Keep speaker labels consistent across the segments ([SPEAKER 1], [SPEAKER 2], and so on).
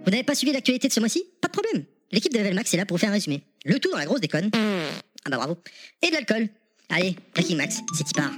[SPEAKER 1] Vous n'avez pas suivi l'actualité de ce mois-ci? Pas de problème. L'équipe de Level Max est là pour vous faire un résumé. Le tout dans la grosse déconne. Ah bah bravo. Et de l'alcool. Allez, Breaking Max, c'est y part.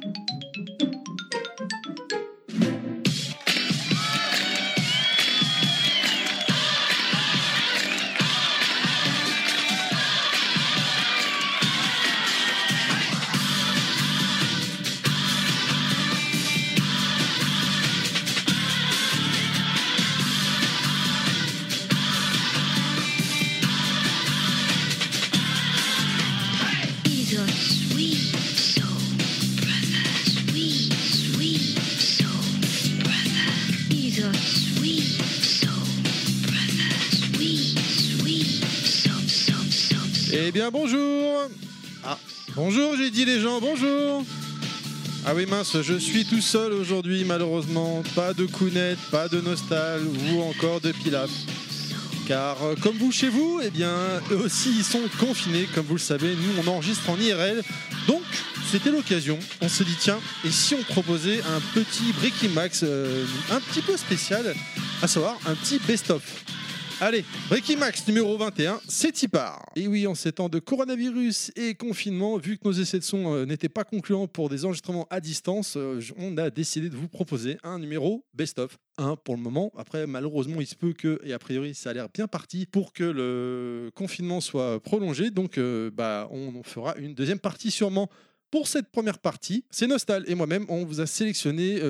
[SPEAKER 2] Eh bien bonjour. Bonjour, j'ai dit les gens, bonjour. Ah oui mince, je suis tout seul aujourd'hui malheureusement. Pas de Kounet, pas de Nostal ou encore de Pilaf. Car comme vous chez vous, eh bien eux aussi ils sont confinés. Comme vous le savez, nous on enregistre en IRL. Donc c'était l'occasion, on s'est dit tiens, et si on proposait un petit Breaking Max un petit peu spécial, à savoir un petit best-of. Allez, Breaking Max numéro 21, c'est y part. Et oui, en ces temps de coronavirus et confinement, vu que nos essais de son n'étaient pas concluants pour des enregistrements à distance, on a décidé de vous proposer un numéro best-of. Un pour le moment. Après, malheureusement, il se peut que, et a priori, ça a l'air bien parti pour que le confinement soit prolongé. Donc, on fera une deuxième partie sûrement. Pour cette première partie, c'est Nostal et moi-même, on vous a sélectionné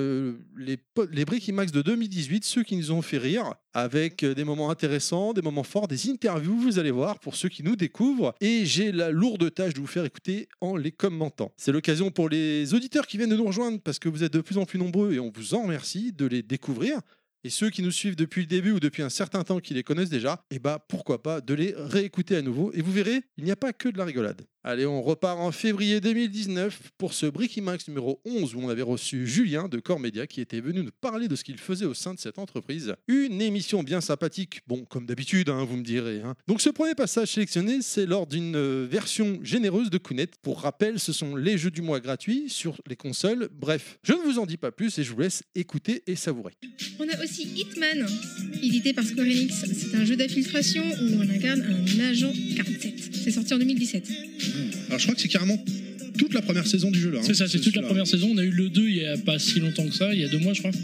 [SPEAKER 2] les Breaking Max de 2018, ceux qui nous ont fait rire, avec des moments intéressants, des moments forts, des interviews, vous allez voir, pour ceux qui nous découvrent. Et j'ai la lourde tâche de vous faire écouter en les commentant. C'est l'occasion pour les auditeurs qui viennent de nous rejoindre, parce que vous êtes de plus en plus nombreux et on vous en remercie de les découvrir. Et ceux qui nous suivent depuis le début ou depuis un certain temps qui les connaissent déjà, pourquoi pas de les réécouter à nouveau. Et vous verrez, il n'y a pas que de la rigolade. Allez, on repart en février 2019 pour ce Breaking Max numéro 11 où on avait reçu Julien de Core Media qui était venu nous parler de ce qu'il faisait au sein de cette entreprise. Une émission bien sympathique, bon comme d'habitude, vous me direz. Donc ce premier passage sélectionné, c'est lors d'une version généreuse de Kounet. Pour rappel, ce sont les jeux du mois gratuits sur les consoles. Bref, je ne vous en dis pas plus et je vous laisse écouter et savourer.
[SPEAKER 3] On a aussi Hitman, édité par Square Enix. C'est un jeu d'infiltration où on incarne un agent 47. C'est sorti en 2017.
[SPEAKER 4] Alors je crois que c'est carrément toute la première saison du jeu là.
[SPEAKER 5] C'est ça, c'est toute la première saison. On a eu le 2 il y a pas si longtemps que ça, il y a 2 mois je crois.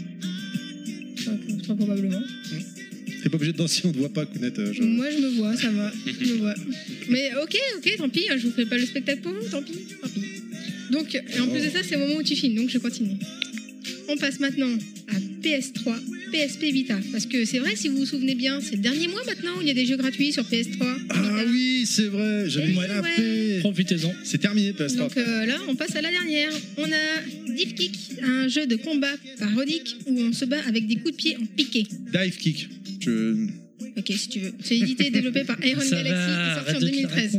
[SPEAKER 3] Très probablement.
[SPEAKER 4] T'es pas obligé de danser, on te voit pas, Kounet.
[SPEAKER 3] Moi je me vois, ça va. Je me vois. Mais ok, tant pis, je vous fais pas le spectacle pour vous, tant pis. Donc, et en plus de ça, c'est le moment où tu filmes, donc je continue. On passe maintenant à PS3, PSP Vita. Parce que c'est vrai, si vous vous souvenez bien, c'est le dernier mois maintenant où il y a des jeux gratuits sur PS3.
[SPEAKER 4] Ah oui, c'est vrai, j'avais
[SPEAKER 3] ouais.
[SPEAKER 5] Profitez-en.
[SPEAKER 4] C'est terminé, PS3.
[SPEAKER 3] Donc là, on passe à la dernière. On a Dive Kick, un jeu de combat parodique où on se bat avec des coups de pied en piqué.
[SPEAKER 4] Dive Kick.
[SPEAKER 3] Ok, si tu veux. C'est édité et développé par Iron Galaxy et sorti en 2013.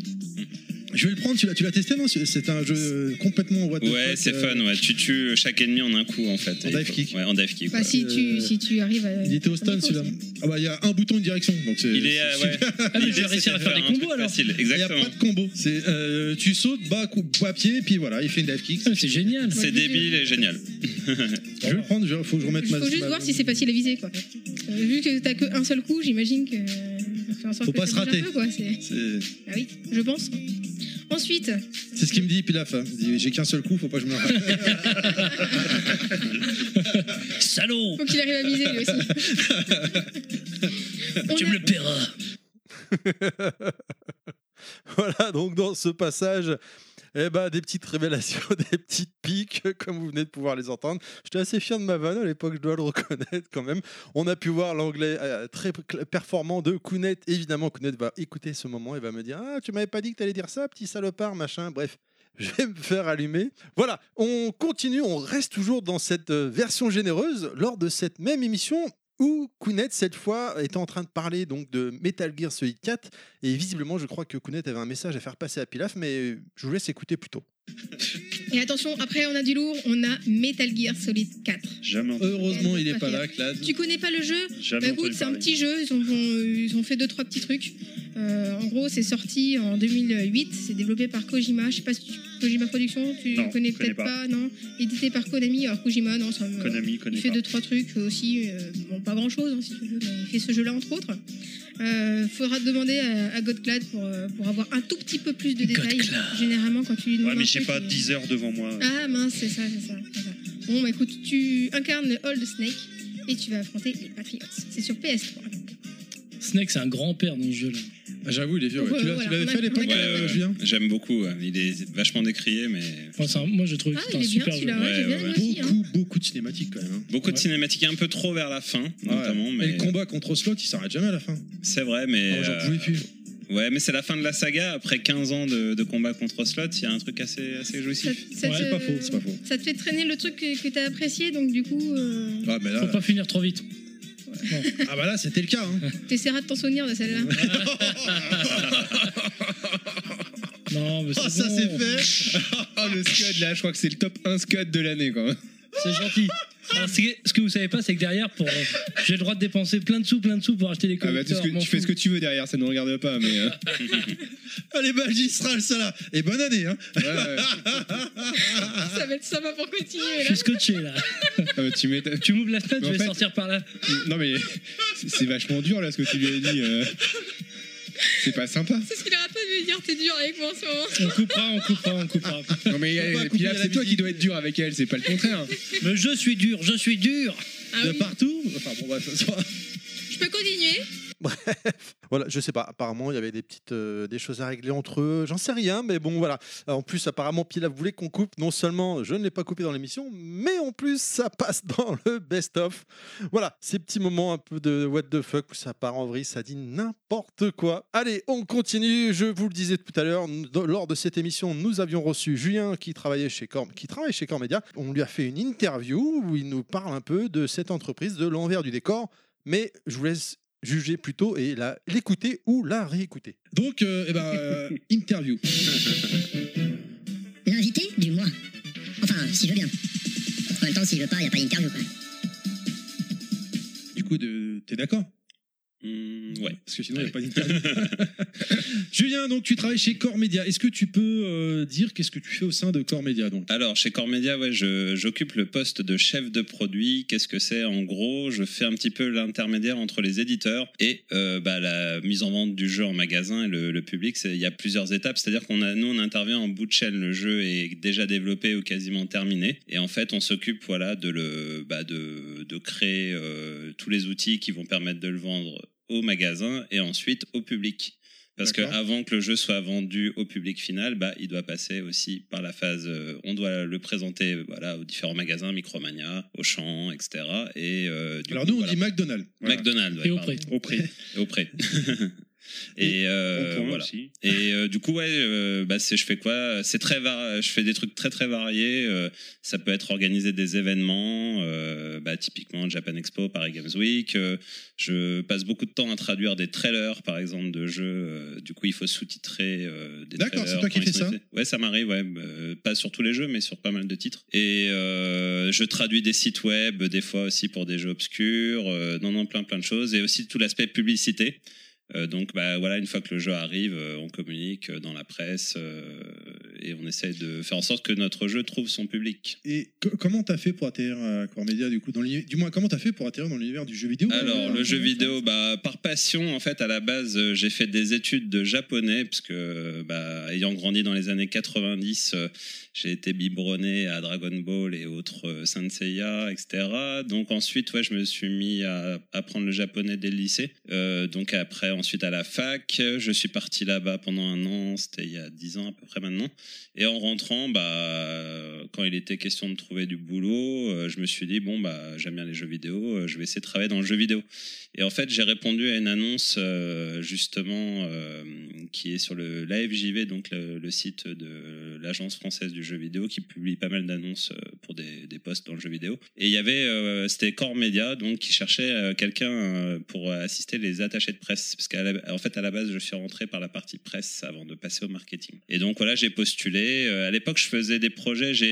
[SPEAKER 4] Je vais le prendre, tu l'as testé, non? C'est un jeu complètement what the fuck.
[SPEAKER 6] Ouais, c'est fun, ouais. Tu tues chaque ennemi en un coup, en fait.
[SPEAKER 4] En dive kick.
[SPEAKER 6] Ouais, en dive kick.
[SPEAKER 3] Bah, si tu arrives à...
[SPEAKER 4] Il était au stun, celui-là. Ah bah, il y a un bouton de direction, donc c'est...
[SPEAKER 6] Il est, ouais.
[SPEAKER 5] Ah, mais j'ai réussi à faire des combos, alors.
[SPEAKER 6] Facile,
[SPEAKER 4] Il n'y a
[SPEAKER 6] exactement.
[SPEAKER 4] pas de combo. C'est, tu sautes, bas à pied, et puis voilà, il fait une dive kick.
[SPEAKER 5] C'est génial.
[SPEAKER 6] C'est débile et génial.
[SPEAKER 4] Je vais le prendre, faut que je remette ma...
[SPEAKER 3] Il faut juste voir si c'est facile à viser, quoi. Vu que t'as qu'un seul coup, j'imagine que...
[SPEAKER 4] Faut pas se rater.
[SPEAKER 3] Un peu, quoi. Ah oui, je pense. Ensuite...
[SPEAKER 4] C'est ce qu'il me dit, Pilaf. Il dit, j'ai qu'un seul coup, faut pas que je me rate.
[SPEAKER 5] Salaud.
[SPEAKER 3] Faut qu'il arrive à viser, lui aussi.
[SPEAKER 5] Tu me le paieras.
[SPEAKER 2] Voilà, donc dans ce passage, des petites révélations, des petites piques, comme vous venez de pouvoir les entendre. J'étais assez fier de ma vanne à l'époque, je dois le reconnaître quand même. On a pu voir l'anglais très performant de Kounet. Évidemment, Kounet va écouter ce moment et va me dire « Ah, tu m'avais pas dit que t'allais dire ça, petit salopard, machin ». Bref, je vais me faire allumer. Voilà, on continue, on reste toujours dans cette version généreuse lors de cette même émission où Kounet, cette fois, était en train de parler donc de Metal Gear Solid 4. Et visiblement, je crois que Kounet avait un message à faire passer à Pilaf, mais je vous laisse écouter plutôt.
[SPEAKER 3] Et attention, après on a du lourd, on a Metal Gear Solid 4.
[SPEAKER 4] Jamais entendu. Heureusement, il est pas là, Clad.
[SPEAKER 3] Tu connais pas le jeu?
[SPEAKER 6] Jamais
[SPEAKER 3] Écoute, c'est un petit jeu, ils ont fait 2-3 petits trucs. En gros, c'est sorti en 2008. C'est développé par Kojima. Je sais pas si Kojima Productions, tu
[SPEAKER 7] Non,
[SPEAKER 3] connais
[SPEAKER 7] je connais
[SPEAKER 3] peut-être
[SPEAKER 7] pas.
[SPEAKER 3] pas, non. Édité par Konami. Alors Kojima, non, ça me.
[SPEAKER 7] Konami,
[SPEAKER 3] Il
[SPEAKER 7] connais
[SPEAKER 3] fait
[SPEAKER 7] pas.
[SPEAKER 3] 2-3 trucs aussi. Bon, pas grand-chose, hein, si tu veux. Mais il fait ce jeu-là entre autres. Faudra te demander à Godclad pour avoir un tout petit peu plus de détails. Généralement, quand tu lui demandes.
[SPEAKER 7] Ouais, mais
[SPEAKER 3] un
[SPEAKER 7] j'ai
[SPEAKER 3] truc,
[SPEAKER 7] pas 10 heures devant moi.
[SPEAKER 3] Ah mince, c'est ça. Bon, bah écoute, tu incarnes le Old Snake et tu vas affronter les Patriots. C'est sur PS3. Donc.
[SPEAKER 5] Snake, c'est un grand-père dans ce jeu-là.
[SPEAKER 4] Ah, j'avoue, il est vieux. Ouais.
[SPEAKER 3] Ouais,
[SPEAKER 4] Tu
[SPEAKER 3] voilà,
[SPEAKER 4] l'avais
[SPEAKER 3] on a-
[SPEAKER 4] fait à l'époque,
[SPEAKER 3] on a-
[SPEAKER 4] Julien
[SPEAKER 6] J'aime beaucoup. Il est vachement décrié, mais
[SPEAKER 5] Enfin, moi, je trouve que
[SPEAKER 3] Ah,
[SPEAKER 5] c'est
[SPEAKER 3] il
[SPEAKER 5] un
[SPEAKER 3] est bien
[SPEAKER 5] super jeu.
[SPEAKER 3] celui-là, ouais, j'ai bien aimé aussi. Hein.
[SPEAKER 4] Beaucoup de cinématiques quand même. Hein.
[SPEAKER 6] beaucoup de
[SPEAKER 5] Ouais.
[SPEAKER 6] cinématiques, un peu trop vers la fin, notamment.
[SPEAKER 4] Et
[SPEAKER 6] Mais
[SPEAKER 4] le combat contre Slot, il s'arrête jamais à la fin.
[SPEAKER 6] c'est vrai, mais
[SPEAKER 4] Ah, j'en pouvais plus.
[SPEAKER 6] ouais, mais c'est la fin de la saga. Après 15 ans de combat contre Slot, il y a un truc assez jouissif.
[SPEAKER 3] Ça
[SPEAKER 5] Ouais,
[SPEAKER 3] te-
[SPEAKER 4] C'est pas faux, c'est pas faux.
[SPEAKER 3] Ça te fait traîner le truc que t'as apprécié, donc du coup,
[SPEAKER 4] Ah, mais là,
[SPEAKER 5] Faut pas finir trop vite.
[SPEAKER 4] ah bah là, c'était le cas. Hein.
[SPEAKER 3] t'essaieras de t'en souvenir de celle-là.
[SPEAKER 5] Non, mais c'est
[SPEAKER 4] Oh, ça
[SPEAKER 5] bon.
[SPEAKER 4] c'est fait.
[SPEAKER 8] Oh, le scud là, je crois que c'est le top 1 scud de l'année quand même.
[SPEAKER 5] C'est gentil. Alors, ce que vous savez pas, c'est que derrière, j'ai le droit de dépenser plein de sous pour acheter des
[SPEAKER 8] Ah bah,
[SPEAKER 5] collecteurs.
[SPEAKER 8] tu fais ce que tu veux derrière, ça ne regarde pas, mais.
[SPEAKER 4] Allez, magistral, ça là. Et bonne année. Hein.
[SPEAKER 8] Ouais, ouais.
[SPEAKER 3] Ça va être sympa pour continuer
[SPEAKER 5] Je
[SPEAKER 3] là.
[SPEAKER 5] suis scotché là.
[SPEAKER 8] Ah bah, tu m'étonnes.
[SPEAKER 5] Tu m'ouvres la fenêtre,
[SPEAKER 8] Mais
[SPEAKER 5] je
[SPEAKER 8] en
[SPEAKER 5] vais
[SPEAKER 8] fait-
[SPEAKER 5] sortir par là.
[SPEAKER 8] Non, mais c'est vachement dur là ce que tu lui as dit. C'est pas sympa.
[SPEAKER 3] C'est ce qu'il arrête pas de lui dire, t'es dur avec moi en ce moment.
[SPEAKER 5] On coupera.
[SPEAKER 8] Non, mais
[SPEAKER 4] On va
[SPEAKER 8] et puis là,
[SPEAKER 4] couper la
[SPEAKER 8] c'est toi
[SPEAKER 4] musique.
[SPEAKER 8] qui dois être dur avec elle, c'est pas le contraire.
[SPEAKER 5] Mais je suis dur.
[SPEAKER 3] Ah
[SPEAKER 4] De
[SPEAKER 3] oui.
[SPEAKER 4] partout. Enfin bon, bref, ça va.
[SPEAKER 3] Je peux continuer.
[SPEAKER 2] Voilà, je sais pas. Apparemment, il y avait des choses à régler entre eux. J'en sais rien, mais bon, voilà. En plus, apparemment, Pilaf voulait qu'on coupe. Non seulement je ne l'ai pas coupé dans l'émission, mais en plus, ça passe dans le best-of. Voilà, ces petits moments un peu de what the fuck où ça part en vrille, ça dit n'importe quoi. Allez, on continue. Je vous le disais tout à l'heure, lors de cette émission, nous avions reçu Julien qui travaille chez Core Media. On lui a fait une interview où il nous parle un peu de cette entreprise, de l'envers du décor. Mais je vous laisse juger plutôt et l'écouter ou la réécouter.
[SPEAKER 4] Donc, interview.
[SPEAKER 1] L'invité, du moins. Enfin, s'il veut bien. En même temps, s'il veut pas, y a pas d'interview, quoi.
[SPEAKER 4] Du coup, t'es d'accord?
[SPEAKER 6] Ouais.
[SPEAKER 4] Parce que sinon, il n'y a pas d'interview. Julien, donc tu travailles chez Core Media. Est-ce que tu peux dire qu'est-ce que tu fais au sein de Core Media donc?
[SPEAKER 6] Alors, chez Core Media, ouais, j'occupe le poste de chef de produit. Qu'est-ce que c'est? En gros, je fais un petit peu l'intermédiaire entre les éditeurs et la mise en vente du jeu en magasin et le public. Il y a plusieurs étapes, c'est-à-dire nous, on intervient en bout de chaîne. Le jeu est déjà développé ou quasiment terminé. Et en fait, on s'occupe de créer tous les outils qui vont permettre de le vendre au magasin et ensuite au public. Parce
[SPEAKER 4] D'accord.
[SPEAKER 6] qu'avant que le jeu soit vendu au public final, il doit passer aussi par la phase... on doit le présenter aux différents magasins, Micromania, Auchan, etc. Et,
[SPEAKER 4] Alors nous, on dit McDonald's. Voilà.
[SPEAKER 6] McDonald's.
[SPEAKER 5] Et
[SPEAKER 6] ouais,
[SPEAKER 5] au
[SPEAKER 6] pardon. Au prix. Et voilà.
[SPEAKER 7] Aussi.
[SPEAKER 6] Et du coup, je fais quoi? C'est je fais des trucs très très variés. Ça peut être organiser des événements, typiquement Japan Expo, Paris Games Week. Je passe beaucoup de temps à traduire des trailers, par exemple, de jeux. Du coup, il faut sous-titrer des
[SPEAKER 4] D'accord,
[SPEAKER 6] trailers.
[SPEAKER 4] c'est toi qui
[SPEAKER 6] quand
[SPEAKER 4] fais
[SPEAKER 6] ils sont
[SPEAKER 4] ça?
[SPEAKER 6] faits. Ouais, ça m'arrive. Ouais, pas sur tous les jeux, mais sur pas mal de titres. Et je traduis des sites web, des fois aussi pour des jeux obscurs. Plein de choses. Et aussi tout l'aspect publicité. Donc une fois que le jeu arrive, on communique dans la presse et on essaie de faire en sorte que notre jeu trouve son public.
[SPEAKER 4] Et comment t'as fait pour atterrir à Core Media du coup comment t'as fait pour atterrir dans l'univers du jeu vidéo?
[SPEAKER 6] Alors le jeu vidéo, par passion en fait, à la base j'ai fait des études de japonais parce que ayant grandi dans les années 90, j'ai été biberonné à Dragon Ball et autres Saint Seiya, etc. Donc ensuite je me suis mis à apprendre le japonais dès le lycée. Donc après ensuite à la fac, je suis parti là-bas pendant un an, c'était il y a 10 ans à peu près maintenant. Et en rentrant, quand il était question de trouver du boulot, je me suis dit j'aime bien les jeux vidéo, je vais essayer de travailler dans le jeu vidéo. Et en fait, j'ai répondu à une annonce justement qui est sur le l'AFJV, donc le site de l'agence française du jeu vidéo qui publie pas mal d'annonces pour des postes dans le jeu vidéo. Et il y avait c'était Core Media donc qui cherchait quelqu'un pour assister les attachés de presse parce qu'en fait à la base je suis rentré par la partie presse avant de passer au marketing. Et donc voilà, j'ai postulé. À l'époque, je faisais des projets. J'ai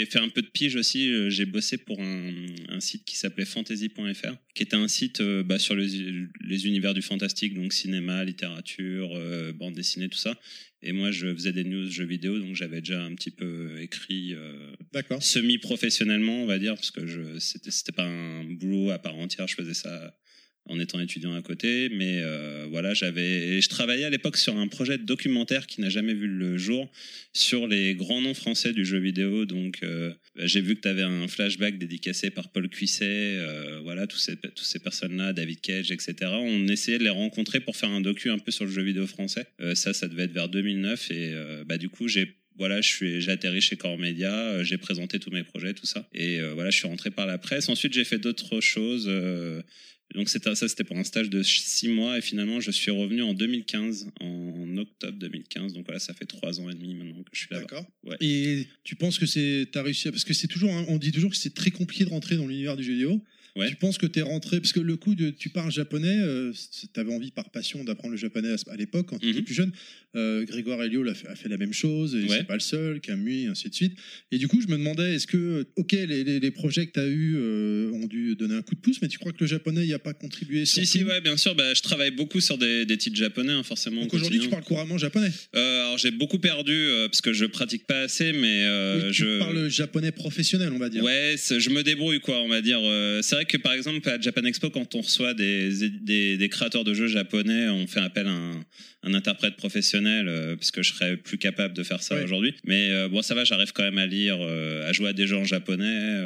[SPEAKER 6] fait un peu de pige aussi. J'ai bossé pour un site qui s'appelait fantasy.fr, qui était un site sur les univers du fantastique, donc cinéma, littérature, bande dessinée, tout ça. Et moi, je faisais des news jeux vidéo, donc j'avais déjà un petit peu écrit
[SPEAKER 2] D'accord.
[SPEAKER 6] semi-professionnellement, on va dire, parce que c'était pas un boulot à part entière, je faisais ça en étant étudiant à côté, mais voilà, je travaillais à l'époque sur un projet de documentaire qui n'a jamais vu le jour sur les grands noms français du jeu vidéo. Donc j'ai vu que tu avais un flashback dédicacé par Paul Cuisset, voilà, tous ces personnes-là, David Cage, etc. On essayait de les rencontrer pour faire un docu un peu sur le jeu vidéo français. Ça devait être vers 2009 et du coup j'ai atterri chez Core Media, j'ai présenté tous mes projets, tout ça. Et voilà, je suis rentré par la presse. Ensuite, j'ai fait d'autres choses. Donc c'était pour un stage de 6 mois et finalement je suis revenu en 2015, en octobre 2015. Donc voilà, ça fait 3 ans et demi maintenant que je suis là-bas.
[SPEAKER 2] D'accord.
[SPEAKER 6] Ouais.
[SPEAKER 2] Et tu penses que t'as réussi parce que c'est toujours, on dit toujours que c'est très compliqué de rentrer dans l'univers du jeu vidéo.
[SPEAKER 6] Ouais.
[SPEAKER 2] Tu penses que t'es rentré parce que le coup de tu parles japonais, t'avais envie par passion d'apprendre le japonais à l'époque quand tu étais plus jeune. Grégoire Elio a fait la même chose et c'est pas le seul, Camus et ainsi de suite. Et du coup, je me demandais est-ce que les projets que t'as eu ont dû donner un coup de pouce, mais tu crois que le japonais y a pas contribué?
[SPEAKER 6] Si, ouais, bien sûr. Je travaille beaucoup sur des titres japonais, hein, forcément.
[SPEAKER 2] Donc aujourd'hui, tu parles couramment japonais?
[SPEAKER 6] Alors j'ai beaucoup perdu parce que je pratique pas assez, mais
[SPEAKER 2] tu parles japonais professionnel, on va dire.
[SPEAKER 6] Ouais, je me débrouille, quoi, on va dire. C'est vrai que par exemple à Japan Expo, quand on reçoit des créateurs de jeux japonais, on fait appel à un interprète professionnel parce que je serais plus capable de faire ça aujourd'hui. Mais bon, ça va, j'arrive quand même à lire, à jouer à des jeux en japonais,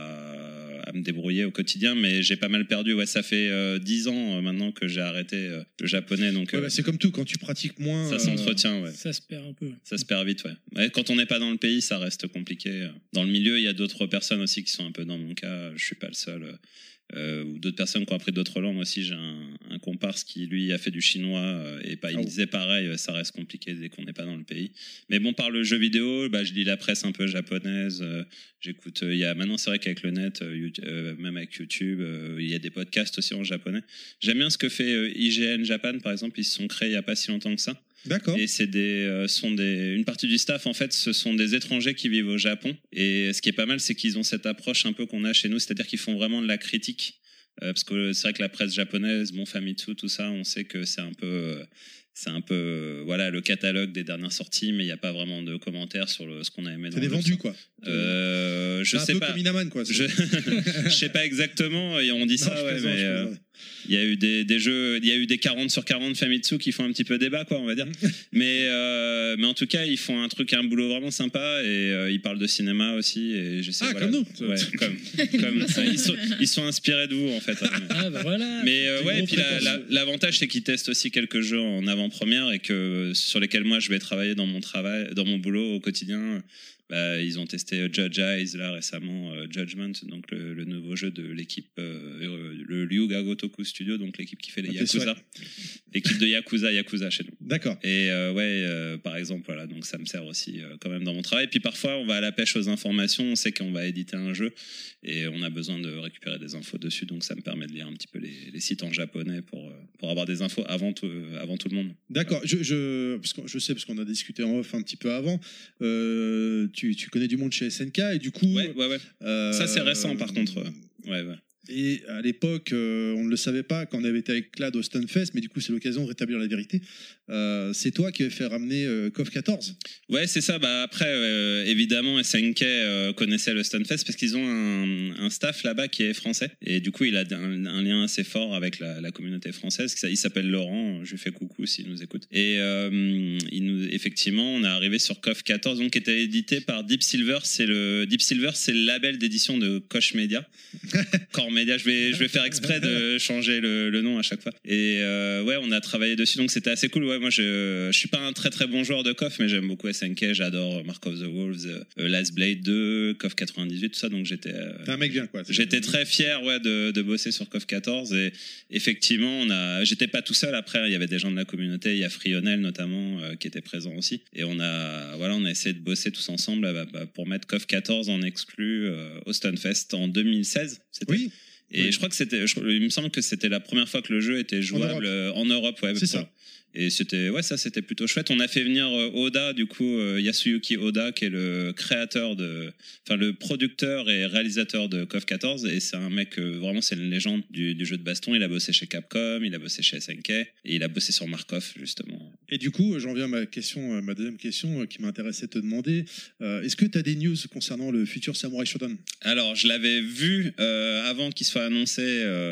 [SPEAKER 6] à me débrouiller au quotidien, mais j'ai pas mal perdu. Ouais, ça fait 10 ans maintenant que j'ai arrêté le japonais. Donc
[SPEAKER 2] c'est comme tout, quand tu pratiques moins,
[SPEAKER 6] ça s'entretient. Ouais.
[SPEAKER 5] Ça se perd un peu.
[SPEAKER 6] Ça se perd vite, ouais. Quand on n'est pas dans le pays, ça reste compliqué. Dans le milieu, il y a d'autres personnes aussi qui sont un peu dans mon cas. Je suis pas le seul. Ou d'autres personnes qui ont appris d'autres langues aussi. J'ai un comparse qui lui a fait du chinois et il me disait pareil, ça reste compliqué dès qu'on n'est pas dans le pays. Mais bon, par le jeu vidéo, je lis la presse un peu japonaise, j'écoute. Maintenant, c'est vrai qu'avec le net, même avec YouTube, il y a des podcasts aussi en japonais. J'aime bien ce que fait IGN Japan, par exemple. Ils se sont créés il y a pas si longtemps que ça.
[SPEAKER 2] D'accord.
[SPEAKER 6] Et c'est une partie du staff, en fait, ce sont des étrangers qui vivent au Japon. Et ce qui est pas mal, c'est qu'ils ont cette approche un peu qu'on a chez nous, c'est-à-dire qu'ils font vraiment de la critique. Parce que c'est vrai que la presse japonaise, Famitsu, tout ça, on sait que c'est un peu voilà, le catalogue des dernières sorties, mais il n'y a pas vraiment de commentaires sur ce qu'on a aimé.
[SPEAKER 2] C'est des vendus, quoi.
[SPEAKER 6] Je sais pas.
[SPEAKER 2] Un peu comme Inaman, quoi.
[SPEAKER 6] Je sais pas exactement, et on dit ça, mais il y a eu des jeux, il y a eu des 40 sur 40 Famitsu qui font un petit peu débat, quoi, on va dire. mais en tout cas, ils font un boulot vraiment sympa, et ils parlent de cinéma aussi, et je sais, voilà.
[SPEAKER 2] Comme nous.
[SPEAKER 6] Ouais, comme ça. Ils sont inspirés de vous, en fait.
[SPEAKER 5] Voilà.
[SPEAKER 6] Mais et puis l'avantage, c'est qu'ils testent aussi quelques jeux en avant-première et sur lesquels moi je vais travailler dans mon boulot au quotidien. Ils ont testé Judge Eyes là récemment, Judgment, donc le nouveau jeu de l'équipe, le Ryuga Gotoku Studio, donc l'équipe qui fait les Yakuza, l'équipe de Yakuza chez nous.
[SPEAKER 2] D'accord.
[SPEAKER 6] Et par exemple, voilà, donc ça me sert aussi quand même dans mon travail. Puis parfois, on va à la pêche aux informations, on sait qu'on va éditer un jeu et on a besoin de récupérer des infos dessus, donc ça me permet de lire un petit peu les sites en japonais pour avoir des infos avant tout le monde.
[SPEAKER 2] D'accord. Parce qu'on a discuté en off un petit peu avant. Tu connais du monde chez SNK et du coup.
[SPEAKER 6] Ouais. Ça c'est récent par contre. Ouais.
[SPEAKER 2] Et à l'époque, on ne le savait pas quand on avait été avec Clad au Stunfest, mais du coup, c'est l'occasion de rétablir la vérité. C'est toi qui avais fait ramener KOF 14.
[SPEAKER 6] Ouais, c'est ça. Après, évidemment, SNK connaissait le Stunfest parce qu'ils ont un staff là-bas qui est français. Et du coup, il a un lien assez fort avec la communauté française. Il s'appelle Laurent. Je lui fais coucou s'il nous écoute. Et effectivement, on est arrivé sur KOF 14, donc, qui était édité par Deep Silver. Deep Silver, c'est le label d'édition de Koch Media. Core Media, je vais faire exprès de changer le nom à chaque fois. Et on a travaillé dessus, donc c'était assez cool. Ouais, moi je suis pas un très très bon joueur de KOF, mais j'aime beaucoup SNK, j'adore Mark of the Wolves, Last Blade 2, KOF 98, tout ça, donc j'étais
[SPEAKER 2] t'es un mec bien, quoi.
[SPEAKER 6] J'étais très fier de bosser sur KOF 14 et effectivement j'étais pas tout seul. Après il y avait des gens de la communauté, il y a Frionel notamment qui était présent aussi, et on a essayé de bosser tous ensemble pour mettre KOF 14 en exclu au Stunfest en 2016.
[SPEAKER 2] Oui.
[SPEAKER 6] Et je crois que il me semble que c'était la première fois que le jeu était jouable en Europe. Ouais,
[SPEAKER 2] c'est ça.
[SPEAKER 6] Et c'était c'était plutôt chouette. On a fait venir Oda, du coup Yasuyuki Oda, qui est le le producteur et réalisateur de KOF 14, et c'est un mec vraiment, c'est une légende du jeu de baston. Il a bossé chez Capcom, il a bossé chez SNK et il a bossé sur Markov justement.
[SPEAKER 2] Et du coup, j'en viens à ma deuxième question qui m'intéressait de te demander. Est-ce que tu as des news concernant le futur Samurai Shodown ?
[SPEAKER 6] Alors, je l'avais vu avant qu'il soit annoncé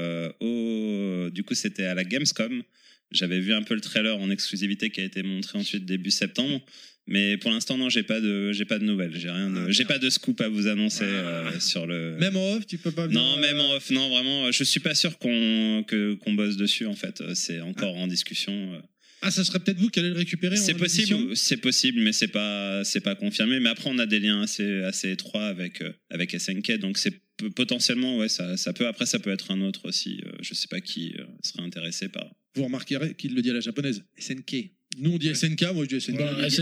[SPEAKER 6] du coup, c'était à la Gamescom. J'avais vu un peu le trailer en exclusivité qui a été montré ensuite début septembre. Mais pour l'instant, non, j'ai pas de nouvelles. J'ai pas de scoop à vous annoncer sur le.
[SPEAKER 2] Même en off, tu peux pas venir.
[SPEAKER 6] Non, même en off, non, vraiment. Je suis pas sûr qu'on bosse dessus en fait. C'est encore en discussion.
[SPEAKER 2] Ah, ça serait peut-être vous qui allez le récupérer.
[SPEAKER 6] C'est possible, mais c'est pas confirmé. Mais après, on a des liens assez étroits avec SNK, donc c'est potentiellement, ouais, ça peut. Après, ça peut être un autre aussi. Je sais pas qui serait intéressé par.
[SPEAKER 2] Vous remarquerez qu'il le dit à la japonaise. SNK. Nous, on dit SNK, moi je dis SNK.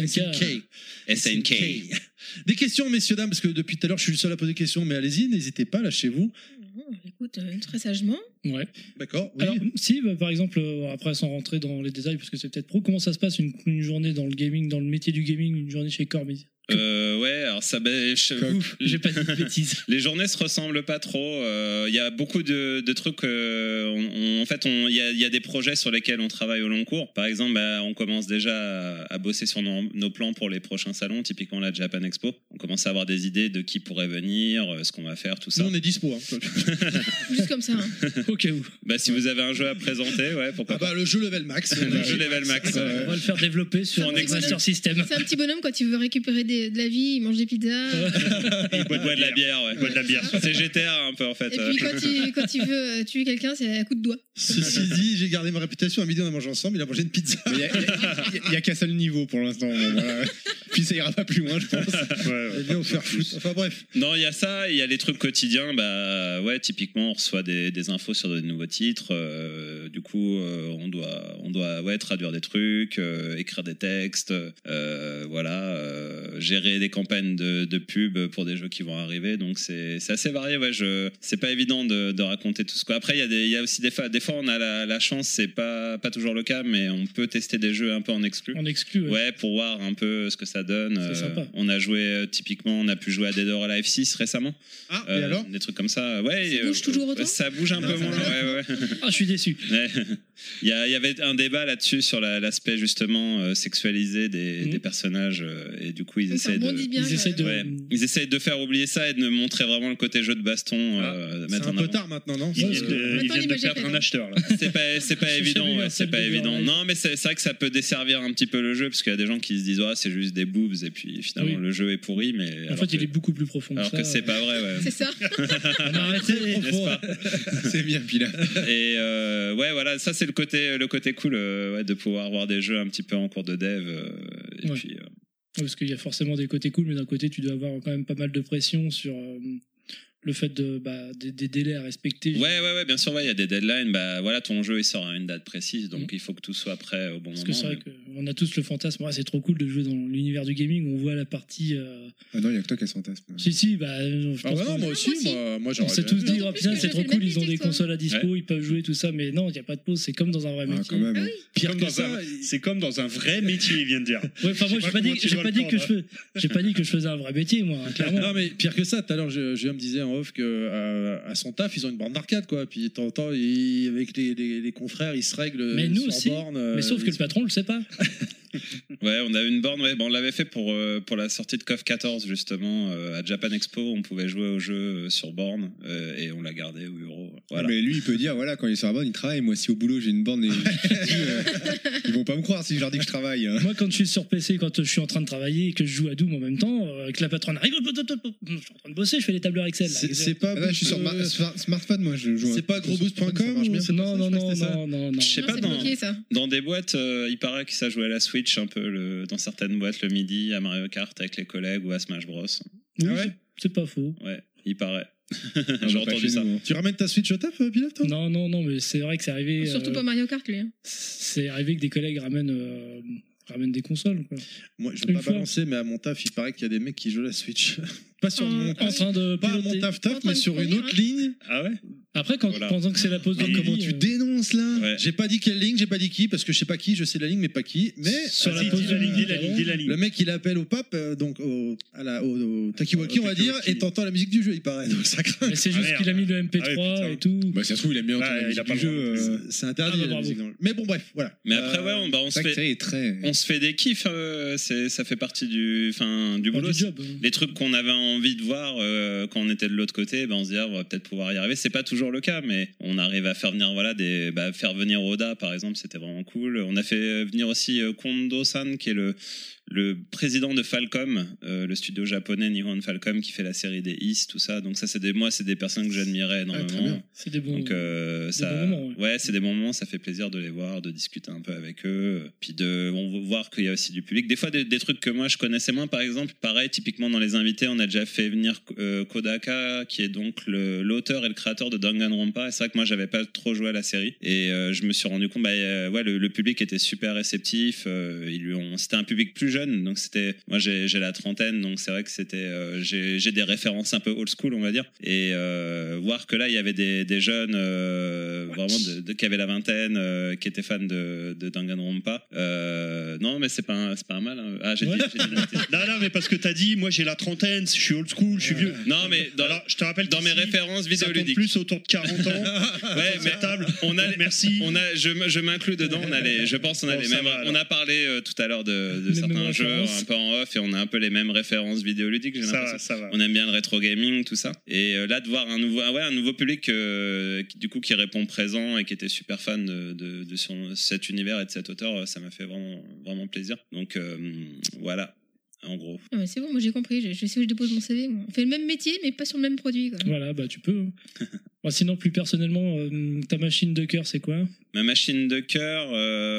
[SPEAKER 6] SNK.
[SPEAKER 2] Des questions, messieurs, dames, parce que depuis tout à l'heure, je suis le seul à poser des questions, mais allez-y, n'hésitez pas, lâchez-vous.
[SPEAKER 3] Écoute, très sagement.
[SPEAKER 5] Ouais.
[SPEAKER 2] D'accord. Oui.
[SPEAKER 5] Alors, si, par exemple, après, sans rentrer dans les détails, parce que c'est peut-être pro, comment ça se passe une journée dans le gaming, dans le métier du gaming, une journée chez Core Media ?
[SPEAKER 6] Ouais, alors ça,
[SPEAKER 5] j'ai pas dit de bêtises.
[SPEAKER 6] Les journées se ressemblent pas trop. Il y a beaucoup de trucs. En fait, il y a des projets sur lesquels on travaille au long cours. Par exemple, on commence déjà à bosser sur nos plans pour les prochains salons, typiquement la Japan Expo. On commence à avoir des idées de qui pourrait venir, ce qu'on va faire, tout ça.
[SPEAKER 2] Nous, on est dispo. Hein.
[SPEAKER 3] Juste comme ça. Hein.
[SPEAKER 5] Au cas où.
[SPEAKER 6] Si vous avez un jeu à présenter, ouais, pourquoi pas.
[SPEAKER 2] Le jeu level max.
[SPEAKER 6] Le jeu level max.
[SPEAKER 5] On va le faire développer sur
[SPEAKER 6] un
[SPEAKER 5] Master System.
[SPEAKER 3] C'est un petit bonhomme quand il veut récupérer de la vie, il mange des pizzas.
[SPEAKER 6] Il boit de la bière, ouais.
[SPEAKER 7] Boit de la bière.
[SPEAKER 6] C'est GTA un peu en fait.
[SPEAKER 3] Et puis quand il veut tuer quelqu'un, c'est à coup de doigt.
[SPEAKER 2] Ceci dit, j'ai gardé ma réputation. À midi, on a mangé ensemble. Il a mangé une pizza.
[SPEAKER 8] Il y a qu'un seul niveau pour l'instant. Bon, voilà. Puis ça ira pas plus loin, je pense.
[SPEAKER 2] Et bien, on faire foot. Enfin bref.
[SPEAKER 6] Non, il y a ça. Il y a les trucs quotidiens. Ouais, typiquement, on reçoit des infos sur de nouveaux titres. Du coup, on doit traduire des trucs, écrire des textes, gérer des campagnes de pub pour des jeux qui vont arriver. Donc c'est assez varié. Ouais, c'est pas évident de raconter tout ce quoi. Après, il y a aussi des fois on a la chance, c'est pas toujours le cas, mais on peut tester des jeux un peu en exclu.
[SPEAKER 5] En exclu, ouais.
[SPEAKER 6] Ouais, pour voir un peu ce que ça donne.
[SPEAKER 5] C'est sympa.
[SPEAKER 6] On a joué typiquement, on a pu jouer à Dead or Alive 6 récemment.
[SPEAKER 2] Ah, et alors
[SPEAKER 6] des trucs comme ça. Ouais.
[SPEAKER 3] Ça bouge toujours autant.
[SPEAKER 6] Ça bouge un peu moins. Ouais.
[SPEAKER 5] Ah, je suis déçu.
[SPEAKER 6] Ouais. Il y avait un débat là-dessus sur l'aspect justement sexualisé des personnages et du coup ils essayent de faire oublier ça et de montrer vraiment le côté jeu de baston.
[SPEAKER 2] C'est un peu tard maintenant, non?
[SPEAKER 7] Ils viennent de perdre un acheteur là.
[SPEAKER 6] C'est pas évident. Ouais, c'est pas évident. Non, mais c'est vrai que ça peut desservir un petit peu le jeu parce qu'il y a des gens qui se disent c'est juste des boobs et puis finalement le jeu est pourri, mais
[SPEAKER 5] en fait il est beaucoup plus profond.
[SPEAKER 6] Alors que c'est pas vrai. Ouais.
[SPEAKER 3] C'est ça.
[SPEAKER 6] N'est-ce pas?
[SPEAKER 8] C'est bien Pilat.
[SPEAKER 6] Et voilà, ça c'est le côté cool de pouvoir avoir des jeux un petit peu en cours de dev et puis
[SPEAKER 5] parce qu'il y a forcément des côtés cool, mais d'un côté tu dois avoir quand même pas mal de pression sur le fait des délais à respecter.
[SPEAKER 6] Ouais, bien sûr, il y a des deadlines. Voilà, ton jeu il sort à une date précise, donc il faut que tout soit prêt au bon moment.
[SPEAKER 5] Parce que c'est vrai qu'on a tous le fantasme. C'est trop cool de jouer dans l'univers du gaming. On voit la partie.
[SPEAKER 8] Ah non, il y a que toi qui as ce fantasme.
[SPEAKER 5] Si, je pense
[SPEAKER 2] moi aussi. Moi
[SPEAKER 5] on s'est tous dit, putain, c'est trop cool, ils ont des
[SPEAKER 3] musique,
[SPEAKER 5] consoles à dispo, ils peuvent jouer tout ça, mais non, il n'y a pas de pause. C'est comme dans un vrai métier.
[SPEAKER 8] Quand même.
[SPEAKER 2] Pire que ça.
[SPEAKER 7] C'est comme dans un vrai métier, il vient de dire.
[SPEAKER 5] Ouais, enfin, moi, j'ai pas dit que je faisais un vrai métier, moi, clairement.
[SPEAKER 2] Non, mais pire que ça. Tout à l'heure, je me disais en off que à son taf, ils ont une borne d'arcade, quoi. Puis de temps en temps, avec les confrères, ils se règlent.
[SPEAKER 5] Mais nous
[SPEAKER 2] sur
[SPEAKER 5] aussi.
[SPEAKER 2] borne.
[SPEAKER 5] Mais sauf que le patron le sait pas.
[SPEAKER 6] Ouais, on a une borne. Ouais, on l'avait fait pour la sortie de KOF 14 justement à Japan Expo. On pouvait jouer au jeu sur borne et on l'a gardé au bureau. Voilà.
[SPEAKER 8] Mais lui, il peut dire quand il est sur la borne, il travaille. Moi, si au boulot j'ai une borne et ils vont pas me croire si je leur dis que je travaille.
[SPEAKER 5] Moi, quand je suis sur PC, quand je suis en train de travailler et que je joue à Doom en même temps, que la patronne arrive, je suis en train de bosser, je fais les tableurs Excel.
[SPEAKER 2] C'est pas.
[SPEAKER 8] Je suis sur smartphone, moi. Je joue.
[SPEAKER 2] C'est pas grosboost.com.
[SPEAKER 5] Non.
[SPEAKER 6] Je sais pas.
[SPEAKER 3] Bloqué, ça.
[SPEAKER 6] Dans des boîtes, il paraît que ça jouait à la Switch un peu dans certaines boîtes le midi à Mario Kart avec les collègues ou à Smash Bros.
[SPEAKER 5] Oui, c'est pas faux.
[SPEAKER 6] Ouais, il paraît. J'ai entendu ça.
[SPEAKER 2] Tu ramènes ta Switch au taf, Pilaf, toi?
[SPEAKER 5] Non, mais c'est vrai que c'est arrivé.
[SPEAKER 3] Surtout pas Mario Kart, lui.
[SPEAKER 5] C'est arrivé que des collègues ramènent des consoles, quoi.
[SPEAKER 2] Moi, je vais pas balancer, mais à mon taf, il paraît qu'il y a des mecs qui jouent la Switch. Pas sur mon
[SPEAKER 5] en train de
[SPEAKER 2] pas à mon taf, mais sur une autre ligne.
[SPEAKER 6] Ah ouais.
[SPEAKER 5] Après, pendant que c'est la pause de
[SPEAKER 2] Comment
[SPEAKER 5] midi,
[SPEAKER 2] tu dénonces réponse là.
[SPEAKER 6] Ouais.
[SPEAKER 2] J'ai pas dit quelle ligne, j'ai pas dit qui, parce que je sais pas qui, je sais la ligne mais pas qui. Mais
[SPEAKER 5] Sur la
[SPEAKER 7] Vas-y,
[SPEAKER 5] pause
[SPEAKER 7] dis la
[SPEAKER 5] du-
[SPEAKER 7] ligne, dis la ligne.
[SPEAKER 2] le mec il appelle au pape, donc au Takiwaki
[SPEAKER 7] Au
[SPEAKER 2] on va dire,
[SPEAKER 7] Takiwaki.
[SPEAKER 2] et t'entends la musique du jeu, il paraît. Donc ça craint.
[SPEAKER 5] Mais c'est juste
[SPEAKER 7] merde.
[SPEAKER 5] qu'il a mis le
[SPEAKER 7] Ah
[SPEAKER 5] MP3
[SPEAKER 7] ouais, putain.
[SPEAKER 5] et tout.
[SPEAKER 8] Bah, ça se trouve, il aime bien
[SPEAKER 7] Ouais,
[SPEAKER 8] entendre la
[SPEAKER 7] il a
[SPEAKER 8] musique
[SPEAKER 7] pas
[SPEAKER 8] du
[SPEAKER 7] le droit.
[SPEAKER 8] jeu.
[SPEAKER 2] C'est interdit.
[SPEAKER 5] Ah, bah,
[SPEAKER 2] la
[SPEAKER 5] bravo.
[SPEAKER 2] musique dans le- Mais bon bref, voilà.
[SPEAKER 6] Mais après, ouais, on
[SPEAKER 8] C'est
[SPEAKER 6] se
[SPEAKER 8] vrai que
[SPEAKER 6] fait.
[SPEAKER 8] c'est très.
[SPEAKER 6] On se fait des kiffs, ça fait partie du boulot.
[SPEAKER 5] Du job.
[SPEAKER 6] Les trucs qu'on avait envie de voir quand on était de l'autre côté, ben on se dit on va peut-être pouvoir y arriver. C'est pas toujours le cas, mais on arrive à faire venir faire venir Oda par exemple, c'était vraiment cool. On a fait venir aussi Kondo-san qui est le président de Falcom, le studio japonais Nihon Falcom qui fait la série des Is, tout ça. Donc ça c'est des personnes que j'admirais énormément.
[SPEAKER 2] très bien.
[SPEAKER 5] C'est des bons.
[SPEAKER 6] Donc ça,
[SPEAKER 5] bons moments, ouais.
[SPEAKER 6] c'est des bons moments, ça fait plaisir de les voir, de discuter un peu avec eux, puis on va voir qu'il y a aussi du public. Des fois des trucs que moi je connaissais moins, par exemple, pareil typiquement dans les invités, on a déjà fait venir Kodaka qui est donc l'auteur et le créateur de Danganronpa. Et c'est vrai que moi j'avais pas trop joué à la série et je me suis rendu compte le public était super réceptif, c'était un public plus jeune, donc moi j'ai la trentaine, donc c'est vrai que j'ai des références un peu old school on va dire, et voir que là il y avait des jeunes vraiment qui avaient la vingtaine qui étaient fans de Danganronpa, non mais c'est pas un mal hein. Ah j'ai dit
[SPEAKER 7] Non, mais parce que t'as dit, moi j'ai la trentaine, je suis old school, je suis vieux.
[SPEAKER 6] non mais
[SPEAKER 7] Alors, je te rappelle
[SPEAKER 6] dans mes
[SPEAKER 7] qu'ici,
[SPEAKER 6] références
[SPEAKER 7] ça tombe
[SPEAKER 6] vidéoludiques
[SPEAKER 7] plus autour de 40 ans.
[SPEAKER 6] ouais mais
[SPEAKER 7] table.
[SPEAKER 6] merci. Je m'inclus dedans. Je pense on a
[SPEAKER 7] Bon,
[SPEAKER 6] les
[SPEAKER 7] ça
[SPEAKER 6] mêmes.
[SPEAKER 7] va, alors.
[SPEAKER 6] On a parlé tout à l'heure de
[SPEAKER 5] Les
[SPEAKER 6] certains
[SPEAKER 5] mêmes
[SPEAKER 6] jeux
[SPEAKER 5] références.
[SPEAKER 6] un peu en off et on a un peu les mêmes références vidéoludiques. J'ai l'impression.
[SPEAKER 7] Ça va.
[SPEAKER 6] On aime bien le rétro gaming, tout ça. Et là de voir un nouveau public qui répond présent et qui était super fan de cet univers et de cet auteur, ça m'a fait vraiment vraiment plaisir. Donc voilà. En gros.
[SPEAKER 3] Ah, mais c'est bon, moi j'ai compris. Je sais où je dépose mon CV. Moi. On fait le même métier, mais pas sur le même produit. Quoi.
[SPEAKER 5] Voilà, bah tu peux. Bon, sinon, plus personnellement, ta machine de cœur, c'est quoi?
[SPEAKER 6] Ma machine de cœur,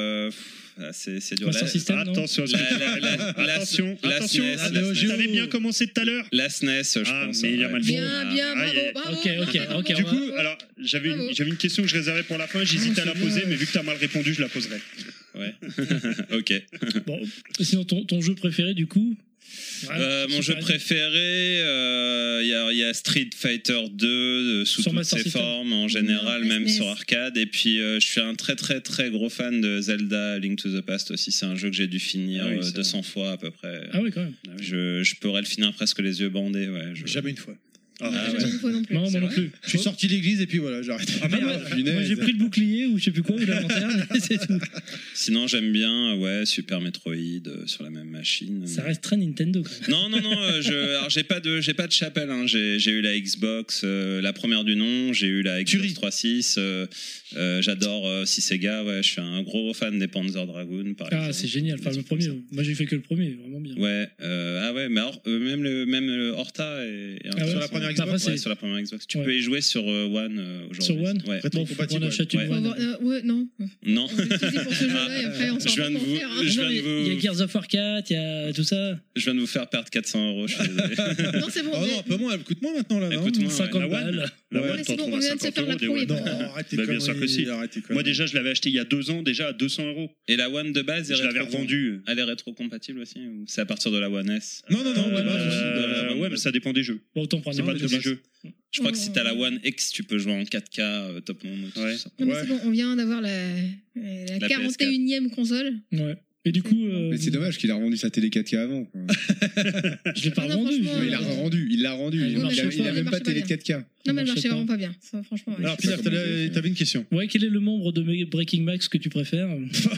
[SPEAKER 6] c'est dur.
[SPEAKER 5] Master System, non
[SPEAKER 7] Attention, attention. T'avais bien commencé tout à l'heure.
[SPEAKER 6] La SNES, je pense.
[SPEAKER 7] mais il a mal fait.
[SPEAKER 3] Bien,
[SPEAKER 7] Aïe,
[SPEAKER 3] bravo,
[SPEAKER 7] aïe.
[SPEAKER 3] bravo.
[SPEAKER 5] Ok.
[SPEAKER 7] Du coup, alors j'avais
[SPEAKER 3] Bravo.
[SPEAKER 7] une question que je réservais pour la fin, j'hésitais à la poser, mais vu que t'as mal répondu, je la poserai.
[SPEAKER 6] Ouais. Ok.
[SPEAKER 5] Bon, sinon, ton jeu préféré, du coup?
[SPEAKER 6] Mon jeu préféré, il y a Street Fighter 2 sous
[SPEAKER 5] Sur
[SPEAKER 6] toutes
[SPEAKER 5] Master
[SPEAKER 6] ses
[SPEAKER 5] System.
[SPEAKER 6] formes en général,
[SPEAKER 3] Ouais,
[SPEAKER 6] même
[SPEAKER 3] SNES.
[SPEAKER 6] sur arcade. Et puis je suis un très très très gros fan de Zelda Link to the Past aussi. C'est un jeu que j'ai dû finir
[SPEAKER 7] Ah oui, c'est
[SPEAKER 6] 200 fois à peu près.
[SPEAKER 5] Ah oui, quand même.
[SPEAKER 6] Je pourrais le finir presque les yeux bandés. Ouais,
[SPEAKER 2] Jamais une fois.
[SPEAKER 7] Ah,
[SPEAKER 6] Ah,
[SPEAKER 3] Jamais une fois non plus.
[SPEAKER 5] Non, moi non plus.
[SPEAKER 2] Je suis sorti de l'église et puis voilà, j'ai arrêté.
[SPEAKER 5] Ah, moi, j'ai pris le bouclier ou je sais plus quoi, ou la lanterne, et c'est tout.
[SPEAKER 6] Sinon, j'aime bien Super Metroid sur la même machine.
[SPEAKER 5] Ça reste très Nintendo, quand même.
[SPEAKER 6] Non, alors j'ai pas de chapelle. Hein. J'ai eu la Xbox, la première du nom. J'ai eu la Xbox 360. J'adore Sega. Ouais, je suis un gros fan des Panzer Dragoon, par exemple.
[SPEAKER 5] Ah, c'est génial. Enfin, le premier. Moi, j'ai fait que le premier, vraiment bien.
[SPEAKER 6] Ouais. Mais alors, même le Horta est
[SPEAKER 5] Ah ouais,
[SPEAKER 2] Sur la première
[SPEAKER 5] Après,
[SPEAKER 2] Xbox.
[SPEAKER 5] c'est-
[SPEAKER 6] Ouais, sur la première Xbox. Tu
[SPEAKER 5] Ouais.
[SPEAKER 6] peux y jouer sur One aujourd'hui.
[SPEAKER 5] Sur One
[SPEAKER 6] Ouais.
[SPEAKER 2] Rétro
[SPEAKER 5] Bon, faut qu'on
[SPEAKER 2] compatible.
[SPEAKER 5] achète une
[SPEAKER 6] Ouais.
[SPEAKER 3] Faut
[SPEAKER 5] One.
[SPEAKER 3] avoir- ouais, non.
[SPEAKER 6] Non.
[SPEAKER 3] On va l'utiliser pour ce jeu-là et après on
[SPEAKER 6] Je
[SPEAKER 3] s'en
[SPEAKER 6] viens de vous-
[SPEAKER 3] faire.
[SPEAKER 6] je
[SPEAKER 5] Non,
[SPEAKER 6] viens
[SPEAKER 5] mais
[SPEAKER 6] de vous-
[SPEAKER 5] Il y a Gears of War 4, il y a tout ça.
[SPEAKER 6] Je viens de vous faire perdre 400 €. Je suis désolé.
[SPEAKER 3] Non, c'est bon.
[SPEAKER 2] Oh non, un peu moins, elle coûte moins maintenant là, non
[SPEAKER 6] Écoute-moi,
[SPEAKER 5] 50
[SPEAKER 7] la One.
[SPEAKER 5] balles.
[SPEAKER 7] La
[SPEAKER 2] Ouais,
[SPEAKER 7] One,
[SPEAKER 3] mais
[SPEAKER 7] t'en
[SPEAKER 3] c'est bon,
[SPEAKER 7] trouves
[SPEAKER 3] on
[SPEAKER 7] à
[SPEAKER 3] vient de se
[SPEAKER 7] 50
[SPEAKER 3] faire la
[SPEAKER 7] euros des
[SPEAKER 3] pro, il y a
[SPEAKER 7] One.
[SPEAKER 3] pas
[SPEAKER 2] Non,
[SPEAKER 3] longtemps.
[SPEAKER 2] arrête tes
[SPEAKER 7] Bah, bien sûr
[SPEAKER 2] conneries,
[SPEAKER 7] que si.
[SPEAKER 2] arrête tes
[SPEAKER 7] Moi
[SPEAKER 2] conneries.
[SPEAKER 7] déjà, je l'avais acheté il y a 2 ans, déjà à 200 €.
[SPEAKER 6] Et la One de base,
[SPEAKER 7] Je l'avais revendue.
[SPEAKER 6] Elle est rétro-compatible aussi ou c'est à partir de la One S?
[SPEAKER 2] Non,
[SPEAKER 5] ouais,
[SPEAKER 7] Ouais, mais ça dépend des jeux.
[SPEAKER 5] Bon, autant prendre
[SPEAKER 7] C'est
[SPEAKER 5] la
[SPEAKER 7] pas
[SPEAKER 5] One
[SPEAKER 7] tous
[SPEAKER 5] de
[SPEAKER 7] les
[SPEAKER 5] base.
[SPEAKER 7] jeux.
[SPEAKER 6] Je crois que si t'as la One X, tu peux jouer en 4K, top monde, tout
[SPEAKER 7] Ouais.
[SPEAKER 6] ça.
[SPEAKER 3] Non, mais
[SPEAKER 2] Ouais.
[SPEAKER 3] c'est bon, on vient d'avoir la
[SPEAKER 6] La
[SPEAKER 3] 41e console.
[SPEAKER 5] Ouais. Et du coup,
[SPEAKER 8] Mais c'est dommage qu'il a revendu sa télé 4K avant. Quoi.
[SPEAKER 5] je l'ai pas
[SPEAKER 3] Ah non,
[SPEAKER 5] revendu.
[SPEAKER 3] franchement,
[SPEAKER 8] Il l'a revendu. Il l'a rendu.
[SPEAKER 5] Ouais,
[SPEAKER 8] Il
[SPEAKER 5] mais
[SPEAKER 8] a-
[SPEAKER 5] marche
[SPEAKER 8] il
[SPEAKER 5] pas,
[SPEAKER 8] a même
[SPEAKER 3] marche
[SPEAKER 8] pas
[SPEAKER 3] pas
[SPEAKER 8] télé
[SPEAKER 3] bien.
[SPEAKER 8] 4K.
[SPEAKER 3] Non, mais elle
[SPEAKER 5] marchait
[SPEAKER 3] marchait
[SPEAKER 5] pas.
[SPEAKER 3] vraiment pas bien. Ça, franchement. ouais.
[SPEAKER 2] Alors, Pierre, t'avais une question.
[SPEAKER 5] Ouais, quel est le membre de Breaking Max que tu préfères?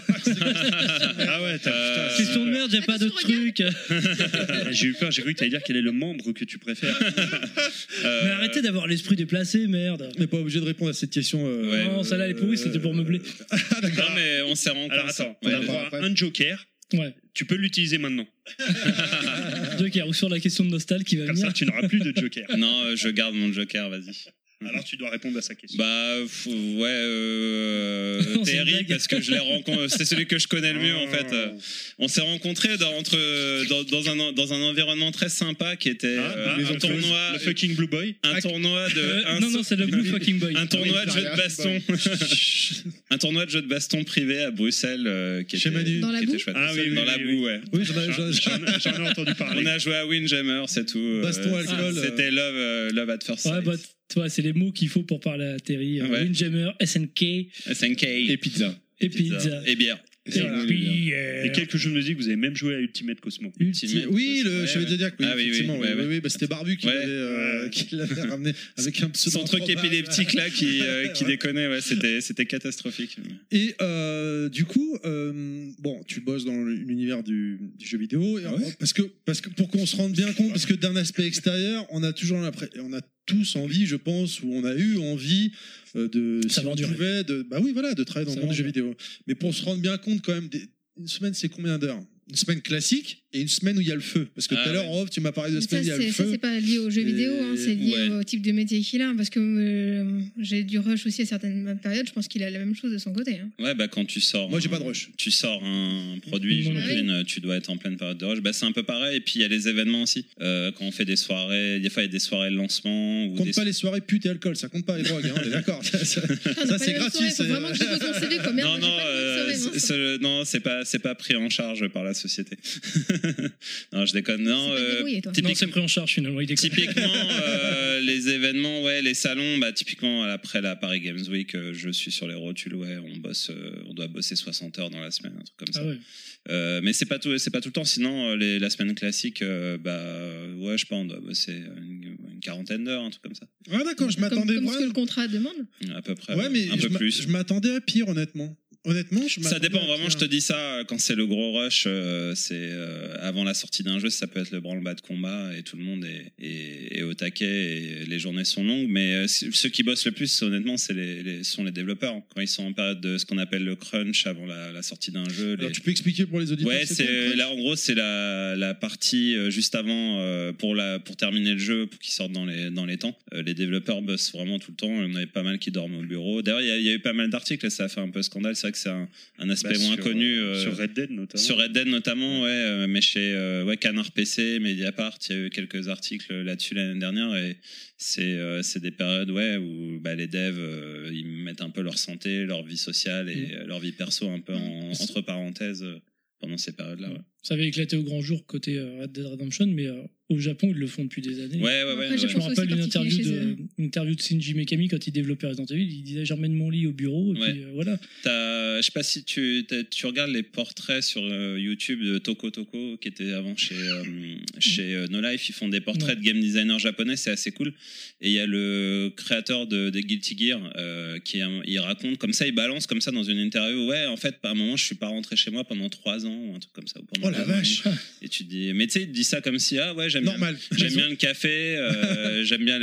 [SPEAKER 7] Ah ouais, putain.
[SPEAKER 5] Question de merde, j'ai pas de
[SPEAKER 3] Attention,
[SPEAKER 5] truc.
[SPEAKER 7] J'ai eu peur, j'ai cru que t'allais dire quel est le membre que tu préfères.
[SPEAKER 5] Mais arrêtez d'avoir l'esprit déplacé, merde.
[SPEAKER 2] On n'est pas obligé de répondre à cette question.
[SPEAKER 6] Ouais.
[SPEAKER 5] Non, celle-là, elle est pourrie, c'était pour meubler.
[SPEAKER 6] Non, mais on s'est rencontrés.
[SPEAKER 7] Alors attends, on
[SPEAKER 6] Ouais,
[SPEAKER 7] a droit à un joker.
[SPEAKER 5] Ouais.
[SPEAKER 7] Tu peux l'utiliser maintenant.
[SPEAKER 5] Joker, ou sur la question de Nostal qui va
[SPEAKER 7] Comme
[SPEAKER 5] venir.
[SPEAKER 7] ça, tu n'auras plus de joker.
[SPEAKER 6] Non, je garde mon joker, vas-y.
[SPEAKER 7] Alors tu dois répondre à sa question.
[SPEAKER 6] Bah,
[SPEAKER 5] Non, c'est une
[SPEAKER 6] Terry,
[SPEAKER 5] blague.
[SPEAKER 6] parce que je l'ai rencontré, c'est celui que je connais le mieux en fait. On s'est rencontrés dans un environnement très sympa qui était un tournoi.
[SPEAKER 7] Le fucking Blue Boy.
[SPEAKER 6] Un tournoi de.
[SPEAKER 5] Non, c'est le Blue Fucking Boy.
[SPEAKER 6] Un tournoi de
[SPEAKER 8] Oui,
[SPEAKER 6] jeux de baston. Un tournoi de jeux de baston privé à Bruxelles qui
[SPEAKER 2] Chez
[SPEAKER 6] était,
[SPEAKER 2] Manu.
[SPEAKER 3] Dans la
[SPEAKER 6] qui était
[SPEAKER 3] boue
[SPEAKER 6] chouette.
[SPEAKER 7] Ah oui,
[SPEAKER 6] Dans
[SPEAKER 7] oui,
[SPEAKER 6] la
[SPEAKER 7] oui,
[SPEAKER 6] boue, ouais.
[SPEAKER 2] Oui,
[SPEAKER 7] J'en ai entendu parler.
[SPEAKER 6] On a joué à Windjammer, c'est tout.
[SPEAKER 2] Baston, alcool.
[SPEAKER 6] C'était Love at First
[SPEAKER 5] Ouais,
[SPEAKER 6] Sight.
[SPEAKER 5] bah, Toi, c'est les mots qu'il faut pour parler à Terry.
[SPEAKER 6] Ouais.
[SPEAKER 5] Windjammer, SNK
[SPEAKER 6] SNK.
[SPEAKER 8] Et pizza.
[SPEAKER 5] et pizza.
[SPEAKER 6] Et bière.
[SPEAKER 7] Et quelque chose me dit que vous avez même joué à Ultimate Cosmo.
[SPEAKER 6] Ultimate.
[SPEAKER 2] Oui, le
[SPEAKER 6] Ouais,
[SPEAKER 2] chevalier Zodiac, oui,
[SPEAKER 6] Ah oui, oui,
[SPEAKER 2] effectivement.
[SPEAKER 6] ouais, ouais.
[SPEAKER 2] Bah, c'était Barbu qui
[SPEAKER 6] Ouais.
[SPEAKER 2] l'avait ramené avec un pseudo.
[SPEAKER 6] Son truc épileptique là qui déconnait, ouais, c'était catastrophique.
[SPEAKER 2] Et du coup, bon, tu bosses dans l'univers du jeu vidéo, et parce que pour qu'on se rende bien compte, parce que d'un aspect extérieur, on a tous envie, je pense, ou on a eu envie de
[SPEAKER 5] Ça vend du rêve.
[SPEAKER 2] de travailler dans
[SPEAKER 5] Ça
[SPEAKER 2] le monde
[SPEAKER 5] vend
[SPEAKER 2] du jeu
[SPEAKER 5] du
[SPEAKER 2] vidéo. Mais pour se rendre bien compte quand même, une semaine c'est combien d'heures? Une semaine classique et une semaine où il y a le feu. Parce que tout à l'heure, en off, tu m'as parlé de semaine où il y a le
[SPEAKER 3] Ça,
[SPEAKER 2] feu.
[SPEAKER 3] c'est pas lié aux jeux vidéo, hein, c'est lié au type de métier qu'il a. Parce que j'ai du rush aussi à certaines périodes, je pense qu'il a la même chose de son côté. Hein.
[SPEAKER 6] Ouais, bah quand tu sors.
[SPEAKER 2] Moi, j'ai pas de rush.
[SPEAKER 6] Tu sors un produit, j'imagine, tu dois être en pleine période de rush. Bah, c'est un peu pareil. Et puis il y a les événements aussi. Quand on fait des soirées, des fois il y a des soirées de lancement. Ou
[SPEAKER 2] Compte pas les soirées putes et alcool, ça compte pas les drogues, hein, on est d'accord. Ça c'est gratuit.
[SPEAKER 3] Faut vraiment que je pose mon CV comme merde.
[SPEAKER 6] Non, c'est pas pris en charge par la société. Non, je déconne. Non,
[SPEAKER 5] Non, c'est pris en charge finalement.
[SPEAKER 6] Typiquement, les événements, ouais, les salons, bah, typiquement après la Paris Games Week, je suis sur les rotules, ouais, on doit bosser 60 heures dans la semaine, un truc comme ça.
[SPEAKER 5] Ah ouais.
[SPEAKER 6] Mais c'est pas tout le temps. Sinon, la semaine classique, ouais, je sais pas, on doit bosser une quarantaine d'heures, un truc comme ça.
[SPEAKER 2] Ah d'accord, je m'attendais
[SPEAKER 3] comme ce que
[SPEAKER 2] vraiment.
[SPEAKER 3] le contrat demande.
[SPEAKER 6] À peu près.
[SPEAKER 2] Ouais, mais
[SPEAKER 6] un peu plus.
[SPEAKER 2] je m'attendais à pire, honnêtement.
[SPEAKER 6] Ça dépend vraiment, je te dis ça, quand c'est le gros rush, c'est avant la sortie d'un jeu, ça peut être le branle-bas de combat et tout le monde est au taquet et les journées sont longues, mais ceux qui bossent le plus, honnêtement, sont les développeurs. Quand ils sont en période de ce qu'on appelle le crunch avant la sortie d'un jeu.
[SPEAKER 2] Alors tu peux expliquer pour les auditeurs?
[SPEAKER 6] Ouais, là en gros, c'est la partie juste avant pour terminer le jeu, pour qu'il sorte dans les temps. Les développeurs bossent vraiment tout le temps, il y en avait pas mal qui dorment au bureau. D'ailleurs, il y a eu pas mal d'articles, ça a fait un peu scandale, c'est vrai que c'est un aspect moins connu.
[SPEAKER 7] Sur Red Dead notamment.
[SPEAKER 6] Sur Red Dead notamment, ouais, mais chez Canard PC, Mediapart, il y a eu quelques articles là-dessus l'année dernière et c'est des périodes où les devs ils mettent un peu leur santé, leur vie sociale et leur vie perso un peu entre parenthèses pendant ces périodes-là. Ouais.
[SPEAKER 5] Ça avait éclaté au grand jour côté Red Dead Redemption, mais au Japon, ils le font depuis des années.
[SPEAKER 6] Ouais.
[SPEAKER 5] Je me rappelle d'une interview de Shinji Mikami quand il développait Resident Evil. Il disait j'emmène mon lit au bureau. Et puis, voilà.
[SPEAKER 6] Je sais pas si tu regardes les portraits sur YouTube de Toko Toko qui était avant chez No Life. Ils font des portraits de game designers japonais, c'est assez cool. Et il y a le créateur de Guilty Gear il raconte comme ça, il balance comme ça dans une interview. Ouais, en fait, à un moment, je suis pas rentré chez moi pendant 3 ans ou un truc comme ça.
[SPEAKER 2] Oh la vache!
[SPEAKER 6] Et tu dis, mais tu sais, il te dit ça comme si j'aime bien le café, j'aime bien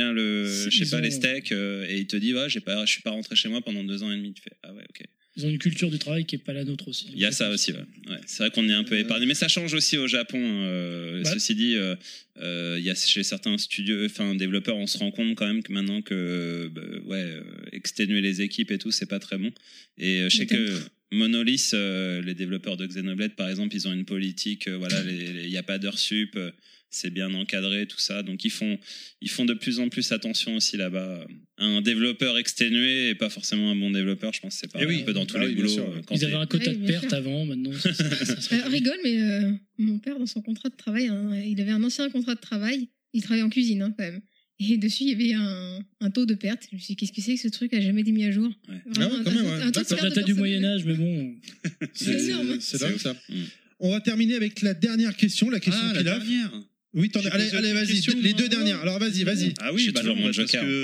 [SPEAKER 6] le je sais pas, les steaks, et il te dit je suis pas rentré chez moi pendant 2 ans et demi. Tu fais ah ouais, ok.
[SPEAKER 5] Ils ont une culture du travail qui est pas la nôtre aussi.
[SPEAKER 6] Il y a ça aussi, ouais. C'est vrai qu'on est un peu épargné, mais ça change aussi au Japon. Ceci dit, il y a chez certains développeurs, on se rend compte quand même que maintenant que exténuer les équipes et tout, c'est pas très bon. Et je sais que Monolith, les développeurs de Xenoblade par exemple, ils ont une politique, il n'y a pas d'heures sup, c'est bien encadré, tout ça, donc ils font de plus en plus attention aussi là-bas. Un développeur exténué et pas forcément un bon développeur, je pense que c'est pas un peu dans tous les boulots.
[SPEAKER 5] Ils avaient un quota de perte avant, maintenant ça
[SPEAKER 3] rigole, mais mon père dans son contrat de travail, il avait un ancien contrat de travail, il travaillait en cuisine quand même. Et dessus, il y avait un taux de perte. Je me suis dit, qu'est-ce que c'est que ce truc a jamais été mis à jour?
[SPEAKER 2] Vraiment, quand même,
[SPEAKER 3] un taux de perte
[SPEAKER 5] date du Moyen-Âge, mais bon.
[SPEAKER 3] C'est énorme.
[SPEAKER 2] C'est dingue ça. On va terminer avec la dernière question, la question
[SPEAKER 6] la
[SPEAKER 2] Pilaf.
[SPEAKER 6] dernière.
[SPEAKER 2] Oui, allez, vas-y, les 2 dernières. Alors, vas-y.
[SPEAKER 7] Ah oui,
[SPEAKER 6] toujours mon Joker.
[SPEAKER 7] Parce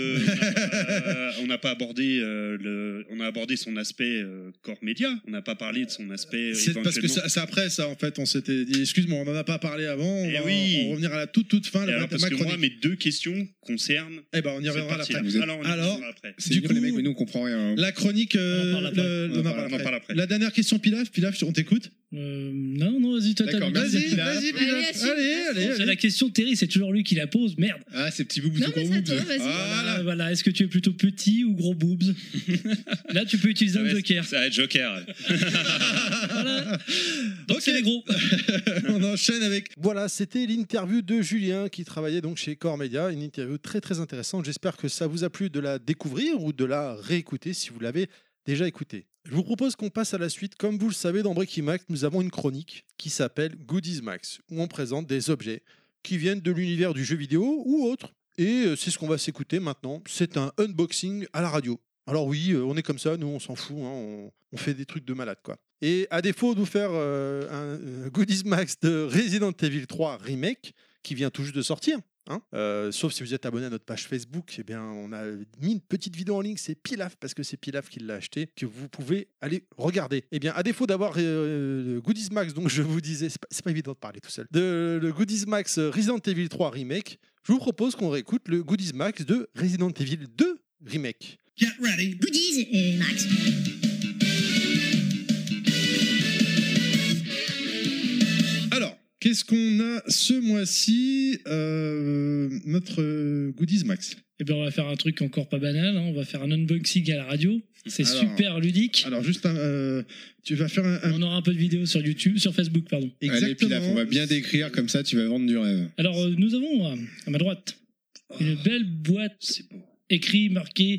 [SPEAKER 7] que on n'a pas abordé on a abordé son aspect corps média. On n'a pas parlé de son aspect.
[SPEAKER 2] C'est parce que c'est après ça, en fait, on s'était dit, excuse-moi, on n'en a pas parlé avant. On va revenir à la toute fin.
[SPEAKER 7] Parce que moi, mes 2 questions concernent.
[SPEAKER 2] On y reviendra après.
[SPEAKER 7] Alors,
[SPEAKER 2] du coup,
[SPEAKER 8] les mecs, mais nous, on comprend rien.
[SPEAKER 2] La chronique,
[SPEAKER 8] on en parle après.
[SPEAKER 2] La dernière question, Pilaf, on t'écoute.
[SPEAKER 5] Non, vas-y, toi,
[SPEAKER 2] D'accord, vas-y, Pilaf. Allez.
[SPEAKER 5] C'est la question de Terry, c'est toujours lui qui la pose, merde.
[SPEAKER 8] Ah, c'est petit boobs ou
[SPEAKER 3] Non,
[SPEAKER 8] gros
[SPEAKER 3] mais
[SPEAKER 8] boobs.
[SPEAKER 3] c'est à toi, vas-y.
[SPEAKER 5] Voilà, est-ce que tu es plutôt petit ou gros boobs? Là, tu peux utiliser un joker.
[SPEAKER 6] Ça va être Joker.
[SPEAKER 5] Voilà. Donc, c'est les gros.
[SPEAKER 2] On enchaîne avec. Voilà, c'était l'interview de Julien qui travaillait donc chez Core Media. Une interview très très intéressante. J'espère que ça vous a plu de la découvrir ou de la réécouter si vous l'avez déjà écoutée. Je vous propose qu'on passe à la suite. Comme vous le savez, dans Breaking Max, nous avons une chronique qui s'appelle Goodies Max, où on présente des objets qui viennent de l'univers du jeu vidéo ou autres, Et c'est ce qu'on va s'écouter maintenant. C'est un unboxing à la radio. Alors oui, on est comme ça, nous on s'en fout, hein, on fait des trucs de malade quoi. Et à défaut de vous faire un Goodies Max de Resident Evil 3 Remake, qui vient tout juste de sortir, hein, sauf si vous êtes abonné à notre page Facebook, eh bien, on a mis une petite vidéo en ligne, c'est Pilaf, parce que c'est Pilaf qui l'a acheté, que vous pouvez aller regarder. Eh bien, à défaut d'avoir le Goodies Max, donc je vous disais, c'est pas évident de parler tout seul, le Goodies Max Resident Evil 3 Remake, je vous propose qu'on réécoute le Goodies Max de Resident Evil 2 Remake.
[SPEAKER 9] Get ready.
[SPEAKER 1] Goodies, Max.
[SPEAKER 4] Alors, qu'est-ce qu'on a ce mois-ci notre Goodies Max?
[SPEAKER 5] Eh bien, on va faire un truc encore pas banal. Hein. On va faire un unboxing à la radio. C'est super ludique.
[SPEAKER 4] Alors, juste tu vas faire
[SPEAKER 5] On aura un peu de vidéos sur YouTube, sur Facebook, pardon.
[SPEAKER 8] Exactement. Allez, Pilaf, on va bien décrire, comme ça tu vas vendre du rêve.
[SPEAKER 5] Alors, nous avons à ma droite une belle boîte écrit, marqué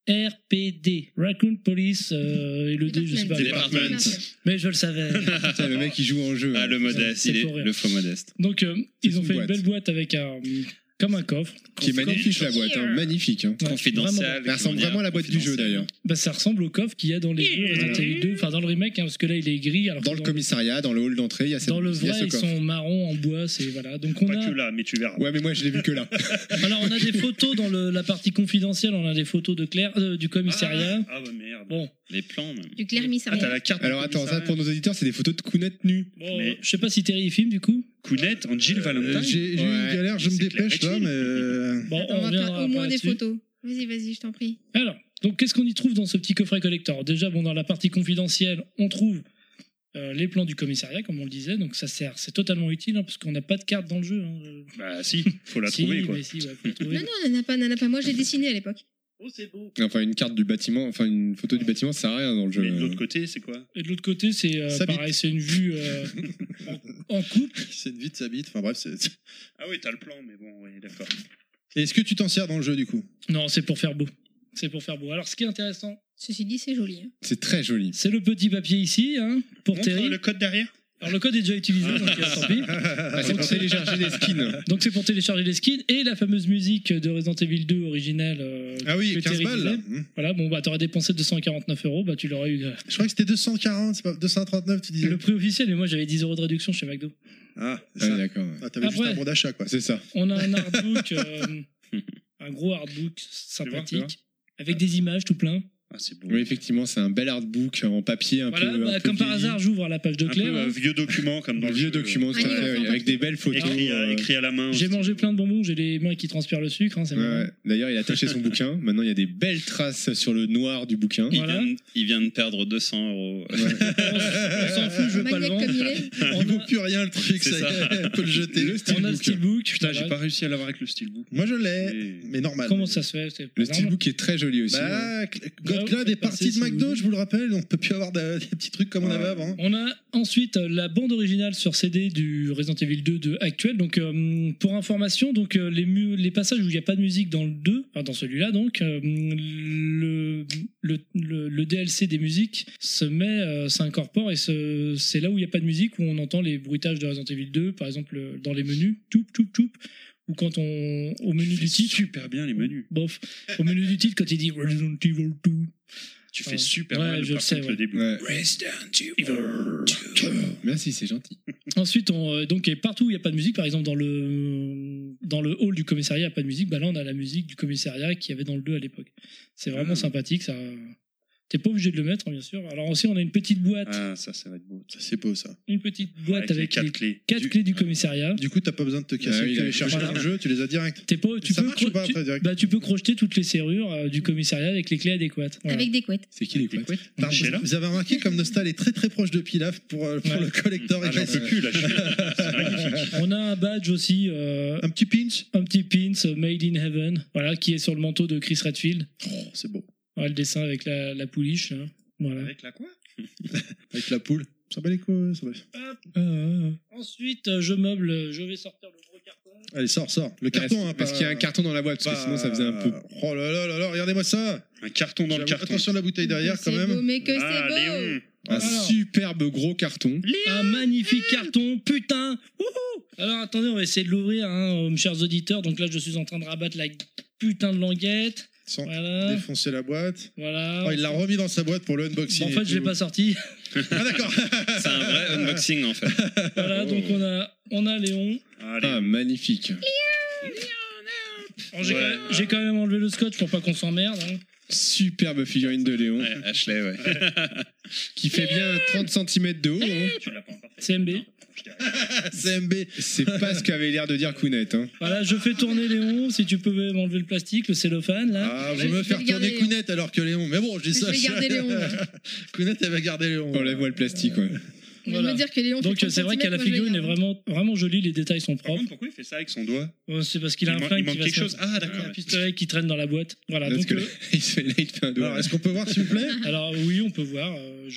[SPEAKER 5] RPD, Raccoon Police, et le D, je sais pas.
[SPEAKER 6] Department.
[SPEAKER 5] Mais je le savais.
[SPEAKER 8] Putain, le mec, il joue en jeu.
[SPEAKER 6] Ah, le modeste,
[SPEAKER 5] C'est
[SPEAKER 6] il est
[SPEAKER 5] pour rire.
[SPEAKER 6] le faux modeste.
[SPEAKER 5] Donc, ils ont
[SPEAKER 8] une
[SPEAKER 5] fait une
[SPEAKER 8] boîte.
[SPEAKER 5] belle boîte avec comme un coffre.
[SPEAKER 8] Qui est magnifique, la boîte. Hein. Magnifique. Hein.
[SPEAKER 5] Ouais,
[SPEAKER 6] Confidentiel.
[SPEAKER 8] Elle ressemble vraiment à la boîte du jeu, d'ailleurs.
[SPEAKER 5] Bah, ça ressemble au coffre qu'il y a dans les jeux Resident Evil 2, enfin dans le remake, hein, parce que là il est gris. Alors
[SPEAKER 8] Dans
[SPEAKER 5] que
[SPEAKER 8] le commissariat, dans le hall d'entrée, il y a cette
[SPEAKER 5] dans le
[SPEAKER 8] il y a
[SPEAKER 5] vrai,
[SPEAKER 8] ce
[SPEAKER 5] ils
[SPEAKER 8] coffre.
[SPEAKER 5] sont marrons en bois, c'est voilà. Donc on
[SPEAKER 7] Pas
[SPEAKER 5] a.
[SPEAKER 7] que là, mais tu verras.
[SPEAKER 8] Ouais, mais moi, je l'ai vu que là.
[SPEAKER 5] Alors on a des photos dans la partie confidentielle, on a des photos de Claire, du commissariat.
[SPEAKER 7] Ah, bah merde.
[SPEAKER 5] Bon,
[SPEAKER 6] Les plans, même.
[SPEAKER 3] Du clair
[SPEAKER 7] Ah, t'as
[SPEAKER 3] missariat.
[SPEAKER 7] la carte.
[SPEAKER 8] Alors, attends, ça, pour nos auditeurs, c'est des photos de Kounet nus.
[SPEAKER 5] bon
[SPEAKER 7] Mais-
[SPEAKER 5] je sais pas si Terry y filme du coup.
[SPEAKER 7] Kounet en Jill Valentine.
[SPEAKER 4] J'ai eu
[SPEAKER 8] Ouais.
[SPEAKER 4] une galère, je me
[SPEAKER 7] C'est
[SPEAKER 4] dépêche là,
[SPEAKER 7] clair.
[SPEAKER 4] mais.
[SPEAKER 5] Bon,
[SPEAKER 3] On va
[SPEAKER 5] reviendra
[SPEAKER 3] faire au moins
[SPEAKER 5] après
[SPEAKER 3] des
[SPEAKER 5] là-dessus.
[SPEAKER 3] photos. Vas-y, je t'en prie.
[SPEAKER 5] Alors, donc qu'est-ce qu'on y trouve dans ce petit coffret collector? Déjà, bon, dans la partie confidentielle, on trouve les plans du commissariat, comme on le disait, donc ça sert, c'est totalement utile, hein, parce qu'on n'a pas de carte dans le jeu. Hein.
[SPEAKER 7] Bah si, faut la
[SPEAKER 5] Si,
[SPEAKER 7] trouver quoi.
[SPEAKER 5] mais si, ouais, faut la trouver.
[SPEAKER 3] Non, on n'en a pas. Moi, je l'ai dessiné à l'époque.
[SPEAKER 5] Oh, c'est beau.
[SPEAKER 8] Enfin, une carte du bâtiment, enfin, une photo du bâtiment, ça sert à rien dans le jeu.
[SPEAKER 7] Mais de l'autre côté, c'est quoi?
[SPEAKER 5] Et de l'autre côté, c'est
[SPEAKER 4] Ça bite.
[SPEAKER 5] pareil, c'est une vue en coupe.
[SPEAKER 4] C'est une vie de sa bite, enfin bref.
[SPEAKER 7] Ah oui, t'as le plan, mais bon, oui, d'accord.
[SPEAKER 4] Est-ce que tu t'en sers dans le jeu du coup?
[SPEAKER 5] Non, c'est pour faire beau. C'est pour faire beau. Alors, ce qui est intéressant,
[SPEAKER 3] Ceci dit, c'est joli. Hein.
[SPEAKER 8] C'est très joli.
[SPEAKER 5] c'est le petit papier ici, hein, pour
[SPEAKER 7] Montre
[SPEAKER 5] Terry.
[SPEAKER 7] le code derrière.
[SPEAKER 5] Alors, le code est déjà utilisé, donc tant pis.
[SPEAKER 8] Ah, c'est pour télécharger des skins.
[SPEAKER 5] Donc, c'est pour télécharger les skins et la fameuse musique de Resident Evil 2 originale.
[SPEAKER 4] Ah oui,
[SPEAKER 5] que
[SPEAKER 4] 15
[SPEAKER 5] Terry
[SPEAKER 4] balles là.
[SPEAKER 5] disait. Voilà, bon, bah, t'aurais dépensé 249 €, bah, tu l'aurais eu.
[SPEAKER 4] Je crois que c'était 240, c'est pas 239, tu disais.
[SPEAKER 5] Le prix officiel, mais moi, j'avais 10 € de réduction chez McDo.
[SPEAKER 4] Ah, c'est
[SPEAKER 8] Ah,
[SPEAKER 4] ça.
[SPEAKER 8] d'accord.
[SPEAKER 4] Ah, t'avais juste
[SPEAKER 5] Après-
[SPEAKER 4] un bon d'achat quoi.
[SPEAKER 8] C'est ça.
[SPEAKER 5] On a un artbook, un gros artbook
[SPEAKER 8] Tu
[SPEAKER 5] sympathique,
[SPEAKER 8] vois
[SPEAKER 5] avec des images tout plein.
[SPEAKER 7] Ah, c'est beau.
[SPEAKER 8] Oui, effectivement, c'est un bel artbook en papier un
[SPEAKER 5] Voilà,
[SPEAKER 8] peu.
[SPEAKER 5] bah,
[SPEAKER 8] un peu
[SPEAKER 5] comme par
[SPEAKER 8] vieilli.
[SPEAKER 5] hasard, j'ouvre à la page de
[SPEAKER 7] Un
[SPEAKER 5] Claire.
[SPEAKER 7] peu
[SPEAKER 5] hein.
[SPEAKER 7] vieux document comme dans
[SPEAKER 8] Un
[SPEAKER 7] le
[SPEAKER 8] vieux
[SPEAKER 7] jeu.
[SPEAKER 8] document, tout à
[SPEAKER 3] Ah,
[SPEAKER 8] fait,
[SPEAKER 3] oui,
[SPEAKER 8] oui, avec des belles photos.
[SPEAKER 7] Écrit à la main.
[SPEAKER 5] J'ai
[SPEAKER 7] aussi.
[SPEAKER 5] mangé plein de bonbons, j'ai les mains qui transpirent le sucre, hein, c'est
[SPEAKER 8] Ouais,
[SPEAKER 5] marrant.
[SPEAKER 8] ouais. D'ailleurs, il a taché son bouquin. Maintenant, il y a des belles traces sur le noir du bouquin.
[SPEAKER 5] Voilà.
[SPEAKER 6] Il vient de perdre 200 €.
[SPEAKER 5] On s'en fout, je veux pas le
[SPEAKER 3] Maniaque
[SPEAKER 5] vendre.
[SPEAKER 3] comme il est.
[SPEAKER 4] Il vaut plus rien le truc,
[SPEAKER 6] C'est
[SPEAKER 4] ça,
[SPEAKER 6] ça.
[SPEAKER 4] y est, on peut le jeter.
[SPEAKER 5] On a le steelbook.
[SPEAKER 7] Putain, j'ai
[SPEAKER 5] voilà.
[SPEAKER 7] pas réussi à l'avoir avec le steelbook.
[SPEAKER 4] Moi je l'ai,
[SPEAKER 7] Mais-
[SPEAKER 4] mais normal.
[SPEAKER 5] Comment ça se fait? C'est pas
[SPEAKER 8] Le
[SPEAKER 5] normal.
[SPEAKER 8] steelbook est très joli aussi.
[SPEAKER 4] Bah, God
[SPEAKER 5] Ouais,
[SPEAKER 4] Cloud est
[SPEAKER 5] faites passer
[SPEAKER 4] parti de
[SPEAKER 5] si vous
[SPEAKER 4] McDo,
[SPEAKER 5] voulez.
[SPEAKER 4] je vous le rappelle, on peut plus avoir des petits trucs comme on avait avant.
[SPEAKER 5] On a ensuite la bande originale sur CD du Resident Evil 2 de actuel. Donc, pour information, donc les passages où il n'y a pas de musique dans le 2, enfin dans celui-là, donc le DLC des musiques s'incorpore et c'est là où il n'y a pas de musique où on entend les bruitages de Resident Evil 2, par exemple dans les menus, toup toup toup, ou quand au menu du titre.
[SPEAKER 7] super bien les menus.
[SPEAKER 5] Bof, au menu du titre quand il dit Resident Evil 2.
[SPEAKER 7] Tu
[SPEAKER 5] Ouais.
[SPEAKER 7] fais super
[SPEAKER 5] Ouais,
[SPEAKER 7] bien
[SPEAKER 5] je le
[SPEAKER 7] par
[SPEAKER 5] sais,
[SPEAKER 7] contre,
[SPEAKER 5] ouais.
[SPEAKER 7] le début.
[SPEAKER 8] Ouais.
[SPEAKER 7] Evil.
[SPEAKER 8] Merci, c'est gentil.
[SPEAKER 5] Ensuite, donc et partout où il n'y a pas de musique, par exemple dans le hall du commissariat, il n'y a pas de musique, bah là on a la musique du commissariat qu'il y avait dans le 2 à l'époque. C'est vraiment sympathique, ça. T'es pas obligé de le mettre, bien sûr. Alors aussi, on a une petite boîte,
[SPEAKER 7] Ah, ça va être beau.
[SPEAKER 4] Ça c'est beau ça.
[SPEAKER 5] une petite boîte avec,
[SPEAKER 7] les
[SPEAKER 5] les
[SPEAKER 7] 4 clés.
[SPEAKER 5] 4 clés du commissariat.
[SPEAKER 4] Du coup, t'as pas besoin de te casser
[SPEAKER 8] Ah
[SPEAKER 4] le
[SPEAKER 8] oui,
[SPEAKER 4] cul
[SPEAKER 8] là,
[SPEAKER 4] et chercher
[SPEAKER 5] voilà.
[SPEAKER 4] dans le jeu, tu les as direct.
[SPEAKER 5] T'es pas, tu
[SPEAKER 4] Ça
[SPEAKER 5] peux
[SPEAKER 4] marche ou pas
[SPEAKER 5] tu-
[SPEAKER 4] après direct
[SPEAKER 5] bah, tu peux crocheter toutes les serrures du commissariat avec les clés adéquates. Voilà.
[SPEAKER 3] Avec des couettes.
[SPEAKER 8] C'est qui les couettes
[SPEAKER 4] Pardon,
[SPEAKER 7] Sheila
[SPEAKER 4] vous avez remarqué comme Nostal est très très proche de Pilaf pour
[SPEAKER 5] Ouais.
[SPEAKER 4] le collector.
[SPEAKER 7] Ah, j'en peux plus là. C'est magnifique.
[SPEAKER 5] On a un badge aussi,
[SPEAKER 4] Un petit pinch.
[SPEAKER 5] un petit pins Made in Heaven, voilà, qui est sur le manteau de Chris Redfield.
[SPEAKER 4] Oh, c'est beau.
[SPEAKER 5] Voilà, le dessin avec la pouliche. Hein. Voilà.
[SPEAKER 7] Avec la quoi?
[SPEAKER 4] Avec la poule. Ça bat les couilles. Ça va.
[SPEAKER 5] Ensuite, je meuble, je vais sortir le gros carton.
[SPEAKER 2] Allez, sors. Le carton, hein,
[SPEAKER 8] Parce qu'il y a un carton dans la boîte, parce que sinon ça faisait un peu.
[SPEAKER 2] Oh là, regardez-moi ça.
[SPEAKER 7] Un carton dans le carton.
[SPEAKER 2] Attention à la bouteille derrière, quand
[SPEAKER 3] C'est beau,
[SPEAKER 2] même.
[SPEAKER 3] mais que
[SPEAKER 7] Ah,
[SPEAKER 3] c'est beau.
[SPEAKER 7] Léon.
[SPEAKER 8] Un
[SPEAKER 5] Alors.
[SPEAKER 8] superbe gros carton.
[SPEAKER 5] Un magnifique carton, putain. Wouhou. Alors attendez, on va essayer de l'ouvrir, hein, chers auditeurs. Donc là, je suis en train de rabattre la putain de languette.
[SPEAKER 2] Sans
[SPEAKER 5] Voilà.
[SPEAKER 2] défoncer la boîte.
[SPEAKER 5] Voilà.
[SPEAKER 2] Oh, il l'a remis dans sa boîte pour le unboxing.
[SPEAKER 5] Bon, en fait,
[SPEAKER 2] et
[SPEAKER 5] je l'ai
[SPEAKER 2] tout.
[SPEAKER 5] pas sorti.
[SPEAKER 2] Ah, d'accord.
[SPEAKER 6] C'est un vrai unboxing en fait.
[SPEAKER 5] Voilà, donc on a Léon.
[SPEAKER 7] Allez.
[SPEAKER 8] Ah, magnifique.
[SPEAKER 5] Alors, j'ai
[SPEAKER 7] Ouais.
[SPEAKER 5] quand même- j'ai quand même enlevé le scotch pour pas qu'on s'emmerde. Hein.
[SPEAKER 8] Superbe figurine de Léon.
[SPEAKER 6] Ouais, Ashley, ouais.
[SPEAKER 8] Qui fait bien 30 cm de haut. Hein.
[SPEAKER 7] Tu l'as pas encore fait.
[SPEAKER 5] CMB.
[SPEAKER 2] CMB.
[SPEAKER 8] C'est pas ce qu'avait l'air de dire Kounet. Hein.
[SPEAKER 5] Voilà, je fais tourner Léon. Si tu peux m'enlever le plastique, le cellophane, là.
[SPEAKER 2] Ah, je
[SPEAKER 3] Ouais,
[SPEAKER 2] veux me
[SPEAKER 3] je
[SPEAKER 2] faire
[SPEAKER 3] vais
[SPEAKER 2] tourner
[SPEAKER 3] garder
[SPEAKER 2] Kounet alors que Léon. Mais bon, je dis
[SPEAKER 3] Je
[SPEAKER 2] ça.
[SPEAKER 3] vais garder Léon.
[SPEAKER 2] Kounet, elle va garder Léon.
[SPEAKER 8] Enlève-moi le plastique, ouais.
[SPEAKER 3] Je vais
[SPEAKER 5] Voilà.
[SPEAKER 3] me dire que Léon fait
[SPEAKER 5] Donc
[SPEAKER 3] 30
[SPEAKER 5] c'est vrai que la
[SPEAKER 3] centimètres, moi, je
[SPEAKER 5] figurine est
[SPEAKER 3] vais garder.
[SPEAKER 5] vraiment jolie, les détails sont
[SPEAKER 7] Par
[SPEAKER 5] propres.
[SPEAKER 7] contre, pourquoi il fait ça avec son doigt?
[SPEAKER 5] C'est parce qu'il a
[SPEAKER 7] Il
[SPEAKER 5] un
[SPEAKER 7] man-
[SPEAKER 5] flingue
[SPEAKER 7] il manque
[SPEAKER 5] qui va
[SPEAKER 7] quelque
[SPEAKER 5] se
[SPEAKER 7] chose.
[SPEAKER 5] mettre-
[SPEAKER 7] Ah, d'accord.
[SPEAKER 5] un pistolet qui traîne dans la boîte. Voilà,
[SPEAKER 8] Parce
[SPEAKER 5] donc
[SPEAKER 8] que là, il fait un doigt.
[SPEAKER 2] Alors, est-ce qu'on peut voir, s'il vous plaît
[SPEAKER 5] alors oui, on peut voir.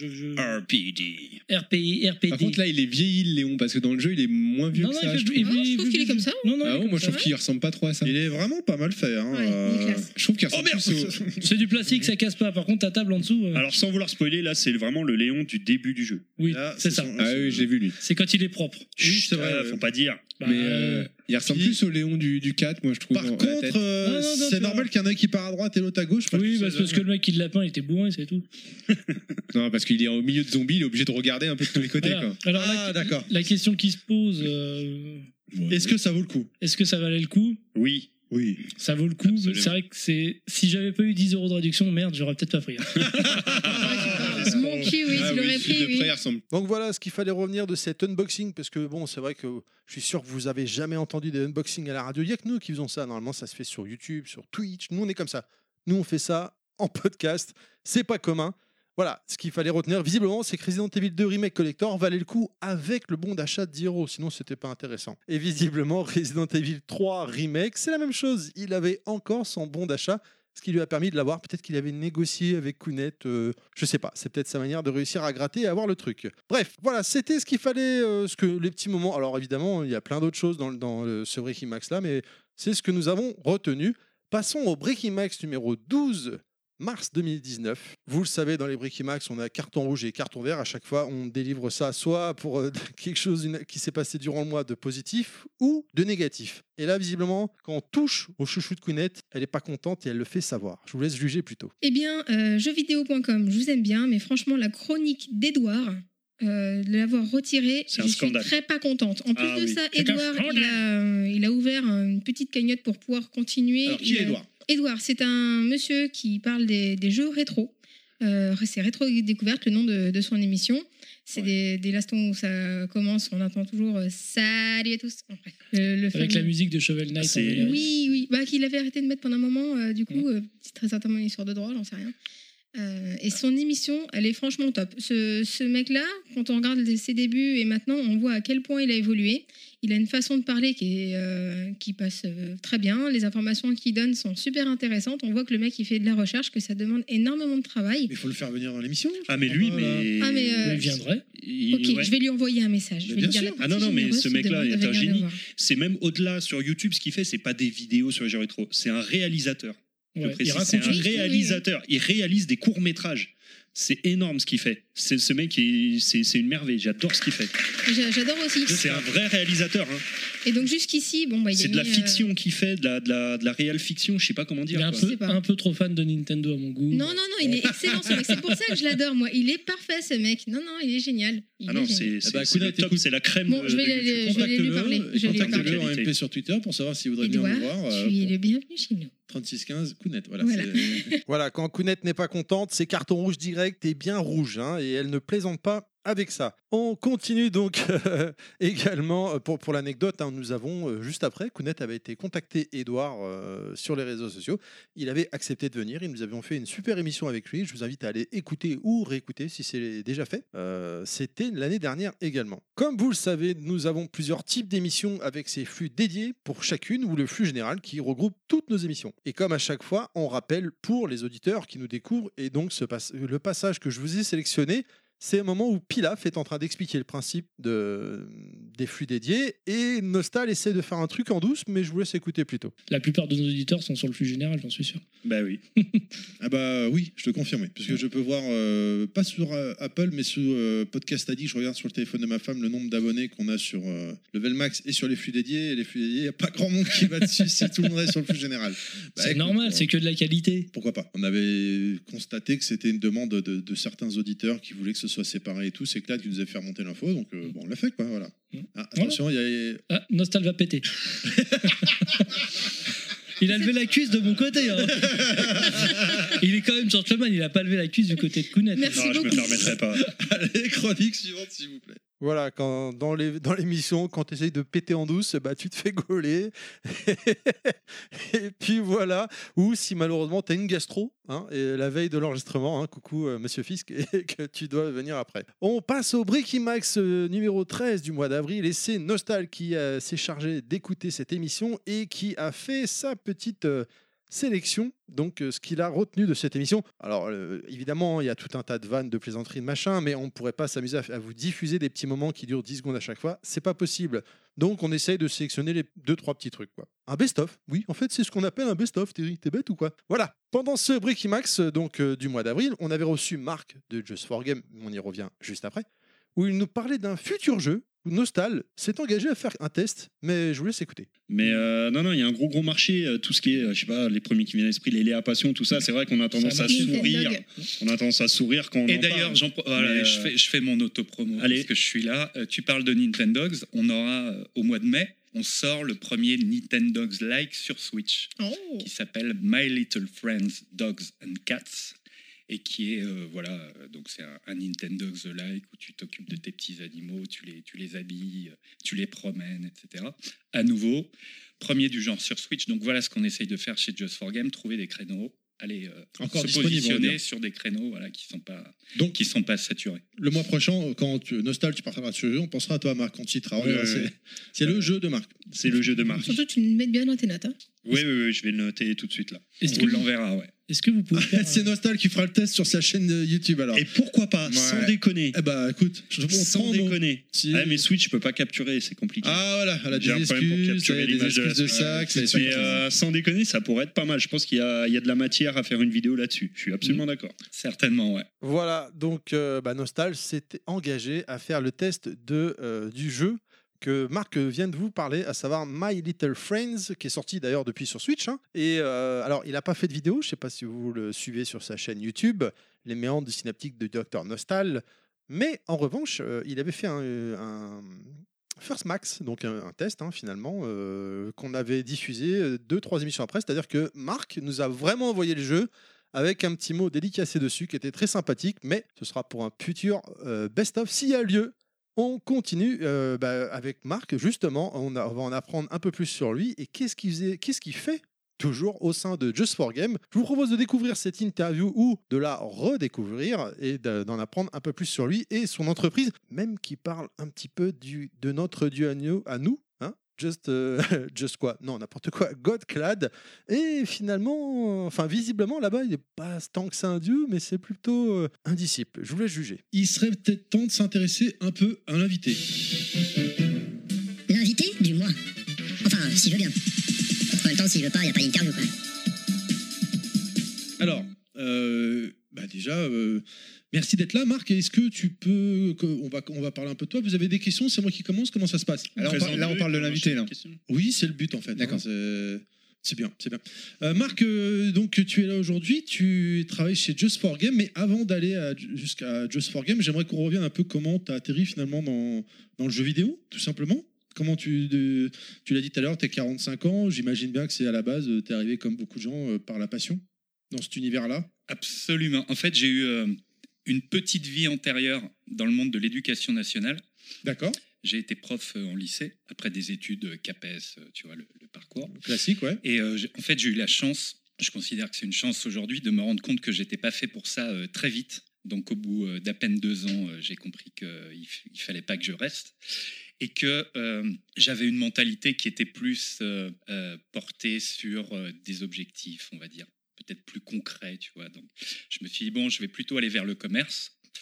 [SPEAKER 6] RPD.
[SPEAKER 5] RPI, RPD.
[SPEAKER 8] Par contre, là, il est vieilli, le Léon, parce que dans le jeu, il est moins vieux
[SPEAKER 5] non,
[SPEAKER 8] que
[SPEAKER 5] non,
[SPEAKER 8] ça.
[SPEAKER 5] il
[SPEAKER 8] je
[SPEAKER 5] fait-
[SPEAKER 8] trouve.
[SPEAKER 3] Ah, je trouve qu'il est comme ça.
[SPEAKER 5] Non, non,
[SPEAKER 8] Ah
[SPEAKER 5] il est
[SPEAKER 8] bon,
[SPEAKER 5] comme
[SPEAKER 8] moi je
[SPEAKER 5] ça.
[SPEAKER 8] trouve qu'il ressemble pas trop à ça.
[SPEAKER 2] Il est vraiment pas mal fait. Hein.
[SPEAKER 3] Ouais, il est classe.
[SPEAKER 8] Je trouve qu'il
[SPEAKER 2] Oh
[SPEAKER 8] ressemble
[SPEAKER 2] merde.
[SPEAKER 8] plus au.
[SPEAKER 5] C'est du plastique, ça casse pas. Par contre, ta table en dessous.
[SPEAKER 7] Alors, sans vouloir spoiler, là, c'est vraiment le Léon du début du jeu.
[SPEAKER 5] Oui,
[SPEAKER 2] Là,
[SPEAKER 5] c'est ça.
[SPEAKER 2] son-
[SPEAKER 8] Ah oui, je l'ai vu lui.
[SPEAKER 5] C'est quand il est propre.
[SPEAKER 2] Oui, c'est vrai.
[SPEAKER 7] Faut pas dire.
[SPEAKER 5] Bah,
[SPEAKER 8] Mais il ressemble
[SPEAKER 2] puis-
[SPEAKER 8] plus au Léon du 4, moi je trouve.
[SPEAKER 2] Par
[SPEAKER 8] en- à la
[SPEAKER 2] contre,
[SPEAKER 8] tête.
[SPEAKER 5] Non,
[SPEAKER 2] c'est
[SPEAKER 5] tu
[SPEAKER 2] normal
[SPEAKER 5] vois.
[SPEAKER 2] qu'il y en ait qui part à droite et l'autre à gauche. parce
[SPEAKER 5] oui,
[SPEAKER 2] que
[SPEAKER 5] bah,
[SPEAKER 2] ça-
[SPEAKER 5] c'est parce que le mec qui l'a peint, il était bourré, c'est tout.
[SPEAKER 8] Non, parce qu'il est au milieu de zombies, il est obligé de regarder un peu de tous les côtés.
[SPEAKER 5] Voilà.
[SPEAKER 8] Quoi.
[SPEAKER 5] Alors
[SPEAKER 2] Ah, d'accord.
[SPEAKER 5] la question qui se pose,
[SPEAKER 2] Est-ce que ça vaut le coup
[SPEAKER 5] est-ce que ça valait le coup?
[SPEAKER 7] Oui.
[SPEAKER 2] Oui.
[SPEAKER 5] Ça vaut le coup.
[SPEAKER 6] Absolument.
[SPEAKER 5] C'est vrai que si j'avais pas eu 10 € de réduction, merde, j'aurais peut-être pas pris.
[SPEAKER 3] Mon cul, oui,
[SPEAKER 8] Ah
[SPEAKER 3] tu l'aurais
[SPEAKER 8] celui
[SPEAKER 3] pris,
[SPEAKER 8] de
[SPEAKER 3] oui.
[SPEAKER 8] près, il ressemble.
[SPEAKER 2] Donc voilà ce qu'il fallait revenir de cet unboxing, parce que bon, c'est vrai que je suis sûr que vous avez jamais entendu des unboxings à la radio. Il n'y a que nous qui faisons ça. Normalement, ça se fait sur YouTube, sur Twitch. Nous, on est comme ça. Nous, on fait ça en podcast. C'est pas commun. Voilà, ce qu'il fallait retenir, visiblement, c'est que Resident Evil 2 Remake Collector valait le coup avec le bon d'achat de 10 €, sinon c'était pas intéressant. Et visiblement, Resident Evil 3 Remake, c'est la même chose. Il avait encore son bon d'achat, ce qui lui a permis de l'avoir. Peut-être qu'il avait négocié avec Kounet, je sais pas. C'est peut-être sa manière de réussir à gratter et avoir le truc. Bref, voilà, c'était ce qu'il fallait, les petits moments. Alors évidemment, il y a plein d'autres choses dans ce Breaking Max là, mais c'est ce que nous avons retenu. Passons au Breaking Max numéro 12. Mars 2019. Vous le savez, dans les Breaking Max, on a carton rouge et carton vert. À chaque fois, on délivre ça soit pour quelque chose qui s'est passé durant le mois de positif ou de négatif. Et là, visiblement, quand on touche au chouchou de Kounet, elle n'est pas contente et elle le fait savoir. Je vous laisse juger plutôt.
[SPEAKER 3] Eh bien, jeuxvideo.com, je vous aime bien, mais franchement, la chronique d'Edouard, de l'avoir retirée,
[SPEAKER 7] C'est un
[SPEAKER 3] je suis
[SPEAKER 7] scandale.
[SPEAKER 3] très pas contente. En plus
[SPEAKER 7] Ah
[SPEAKER 3] de
[SPEAKER 7] oui.
[SPEAKER 3] ça,
[SPEAKER 5] C'est un
[SPEAKER 3] Edouard,
[SPEAKER 5] scandale.
[SPEAKER 3] il a ouvert une petite cagnotte pour pouvoir continuer.
[SPEAKER 2] Alors, qui est
[SPEAKER 3] Il a-
[SPEAKER 2] Edouard
[SPEAKER 3] Edouard, c'est un monsieur qui parle des jeux rétro. C'est Rétro Découverte, le nom de son émission. C'est des lastons où ça commence, on entend toujours salut à tous. Enfin, le
[SPEAKER 5] Avec
[SPEAKER 3] fameux-
[SPEAKER 5] la musique de Shovel Knight.
[SPEAKER 7] C'est-
[SPEAKER 5] en VHS.
[SPEAKER 3] Oui, oui. Bah, qu'il avait arrêté de mettre pendant un moment, du coup, c'est très certainement une histoire de droit, j'en sais rien. Et son émission, elle est franchement top. Ce mec-là, quand on regarde ses débuts et maintenant, on voit à quel point il a évolué. Il a une façon de parler qui passe très bien. Les informations qu'il donne sont super intéressantes. On voit que le mec, il fait de la recherche, que ça demande énormément de travail.
[SPEAKER 2] Mais il faut le faire venir dans l'émission.
[SPEAKER 7] Ah, mais lui,
[SPEAKER 2] Voilà.
[SPEAKER 7] mais.
[SPEAKER 3] Ah, mais,
[SPEAKER 5] Il viendrait.
[SPEAKER 3] Ok, je vais lui envoyer un message. Je vais
[SPEAKER 2] bien
[SPEAKER 3] lui dire
[SPEAKER 2] sûr.
[SPEAKER 3] la
[SPEAKER 7] Ah non,
[SPEAKER 3] partie
[SPEAKER 7] non, mais
[SPEAKER 3] généreuse
[SPEAKER 7] ce
[SPEAKER 3] te
[SPEAKER 7] mec-là
[SPEAKER 3] demande
[SPEAKER 7] est
[SPEAKER 3] de
[SPEAKER 7] un
[SPEAKER 3] venir
[SPEAKER 7] génie.
[SPEAKER 3] nous voir.
[SPEAKER 7] C'est même au-delà sur YouTube, ce qu'il fait, c'est pas des vidéos sur les jeux rétro. C'est un réalisateur. Je
[SPEAKER 5] Ouais,
[SPEAKER 7] précise,
[SPEAKER 5] il
[SPEAKER 7] c'est
[SPEAKER 5] raconte
[SPEAKER 7] un
[SPEAKER 3] Oui, oui, oui.
[SPEAKER 7] réalisateur. Il réalise des courts-métrages. C'est énorme ce qu'il fait. Ce mec, c'est une merveille. J'adore ce qu'il fait.
[SPEAKER 3] J'adore aussi.
[SPEAKER 7] C'est un vrai réalisateur. Hein.
[SPEAKER 3] Et donc jusqu'ici, bon, bah, il a
[SPEAKER 7] C'est de la
[SPEAKER 3] mis,
[SPEAKER 7] fiction qu'il fait, de la réelle fiction. Je sais pas comment
[SPEAKER 5] Il
[SPEAKER 7] dire.
[SPEAKER 5] est un
[SPEAKER 7] quoi.
[SPEAKER 3] Je sais pas.
[SPEAKER 5] peu trop fan de Nintendo à mon goût.
[SPEAKER 3] Non, non, non, il est excellent ce mec. C'est pour ça que je l'adore, moi. Il est parfait, ce mec. Non, non, il est génial. Il
[SPEAKER 7] Ah
[SPEAKER 3] est
[SPEAKER 7] non,
[SPEAKER 3] génial.
[SPEAKER 7] c'est
[SPEAKER 2] bah,
[SPEAKER 7] c'est le
[SPEAKER 2] Kounet,
[SPEAKER 7] top,
[SPEAKER 2] écoute.
[SPEAKER 7] c'est la crème.
[SPEAKER 3] Bon, je vais
[SPEAKER 7] de
[SPEAKER 3] aller-
[SPEAKER 7] YouTube.
[SPEAKER 3] je vais lui parler. Je vais lui
[SPEAKER 2] Contactez-le
[SPEAKER 3] parler.
[SPEAKER 2] en MP sur Twitter pour savoir s'il voudrait bien
[SPEAKER 3] Edouard,
[SPEAKER 2] nous voir.
[SPEAKER 3] tu es le bienvenu chez nous.
[SPEAKER 2] 3615 Kounet. Voilà.
[SPEAKER 3] Voilà.
[SPEAKER 2] Voilà, quand Kounet n'est pas contente, c'est carton rouge direct et bien rouge, hein, et elle ne plaisante pas avec ça. On continue donc également pour l'anecdote. Hein, nous avons juste après, Kounet avait été contacté Edouard sur les réseaux sociaux. Il avait accepté de venir. Et nous avions fait une super émission avec lui. Je vous invite à aller écouter ou réécouter si c'est déjà fait. C'était l'année dernière également. Comme vous le savez, nous avons plusieurs types d'émissions avec ces flux dédiés pour chacune ou le flux général qui regroupe toutes nos émissions. Et comme à chaque fois, on rappelle pour les auditeurs qui nous découvrent et donc le passage que je vous ai sélectionné. c'est un moment où Pilaf est en train d'expliquer le principe des flux dédiés et Nostal essaie de faire un truc en douce, mais je vous laisse écouter plutôt.
[SPEAKER 5] La plupart de nos auditeurs sont sur le flux général, j'en suis sûr.
[SPEAKER 7] Bah oui.
[SPEAKER 4] Ah bah oui, je te confirme, oui. Parce que je peux voir, pas sur Apple, mais sur Podcast Addict, je regarde sur le téléphone de ma femme le nombre d'abonnés qu'on a sur Level Max et sur les flux dédiés. Et les flux dédiés, il n'y a pas grand monde qui va dessus si tout le monde est sur le flux général. Bah,
[SPEAKER 5] C'est
[SPEAKER 4] écoute,
[SPEAKER 5] normal,
[SPEAKER 4] bon,
[SPEAKER 5] c'est que de la qualité.
[SPEAKER 4] pourquoi pas. On avait constaté que c'était une demande de certains auditeurs qui voulaient que ce soit séparé et tout. C'est Claude qui nous a fait remonter l'info, donc bon, on l'a fait, quoi, voilà. Ah, attention, il y a...
[SPEAKER 5] Ah, Nostal va péter. Il a levé la cuisse de mon côté. Hein. Il est quand même gentleman, il a pas levé la cuisse du côté de Kounet.
[SPEAKER 3] Merci
[SPEAKER 7] Non, je me
[SPEAKER 3] beaucoup.
[SPEAKER 7] permettrai pas.
[SPEAKER 4] Allez, chronique suivante, s'il vous plaît.
[SPEAKER 2] Voilà, quand, dans l'émission, quand tu essayes de péter en douce, bah, tu te fais gauler. Et puis voilà, ou si malheureusement tu as une gastro, hein, et la veille de l'enregistrement, hein, coucou Monsieur Fisk, et que tu dois venir après. On passe au Breaking Max numéro 13 du mois d'avril, et c'est Nostal qui s'est chargé d'écouter cette émission et qui a fait sa petite... sélection, donc ce qu'il a retenu de cette émission. Alors évidemment, il y a tout un tas de vannes, de plaisanteries, de machin, mais on ne pourrait pas s'amuser à vous diffuser des petits moments qui durent 10 secondes à chaque fois. C'est pas possible. Donc on essaye de sélectionner les 2-3 petits trucs, quoi. Un best-of, oui, en fait c'est ce qu'on appelle un best-of, Thierry, t'es bête ou quoi? Voilà. Pendant ce Breaking Max du mois d'avril, on avait reçu Marc de Just for Game, on y revient juste après, où il nous parlait d'un futur jeu où Nostal s'est engagé à faire un test, mais je vous laisse écouter.
[SPEAKER 7] Mais non, il y a un gros marché, tout ce qui est, je sais pas, les premiers qui viennent à l'esprit, les Léa Passion, tout ça, c'est vrai qu'on a tendance à
[SPEAKER 5] marche.
[SPEAKER 7] sourire. On a tendance à sourire quand on
[SPEAKER 9] Et
[SPEAKER 7] en
[SPEAKER 9] d'ailleurs,
[SPEAKER 7] parle.
[SPEAKER 9] voilà,
[SPEAKER 7] Mais,
[SPEAKER 9] je fais mon autopromo
[SPEAKER 7] allez.
[SPEAKER 9] parce que je suis là. Tu parles de Nintendogs. On aura au mois de mai, on sort le premier Nintendogs like sur Switch
[SPEAKER 3] Oh.
[SPEAKER 9] qui s'appelle My Little Friends Dogs and Cats et qui est donc c'est un Nintendogs like où tu t'occupes de tes petits animaux, tu les habilles, tu les promènes, etc. À nouveau, premier du genre sur Switch. Donc voilà ce qu'on essaye de faire chez Just for Game, trouver des créneaux. Aller
[SPEAKER 4] Encore
[SPEAKER 9] se
[SPEAKER 4] disponible, on va
[SPEAKER 9] positionner
[SPEAKER 4] dire.
[SPEAKER 9] sur des créneaux qui
[SPEAKER 4] Donc,
[SPEAKER 9] sont pas saturés.
[SPEAKER 4] le mois prochain, quand Nostal, tu parleras de ce jeu, on pensera à toi, Marc, quand tu y seras.
[SPEAKER 7] Ouais,
[SPEAKER 4] C'est le jeu de Marc.
[SPEAKER 7] c'est le jeu de marque.
[SPEAKER 3] Surtout, tu me mets bien dans tes notes. Hein.
[SPEAKER 7] Oui, je vais le noter tout de suite là.
[SPEAKER 9] On vous l'enverra, ouais.
[SPEAKER 5] Est-ce que vous pouvez faire,
[SPEAKER 4] C'est Nostal qui fera le test sur sa chaîne YouTube, alors.
[SPEAKER 7] Et pourquoi pas,
[SPEAKER 4] Ouais.
[SPEAKER 7] sans déconner.
[SPEAKER 4] Eh bah, écoute, je
[SPEAKER 7] Sans
[SPEAKER 4] prends mon-
[SPEAKER 7] déconner.
[SPEAKER 4] Si-
[SPEAKER 7] Ah, mais Switch, je peux pas capturer, c'est compliqué.
[SPEAKER 4] Ah voilà, elle a
[SPEAKER 7] J'ai
[SPEAKER 4] des
[SPEAKER 7] un problème pour
[SPEAKER 4] excuses,
[SPEAKER 7] capturer
[SPEAKER 4] elle a des
[SPEAKER 7] l'image de la
[SPEAKER 4] excuses de
[SPEAKER 7] Switch.
[SPEAKER 4] sac. c'est
[SPEAKER 7] Mais
[SPEAKER 4] sûr.
[SPEAKER 7] sans déconner, ça pourrait être pas mal. Je pense qu'il y a de la matière à faire une vidéo là-dessus. Je suis absolument d'accord.
[SPEAKER 9] Certainement, ouais.
[SPEAKER 2] Voilà, donc Nostal s'était engagé à faire le test du jeu que Marc vient de vous parler, à savoir My Little Friends, qui est sorti d'ailleurs depuis sur Switch. Hein. Et alors, il n'a pas fait de vidéo, je ne sais pas si vous le suivez sur sa chaîne YouTube, Les méandres du synaptique de Dr Nostal, mais en revanche, il avait fait un First Max, donc un test finalement, qu'on avait diffusé 2-3 émissions après, c'est-à-dire que Marc nous a vraiment envoyé le jeu avec un petit mot dédicacé dessus qui était très sympathique, mais ce sera pour un futur best-of s'il y a lieu. On continue avec Marc, justement, on va en apprendre un peu plus sur lui et qu'est-ce qu'il fait toujours au sein de Just for Game. Je vous propose de découvrir cette interview ou de la redécouvrir et d'en apprendre un peu plus sur lui et son entreprise, même qui parle un petit peu de notre dieu à nous, hein. Just quoi? Non, n'importe quoi. Godclad. Et finalement, visiblement, là-bas, il n'est pas tant que c'est un dieu, mais c'est plutôt un disciple. Je vous laisse juger.
[SPEAKER 4] Il serait peut-être temps de s'intéresser un peu à l'invité.
[SPEAKER 1] L'invité du mois. Enfin, s'il veut bien. En même temps, s'il veut pas, il n'y a pas d'interview, quoi.
[SPEAKER 4] Alors, déjà, merci d'être là, Marc. Est-ce que tu peux... On va parler un peu de toi. Vous avez des questions? C'est moi qui commence. Comment ça se passe?
[SPEAKER 8] Alors, là, on parle de l'invité, là.
[SPEAKER 4] Oui, c'est le but, en fait.
[SPEAKER 8] D'accord.
[SPEAKER 4] C'est bien, c'est bien. Marc, donc tu es là aujourd'hui, tu travailles chez Just for Game, mais avant d'aller jusqu'à Just for Game, j'aimerais qu'on revienne un peu comment tu as atterri finalement dans le jeu vidéo, tout simplement. Comment tu l'as dit tout à l'heure, tu as 45 ans, j'imagine bien que c'est à la base, tu es arrivé comme beaucoup de gens par la passion dans cet univers-là.
[SPEAKER 9] Absolument. En fait, j'ai eu une petite vie antérieure dans le monde de l'éducation nationale.
[SPEAKER 4] D'accord.
[SPEAKER 9] J'ai été prof en lycée, après des études CAPES, tu vois, le parcours.
[SPEAKER 4] Classique, ouais.
[SPEAKER 9] Et en fait, j'ai eu la chance, je considère que c'est une chance aujourd'hui, de me rendre compte que j'étais pas fait pour ça très vite. Donc, au bout d'à peine 2 ans, j'ai compris qu'il fallait pas que je reste. Et que j'avais une mentalité qui était plus portée sur des objectifs, on va dire, peut-être plus concrets, tu vois. Donc, je me suis dit, bon, je vais plutôt aller vers le commerce.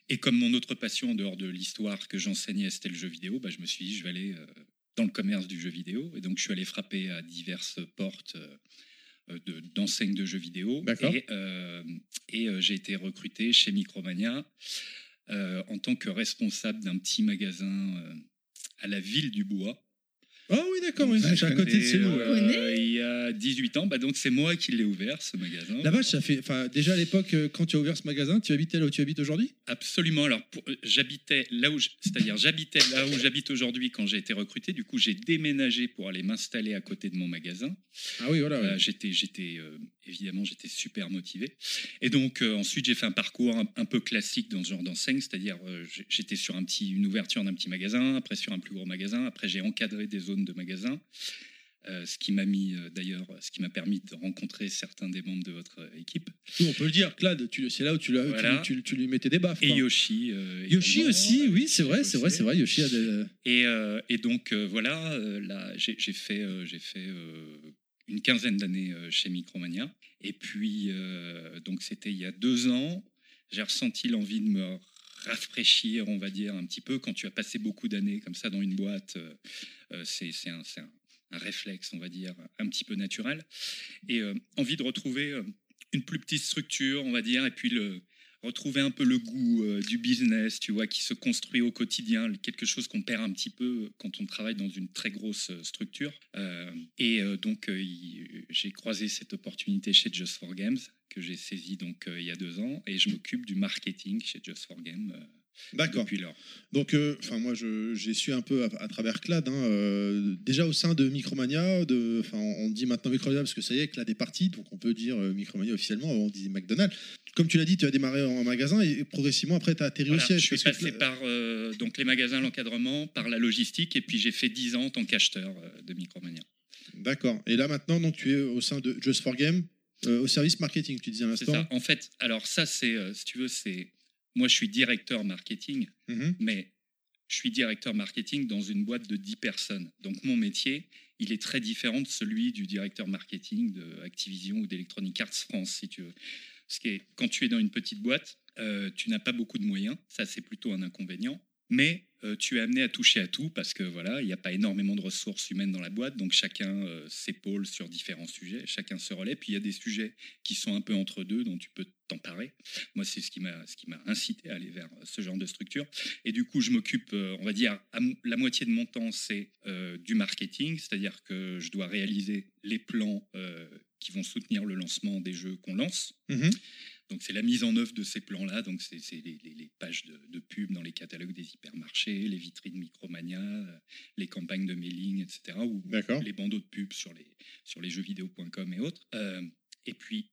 [SPEAKER 9] Et comme mon autre passion en dehors de l'histoire que j'enseignais, c'était le jeu vidéo, je me suis dit, je vais aller dans le commerce du jeu vidéo. Et donc, je suis allé frapper à diverses portes d'enseignes de jeux vidéo.
[SPEAKER 2] D'accord.
[SPEAKER 9] Et j'ai été recruté chez Micromania en tant que responsable d'un petit magasin à la ville du Bois.
[SPEAKER 2] Ah oui, d'accord, oui, c'est à côté de chez nous.
[SPEAKER 9] Il y a 18 ans, donc c'est moi qui l'ai ouvert, ce magasin.
[SPEAKER 2] La vache, ça fait. Enfin, déjà à l'époque, quand tu as ouvert ce magasin, tu habitais là où tu habites aujourd'hui ?
[SPEAKER 9] Absolument. Alors, j'habitais là où j'habite aujourd'hui quand j'ai été recruté. Du coup, j'ai déménagé pour aller m'installer à côté de mon magasin.
[SPEAKER 2] Ah oui, voilà. Ouais.
[SPEAKER 9] Évidemment, j'étais super motivé. Et donc, ensuite, j'ai fait un parcours un peu classique dans ce genre d'enseigne, c'est-à-dire j'étais sur une ouverture d'un petit magasin, après sur un plus gros magasin, après j'ai encadré des zones de magasins. Ce qui m'a permis de rencontrer certains des membres de votre équipe.
[SPEAKER 2] On peut le dire, Clad, c'est là où tu lui mettais des baffes.
[SPEAKER 9] Et Yoshi.
[SPEAKER 2] Yoshi aussi, oui, c'est vrai. Yoshi a des...
[SPEAKER 9] Et donc voilà, là j'ai fait une quinzaine d'années chez Micromania. Et puis donc c'était il y a 2 ans, j'ai ressenti l'envie de me rafraîchir, on va dire un petit peu. Quand tu as passé beaucoup d'années comme ça dans une boîte, c'est un réflexe, on va dire, un petit peu naturel. Et envie de retrouver une plus petite structure, on va dire, et puis retrouver un peu le goût du business, tu vois, qui se construit au quotidien, quelque chose qu'on perd un petit peu quand on travaille dans une très grosse structure. Donc, j'ai croisé cette opportunité chez Just for Games, que j'ai saisie donc, il y a 2 ans, et je m'occupe du marketing chez Just for Games.
[SPEAKER 2] D'accord.
[SPEAKER 9] Depuis lors.
[SPEAKER 2] Donc, moi, j'ai su un peu à travers Clad. Déjà au sein de Micromania, on dit maintenant Micromania parce que ça y est, Clad est parti, donc on peut dire Micromania officiellement. Avant, on disait McDonald's. Comme tu l'as dit, tu as démarré en magasin et progressivement après, tu as atterri au siège.
[SPEAKER 9] Je suis passé par donc les magasins, l'encadrement, par la logistique, et puis j'ai fait 10 ans en tant qu'acheteur de Micromania.
[SPEAKER 2] D'accord. Et là maintenant, donc tu es au sein de Just for Game, au service marketing, tu disais à l'instant.
[SPEAKER 9] C'est ça. En fait, alors ça, c'est, si tu veux, c'est moi, je suis directeur marketing, mais je suis directeur marketing dans une boîte de 10 personnes. Donc, mon métier, il est très différent de celui du directeur marketing de Activision ou d'Electronic Arts France, si tu veux. Parce que quand tu es dans une petite boîte, tu n'as pas beaucoup de moyens. Ça, c'est plutôt un inconvénient. Mais tu es amené à toucher à tout parce que voilà, il n'y a pas énormément de ressources humaines dans la boîte, donc chacun s'épaule sur différents sujets, chacun se relaie. Puis il y a des sujets qui sont un peu entre deux, dont tu peux t'emparer. Moi, c'est ce qui m'a incité à aller vers ce genre de structure. Et du coup, je m'occupe, on va dire, la moitié de mon temps, c'est du marketing, c'est-à-dire que je dois réaliser les plans qui vont soutenir le lancement des jeux qu'on lance. Donc, c'est la mise en œuvre de ces plans-là. Donc, c'est les pages de pub dans les catalogues des hypermarchés, les vitrines Micromania, les campagnes de mailing, etc. Ou les bandeaux de pub sur les jeuxvideo.com et autres. Et puis,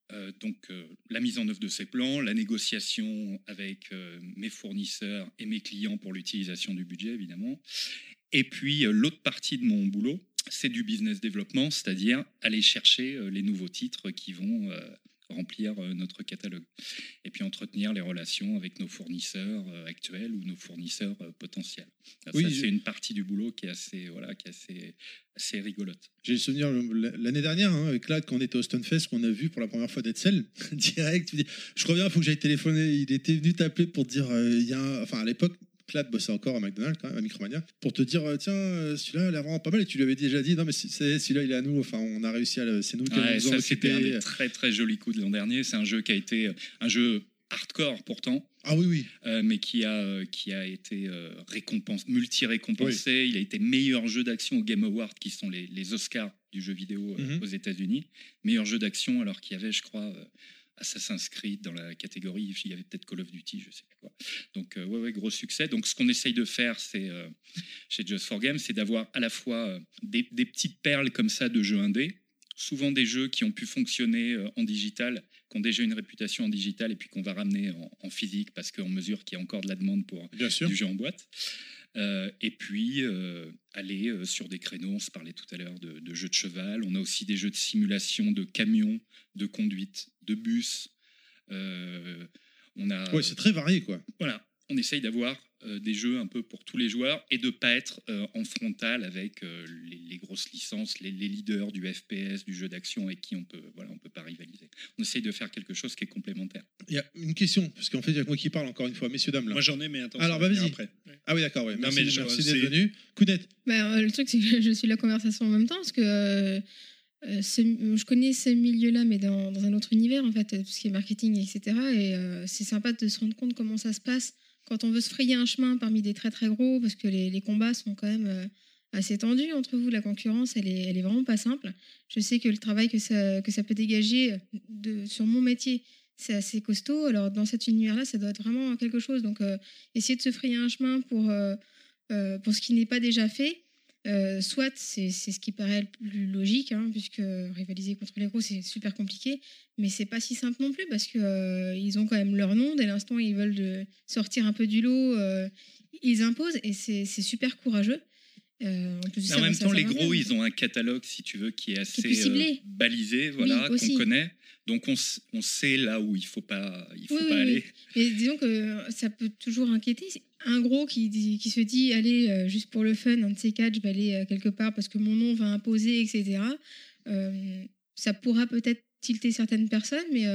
[SPEAKER 9] la mise en œuvre de ces plans, la négociation avec mes fournisseurs et mes clients pour l'utilisation du budget, évidemment. Et puis, l'autre partie de mon boulot, c'est du business développement, c'est-à-dire aller chercher les nouveaux titres qui vont remplir notre catalogue. Et puis entretenir les relations avec nos fournisseurs actuels ou nos fournisseurs potentiels. Alors, ça, c'est une partie du boulot qui est assez rigolote.
[SPEAKER 2] J'ai le souvenir l'année dernière, avec Clad, quand on était au Stunfest, qu'on a vu pour la première fois Dead Cell, direct, tu dis, je reviens, il faut que j'aille téléphoner. Il était venu t'appeler pour te dire, à l'époque, Clad bossait encore à McDonald's, quand même, à Micromania, pour te dire tiens, celui-là, il a vraiment pas mal. Et tu lui avais déjà dit non, mais celui-là, il est à nous. Enfin, on a réussi à c'est nous qui nous en
[SPEAKER 9] c'était un des très très jolis coups de l'an dernier. C'est un jeu qui a été un jeu hardcore pourtant.
[SPEAKER 2] Ah oui.
[SPEAKER 9] Mais qui a été multi-récompensé. Il a été meilleur jeu d'action au Game Awards, qui sont les Oscars du jeu vidéo aux États-Unis. Meilleur jeu d'action, alors qu'il y avait, je crois, Assassin's Creed dans la catégorie, il y avait peut-être Call of Duty, je sais pas quoi. Donc gros succès. Donc ce qu'on essaye de faire, c'est chez Just for Games, c'est d'avoir à la fois des petites perles comme ça de jeux indés, souvent des jeux qui ont pu fonctionner en digital, qui ont déjà une réputation en digital et puis qu'on va ramener en physique parce qu'on mesure qu'il y a encore de la demande pour du jeu en boîte. Et puis aller sur des créneaux, on se parlait tout à l'heure de jeux de cheval, on a aussi des jeux de simulation de camions, de conduite, de bus.
[SPEAKER 2] C'est très varié, quoi.
[SPEAKER 9] Voilà, on essaye d'avoir des jeux un peu pour tous les joueurs et de pas être en frontal avec les grosses licences, les leaders du FPS, du jeu d'action avec qui on peut pas rivaliser. On essaye de faire quelque chose qui est complémentaire.
[SPEAKER 2] Il y a une question, parce qu'en fait, il y a que moi qui parle encore une fois, messieurs, dames. Là.
[SPEAKER 7] Moi j'en ai, mais attends.
[SPEAKER 2] Alors,
[SPEAKER 7] ça va
[SPEAKER 2] vas-y.
[SPEAKER 7] venir après.
[SPEAKER 2] Ah oui, d'accord, ouais.
[SPEAKER 7] Non,
[SPEAKER 2] Merci,
[SPEAKER 7] mais
[SPEAKER 2] merci
[SPEAKER 7] c'est-
[SPEAKER 2] d'être venu. Kounet,
[SPEAKER 3] Le truc, c'est que je suis la conversation en même temps, parce que je connais ce milieu-là, mais dans un autre univers, en fait, tout ce qui est marketing, etc. Et c'est sympa de se rendre compte comment ça se passe quand on veut se frayer un chemin parmi des très très gros, parce que les combats sont quand même assez tendus entre vous. La concurrence, elle est vraiment pas simple. Je sais que le travail que ça peut dégager sur mon métier, c'est assez costaud. Alors, dans cet univers-là, ça doit être vraiment quelque chose. Donc, essayer de se frayer un chemin pour ce qui n'est pas déjà fait, soit c'est ce qui paraît le plus logique, hein, puisque rivaliser contre les gros, c'est super compliqué, mais c'est pas si simple non plus, parce que ils ont quand même leur nom. Dès l'instant où ils veulent sortir un peu du lot, ils imposent, et c'est super courageux. En plus de
[SPEAKER 9] Mais
[SPEAKER 3] ça,
[SPEAKER 9] en même
[SPEAKER 3] ça
[SPEAKER 9] temps,
[SPEAKER 3] va
[SPEAKER 9] les
[SPEAKER 3] bien.
[SPEAKER 9] gros, ils ont un catalogue, si tu veux, qui est assez
[SPEAKER 3] plus ciblé.
[SPEAKER 9] balisé, voilà,
[SPEAKER 3] Oui, aussi.
[SPEAKER 9] qu'on connaît. Donc, on sait là où il faut pas
[SPEAKER 3] Oui,
[SPEAKER 9] aller.
[SPEAKER 3] Mais disons que ça peut toujours inquiéter. Un gros qui se dit, allez, juste pour le fun, un de ces quatre, je vais aller quelque part parce que mon nom va imposer, etc. Ça pourra peut-être tilter certaines personnes, mais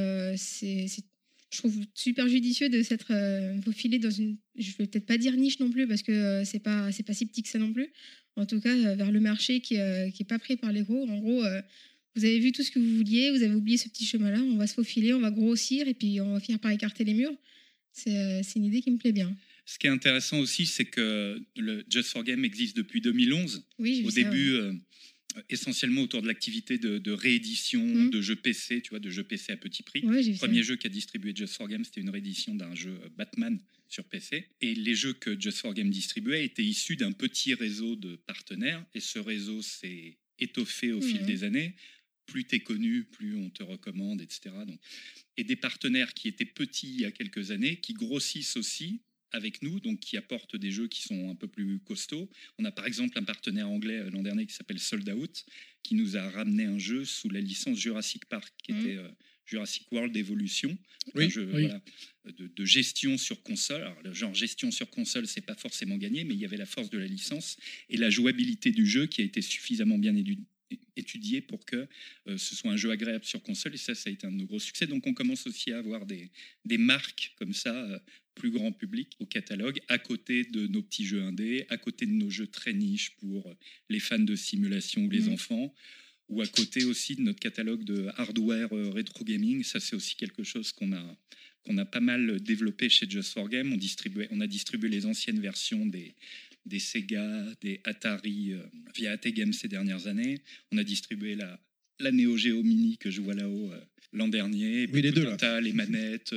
[SPEAKER 3] je trouve super judicieux de s'être faufilé dans une, je vais peut-être pas dire niche non plus, parce que c'est pas si petit que ça non plus. En tout cas, vers le marché qui est pas pris par les gros. En gros, vous avez vu tout ce que vous vouliez, vous avez oublié ce petit chemin-là, on va se faufiler, on va grossir, et puis on va finir par écarter les murs. C'est une idée qui me plaît bien.
[SPEAKER 9] Ce qui est intéressant aussi, c'est que le Just for Game existe depuis 2011.
[SPEAKER 3] Oui, j'ai
[SPEAKER 9] Au
[SPEAKER 3] vu ça,
[SPEAKER 9] début,
[SPEAKER 3] ouais.
[SPEAKER 9] essentiellement autour de l'activité de réédition de jeux PC, tu vois, de jeux PC à petit prix.
[SPEAKER 3] Ouais, j'ai
[SPEAKER 9] Le
[SPEAKER 3] vu ça.
[SPEAKER 9] premier jeu qu'a distribué Just for Game, c'était une réédition d'un jeu Batman sur PC. Et les jeux que Just for Game distribuait étaient issus d'un petit réseau de partenaires. Et ce réseau s'est étoffé au fil des années. Plus tu es connu, plus on te recommande, etc. Donc, et des partenaires qui étaient petits il y a quelques années, qui grossissent aussi avec nous, donc qui apportent des jeux qui sont un peu plus costauds. On a par exemple un partenaire anglais l'an dernier qui s'appelle Sold Out, qui nous a ramené un jeu sous la licence Jurassic Park, qui était Jurassic World Evolution, un jeu voilà, de gestion sur console. Alors, le genre gestion sur console, c'est pas forcément gagné, mais il y avait la force de la licence et la jouabilité du jeu qui a été suffisamment bien étudié pour que ce soit un jeu agréable sur console, et ça a été un de nos gros succès. Donc on commence aussi à avoir des marques comme ça, plus grand public au catalogue, à côté de nos petits jeux indés, à côté de nos jeux très niches pour les fans de simulation ou les enfants, ou à côté aussi de notre catalogue de hardware rétro gaming. Ça, c'est aussi quelque chose qu'on a pas mal développé chez Just for Game. On a distribué les anciennes versions des Sega, des Atari via AT Games ces dernières années. On a distribué la Neo Geo Mini que je vois là-haut l'an dernier.
[SPEAKER 2] Oui, les deux, là.
[SPEAKER 9] Les manettes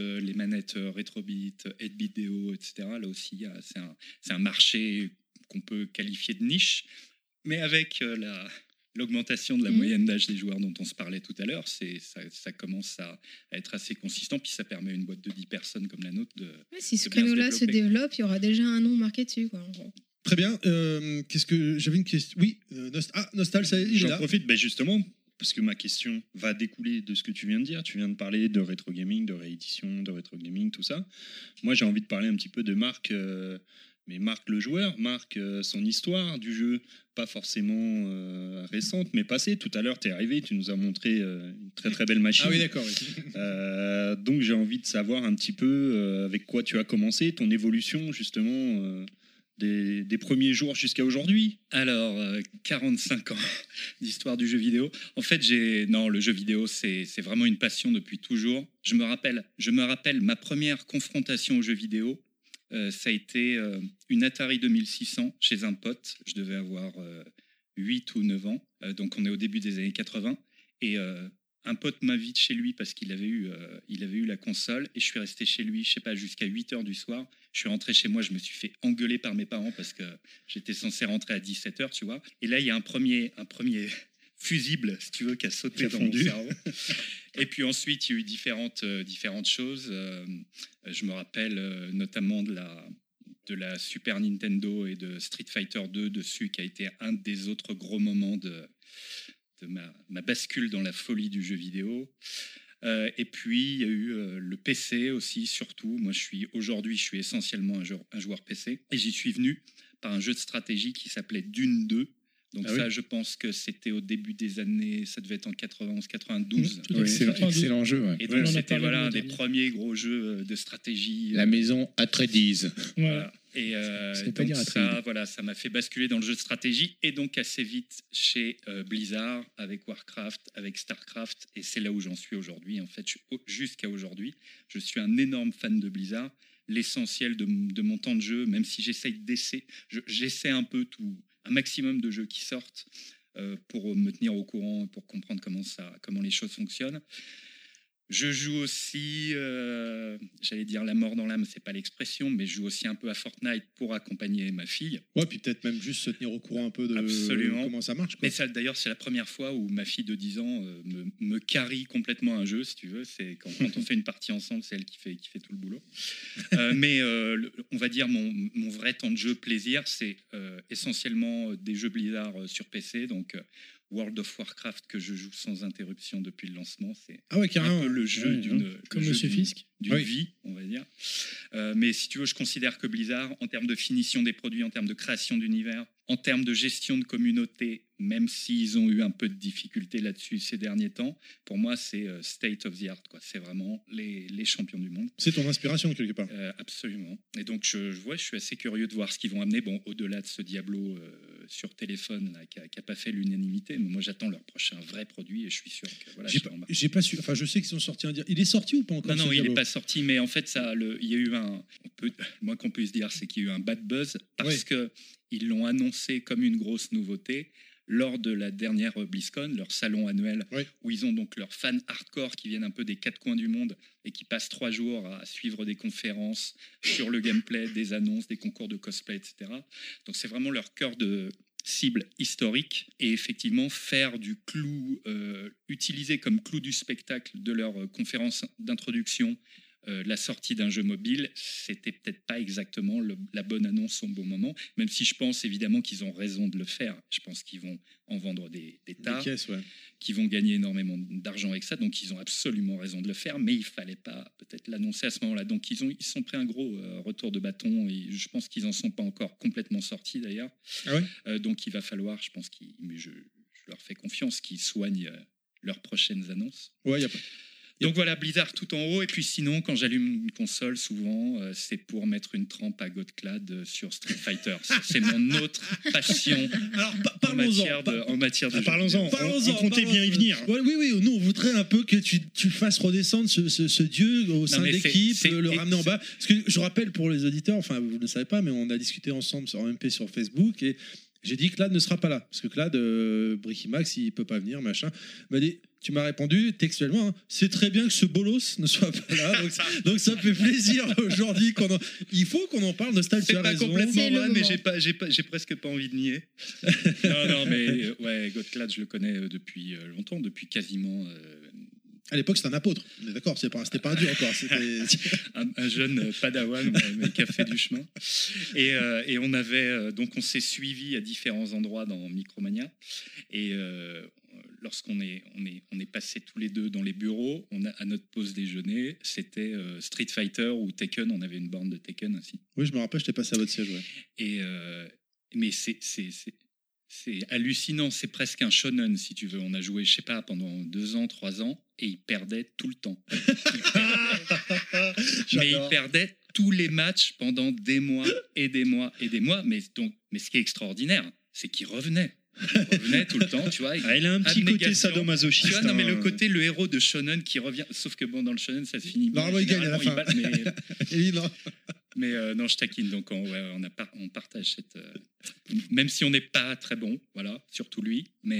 [SPEAKER 9] Retrobit, 8-bit Deo, etc. Là aussi, c'est un marché qu'on peut qualifier de niche, mais avec l'augmentation de la moyenne d'âge des joueurs dont on se parlait tout à l'heure, ça commence à être assez consistant, puis ça permet à une boîte de 10 personnes comme la nôtre de
[SPEAKER 3] Si ce
[SPEAKER 9] de bien
[SPEAKER 3] créneau-là se
[SPEAKER 9] développer.
[SPEAKER 3] développe, il y aura déjà un nom marqué dessus, quoi, en gros.
[SPEAKER 2] très bien. Qu'est-ce que j'avais une question. Oui, Nostal, ça, il est
[SPEAKER 7] J'en
[SPEAKER 2] là.
[SPEAKER 7] profite justement parce que ma question va découler de ce que tu viens de dire. Tu viens de parler de rétro gaming, de réédition, de rétro gaming, tout ça. Moi, j'ai envie de parler un petit peu de Marc, mais Marc le joueur, Marc son histoire du jeu, pas forcément récente, mais passée. Tout à l'heure, tu es arrivé, tu nous as montré une très très belle machine.
[SPEAKER 2] Ah oui, d'accord. Oui.
[SPEAKER 7] Donc j'ai envie de savoir un petit peu avec quoi tu as commencé, ton évolution justement des premiers jours jusqu'à aujourd'hui.
[SPEAKER 9] Alors, 45 ans d'histoire du jeu vidéo. En fait, le jeu vidéo, c'est vraiment une passion depuis toujours. Je me rappelle ma première confrontation au jeu vidéo. Ça a été une Atari 2600 chez un pote. Je devais avoir 8 ou 9 ans. Donc, on est au début des années 80. Et un pote m'invite chez lui parce qu'il avait eu la console. Et je suis resté chez lui, je sais pas, jusqu'à 8 heures du soir. Je suis rentré chez moi, je me suis fait engueuler par mes parents parce que j'étais censé rentrer à 17 heures, tu vois. Et là, il y a un premier fusible, si tu veux, qui a sauté dans mon cerveau. Et puis ensuite, il y a eu différentes choses. Je me rappelle notamment de la Super Nintendo et de Street Fighter 2 dessus, qui a été un des autres gros moments de ma bascule dans la folie du jeu vidéo. Et puis, il y a eu le PC aussi, surtout. Moi, aujourd'hui, je suis essentiellement un joueur PC. Et j'y suis venu par un jeu de stratégie qui s'appelait Dune 2. Donc je pense que c'était au début des années, ça devait être en 91-92.
[SPEAKER 8] Excellent jeu. Ouais.
[SPEAKER 9] Et donc, c'était un des premiers gros jeux de stratégie.
[SPEAKER 8] La maison Atreides.
[SPEAKER 9] Voilà. Et donc ça m'a fait basculer dans le jeu de stratégie et donc assez vite chez Blizzard avec Warcraft, avec Starcraft, et c'est là où j'en suis aujourd'hui. En fait, jusqu'à aujourd'hui, je suis un énorme fan de Blizzard. L'essentiel de mon temps de jeu, même si j'essaie un peu un maximum de jeux qui sortent pour me tenir au courant, pour comprendre comment les choses fonctionnent. Je joue aussi, j'allais dire la mort dans l'âme, c'est pas l'expression, mais je joue aussi un peu à Fortnite pour accompagner ma fille.
[SPEAKER 2] Ouais, puis peut-être même juste se tenir au courant un peu de comment ça marche. Quoi.
[SPEAKER 9] Mais ça, d'ailleurs, c'est la première fois où ma fille de 10 ans me carry complètement un jeu, si tu veux. C'est quand on fait une partie ensemble, c'est elle qui fait tout le boulot. Mais on va dire mon vrai temps de jeu plaisir, c'est essentiellement des jeux Blizzard sur PC, donc World of Warcraft que je joue sans interruption depuis le lancement. C'est un peu le jeu
[SPEAKER 5] comme Monsieur Fisk.
[SPEAKER 9] D'une vie, on va dire. Mais si tu veux, je considère que Blizzard, en termes de finition des produits, en termes de création d'univers, en termes de gestion de communauté, même s'ils ont eu un peu de difficultés là-dessus ces derniers temps, pour moi, c'est state of the art, quoi. C'est vraiment les champions du monde.
[SPEAKER 2] C'est ton inspiration, quelque part.
[SPEAKER 9] Absolument. Et donc, je suis assez curieux de voir ce qu'ils vont amener. Bon, au-delà de ce Diablo sur téléphone là, qui n'a pas fait l'unanimité, mais moi, j'attends leur prochain vrai produit et je suis sûr que voilà.
[SPEAKER 2] J'ai pas su. Enfin, je sais qu'ils ont sorti un. Il est sorti ou pas encore?
[SPEAKER 9] Non, il n'est pas sorti, mais en fait, il y a eu le moins qu'on puisse dire, c'est qu'il y a eu un bad buzz parce que ils l'ont annoncé comme une grosse nouveauté lors de la dernière BlizzCon, leur salon annuel, où ils ont donc leurs fans hardcore qui viennent un peu des quatre coins du monde et qui passent 3 jours à suivre des conférences sur le gameplay, des annonces, des concours de cosplay, etc. Donc c'est vraiment leur cœur de cible historique, et effectivement faire du clou, utiliser comme clou du spectacle de leur conférence d'introduction la sortie d'un jeu mobile, c'était peut-être pas exactement la bonne annonce au bon moment, même si je pense évidemment qu'ils ont raison de le faire. Je pense qu'ils vont en vendre des tas, qu'ils vont gagner énormément d'argent avec ça, donc ils ont absolument raison de le faire, mais il fallait pas peut-être l'annoncer à ce moment-là. Donc ils sont pris un gros retour de bâton, et je pense qu'ils en sont pas encore complètement sortis d'ailleurs. Donc il va falloir, je pense je leur fais confiance, qu'ils soignent leurs prochaines annonces. Donc voilà, Blizzard tout en haut. Et puis sinon, quand j'allume une console, souvent, c'est pour mettre une trempe à Godclad sur Street Fighter. C'est mon autre passion.
[SPEAKER 2] Alors,
[SPEAKER 9] en matière de
[SPEAKER 7] Parlons-en. On comptait bien y venir.
[SPEAKER 2] Oui, nous, on voudrait un peu que tu fasses redescendre ce dieu au sein de l'équipe, le ramener en bas. Parce que je rappelle pour les auditeurs, enfin, vous ne le savez pas, mais on a discuté ensemble sur MP sur Facebook, et j'ai dit que Clad ne sera pas là. Parce que Clad, Bricky Max, il ne peut pas venir, machin. Il m'a dit... Tu m'as répondu textuellement, hein, c'est très bien que ce bolos ne soit pas là, donc ça me fait plaisir aujourd'hui il faut qu'on en parle. Nostal, tu as raison.
[SPEAKER 9] C'est pas complètement vrai, mais j'ai presque pas envie de nier. non, mais Godclad, je le connais depuis longtemps, depuis quasiment.
[SPEAKER 2] À l'époque, c'était un apôtre. On est d'accord, c'était pas un dieu encore. C'était
[SPEAKER 9] un jeune padawan, mais qui a fait du chemin. Et on avait donc on s'est suivis à différents endroits dans Micromania, et lorsqu'on est passé tous les deux dans les bureaux, à notre pause déjeuner, c'était Street Fighter ou Tekken. On avait une borne de Tekken aussi.
[SPEAKER 2] Oui, je me rappelle, j'étais passé à votre siège.
[SPEAKER 9] Mais c'est hallucinant. C'est presque un shonen, si tu veux. On a joué, je sais pas, pendant 2 ans, 3 ans, et il perdait tout le temps. Mais il perdait tous les matchs pendant des mois et des mois et des mois. Mais ce qui est extraordinaire, c'est qu'il revenait. Il revenait tout le temps, tu vois.
[SPEAKER 7] Il a un petit côté sadomasochiste.
[SPEAKER 9] Tu vois, non, mais le côté, le héros de shonen qui revient. Sauf que bon, dans le shonen, ça se finit bien.
[SPEAKER 2] Normalement, il gagne à la fin.
[SPEAKER 9] Mais non, je taquine. Donc, on partage cette. Même si on n'est pas très bon, voilà, surtout lui. Mais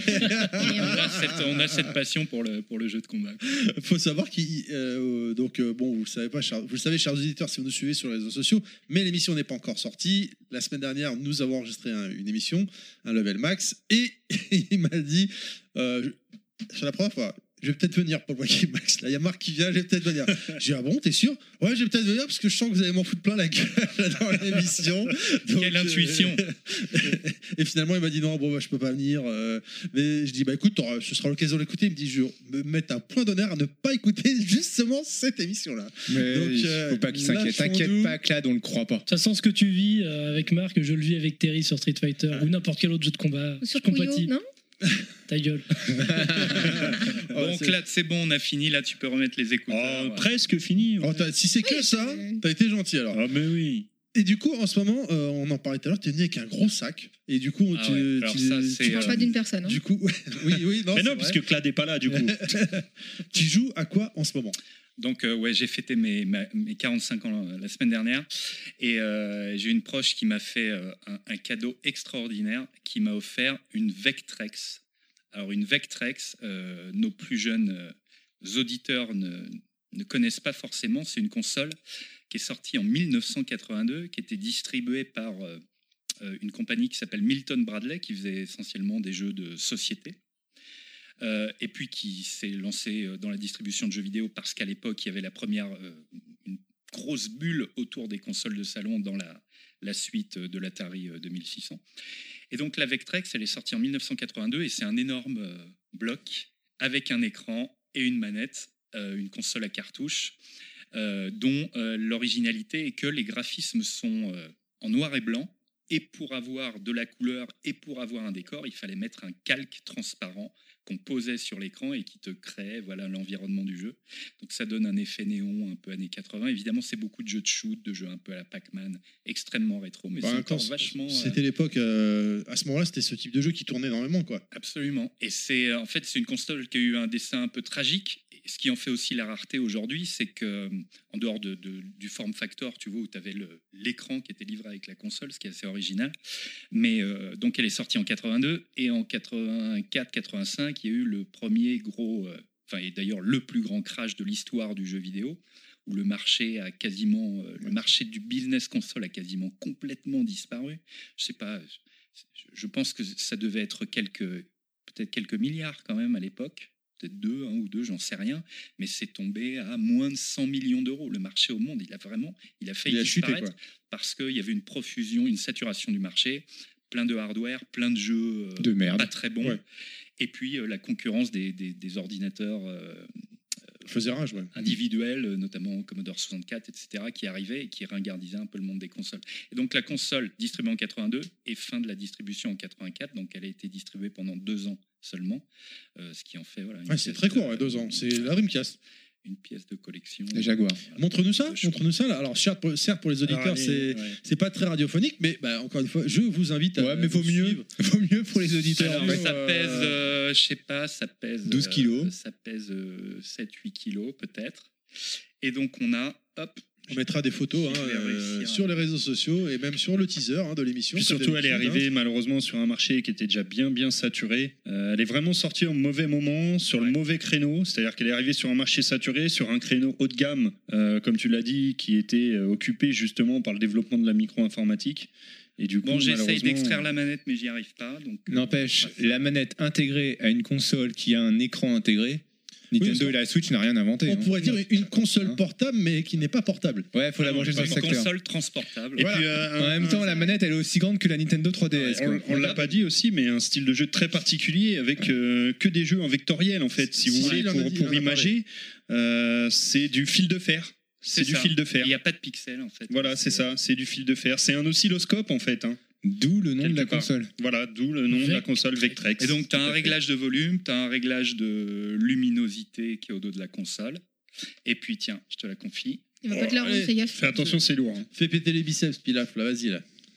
[SPEAKER 9] on a cette passion pour le jeu de combat.
[SPEAKER 2] Il faut savoir bon, vous le savez, chers auditeurs, si vous nous suivez sur les réseaux sociaux, mais l'émission n'est pas encore sortie. La semaine dernière, nous avons enregistré une émission, un level max, et il m'a dit, sur la première fois, je vais peut-être venir pour le Wacky Max. Là, il y a Marc qui vient, je vais peut-être venir. J'ai dit, ah bon, t'es sûr? Ouais, je vais peut-être venir parce que je sens que vous allez m'en foutre plein la gueule dans l'émission.
[SPEAKER 9] Quelle intuition.
[SPEAKER 2] Et finalement, il m'a dit, non, bon, bah, je peux pas venir. Mais je dis, bah écoute, ce sera l'occasion d'écouter. Il me dit, je me mettre un point d'honneur à ne pas écouter justement cette émission-là.
[SPEAKER 8] Mais
[SPEAKER 2] Donc,
[SPEAKER 8] faut pas qu'il s'inquiète. T'inquiète
[SPEAKER 2] lâchons-nous.
[SPEAKER 8] pas, Clad, on le croit pas.
[SPEAKER 5] De toute façon, ce que tu vis avec Marc, je le vis avec Terry sur Street Fighter ou n'importe quel autre jeu de combat.
[SPEAKER 3] Ou sur
[SPEAKER 5] Je compatis.
[SPEAKER 3] Puyo, non?
[SPEAKER 5] Ta gueule.
[SPEAKER 9] Bon, Clad, c'est bon, on a fini. Là, tu peux remettre les écouteurs.
[SPEAKER 7] Oh, presque fini.
[SPEAKER 2] Oh, si c'est que
[SPEAKER 3] Oui,
[SPEAKER 2] ça,
[SPEAKER 3] c'est-
[SPEAKER 2] t'as été gentil alors.
[SPEAKER 7] Ah, mais oui.
[SPEAKER 2] Et du coup, en ce moment, on en parlait tout à l'heure, tu es venu avec un gros sac. Et du coup,
[SPEAKER 9] Ah ouais, alors ça, c'est,
[SPEAKER 3] Tu parles pas d'une personne. Hein.
[SPEAKER 2] du coup, oui, non,
[SPEAKER 7] Mais
[SPEAKER 2] c'est
[SPEAKER 7] non,
[SPEAKER 2] vrai.
[SPEAKER 7] puisque Clad n'est pas là, du coup.
[SPEAKER 2] Tu joues à quoi en ce moment?
[SPEAKER 9] Donc, ouais, j'ai fêté mes 45 ans la semaine dernière et j'ai une proche qui m'a fait un cadeau extraordinaire, qui m'a offert une Vectrex. Alors, une Vectrex, nos plus jeunes auditeurs ne connaissent pas forcément. C'est une console qui est sortie en 1982, qui était distribuée par une compagnie qui s'appelle Milton Bradley, qui faisait essentiellement des jeux de société. Et puis qui s'est lancé dans la distribution de jeux vidéo parce qu'à l'époque, il y avait une grosse bulle autour des consoles de salon dans la suite de l'Atari 2600. Et donc la Vectrex, elle est sortie en 1982 et c'est un énorme bloc avec un écran et une manette, une console à cartouche, dont l'originalité est que les graphismes sont en noir et blanc. Et pour avoir de la couleur et pour avoir un décor, il fallait mettre un calque transparent qu'on posait sur l'écran et qui te créait l'environnement du jeu. Donc ça donne un effet néon un peu années 80. Évidemment, c'est beaucoup de jeux de shoot, de jeux un peu à la Pac-Man, extrêmement rétro, mais c'est encore vachement...
[SPEAKER 2] C'était l'époque, à ce moment-là, c'était ce type de jeu qui tournait énormément, quoi.
[SPEAKER 9] Absolument. Et c'est en fait, c'est une console qui a eu un dessin un peu tragique. Et ce qui en fait aussi la rareté aujourd'hui, c'est que en dehors du form factor, tu vois, où tu avais l'écran qui était livré avec la console, ce qui est assez original. Mais donc elle est sortie en 82 et en 84-85, il y a eu le premier gros, et d'ailleurs le plus grand crash de l'histoire du jeu vidéo, où le marché a quasiment, le marché du business console a quasiment complètement disparu. Je sais pas, je pense que ça devait être peut-être quelques milliards quand même à l'époque. Peut-être 1 ou 2, j'en sais rien, mais c'est tombé à moins de 100 millions d'euros. Le marché au monde, il a failli disparaître
[SPEAKER 2] chuté,
[SPEAKER 9] parce qu'il y avait une profusion, une saturation du marché, plein de hardware, plein de jeux
[SPEAKER 8] De merde.
[SPEAKER 9] pas très bons,
[SPEAKER 2] Ouais.
[SPEAKER 9] et puis la concurrence des ordinateurs
[SPEAKER 2] Faisait rage, ouais.
[SPEAKER 9] individuels, notamment Commodore 64, etc., qui arrivaient et qui ringardisaient un peu le monde des consoles. Et donc la console distribuée en 82 et fin de la distribution en 84, donc elle a été distribuée pendant 2 ans seulement, ce qui en fait une
[SPEAKER 2] Ouais, c'est
[SPEAKER 9] pièce
[SPEAKER 2] très
[SPEAKER 9] de-
[SPEAKER 2] court, ouais, 2 ans. C'est la Dreamcast.
[SPEAKER 9] une pièce de collection.
[SPEAKER 8] Les Jaguars.
[SPEAKER 2] Montre-nous ça,
[SPEAKER 9] De choix.
[SPEAKER 2] montre-nous ça. Là. Alors, certes, pour les auditeurs,
[SPEAKER 7] Alors, allez,
[SPEAKER 2] c'est pas très radiophonique, mais encore une fois, je vous invite à.
[SPEAKER 8] Ouais, mais vaut
[SPEAKER 2] nous
[SPEAKER 8] mieux.
[SPEAKER 2] suivre.
[SPEAKER 8] Vaut mieux pour les auditeurs.
[SPEAKER 9] Alors,
[SPEAKER 8] en fait.
[SPEAKER 9] ça pèse, je sais pas, ça pèse
[SPEAKER 8] 12 kilos.
[SPEAKER 9] Ça pèse 7-8 kilos peut-être. Et donc on a, hop,
[SPEAKER 2] On mettra des photos
[SPEAKER 9] Je vais réussir.
[SPEAKER 2] sur les réseaux sociaux et même sur le teaser de l'émission.
[SPEAKER 7] Puis
[SPEAKER 2] comme
[SPEAKER 7] surtout, elle est
[SPEAKER 2] d'habitude,
[SPEAKER 7] arrivée malheureusement sur un marché qui était déjà bien saturé. Elle est vraiment sortie au mauvais moment, sur le mauvais créneau. C'est-à-dire qu'elle est arrivée sur un marché saturé, sur un créneau haut de gamme, comme tu l'as dit, qui était occupé justement par le développement de la micro-informatique. Et du coup,
[SPEAKER 9] bon, j'essaye
[SPEAKER 7] malheureusement,
[SPEAKER 9] d'extraire la manette, mais j'y arrive pas. Donc,
[SPEAKER 8] N'empêche, la manette intégrée à une console qui a un écran intégré, Nintendo
[SPEAKER 2] Oui,
[SPEAKER 8] et la Switch n'a rien inventé.
[SPEAKER 2] On
[SPEAKER 8] hein.
[SPEAKER 2] pourrait dire une console
[SPEAKER 8] Hein.
[SPEAKER 2] portable, mais qui n'est pas portable.
[SPEAKER 8] Ouais, faut la manger dans
[SPEAKER 9] une
[SPEAKER 8] le secteur.
[SPEAKER 9] console transportable.
[SPEAKER 7] Et
[SPEAKER 2] Voilà.
[SPEAKER 7] puis,
[SPEAKER 8] En même temps, la manette, elle est aussi grande que la Nintendo 3DS. quoi.
[SPEAKER 7] on l'a pas dit aussi, mais un style de jeu très particulier avec que des jeux en vectoriel en fait, si vous
[SPEAKER 2] Si,
[SPEAKER 7] voulez,
[SPEAKER 2] il en a dit,
[SPEAKER 7] pour
[SPEAKER 2] il en a
[SPEAKER 7] imager. C'est du fil de fer. C'est du
[SPEAKER 9] ça.
[SPEAKER 7] fil de fer.
[SPEAKER 9] Il n'y a pas de pixels en fait.
[SPEAKER 7] Voilà, c'est ça, c'est du fil de fer. C'est un oscilloscope en fait. Hein.
[SPEAKER 8] D'où le nom de la
[SPEAKER 7] Quelque part.
[SPEAKER 8] console.
[SPEAKER 7] Voilà, d'où le nom de la console Vectrex.
[SPEAKER 9] Et donc, tu as
[SPEAKER 7] Tout
[SPEAKER 9] un
[SPEAKER 7] à fait.
[SPEAKER 9] réglage de volume, tu as un réglage de luminosité qui est au dos de la console. Et puis, tiens, je te la confie.
[SPEAKER 3] Il va pas te la rendre,
[SPEAKER 2] allez.
[SPEAKER 3] fais gaffe.
[SPEAKER 7] Fais attention, c'est lourd. Hein.
[SPEAKER 2] Fais péter les biceps, Pilaf, là, vas-y, là.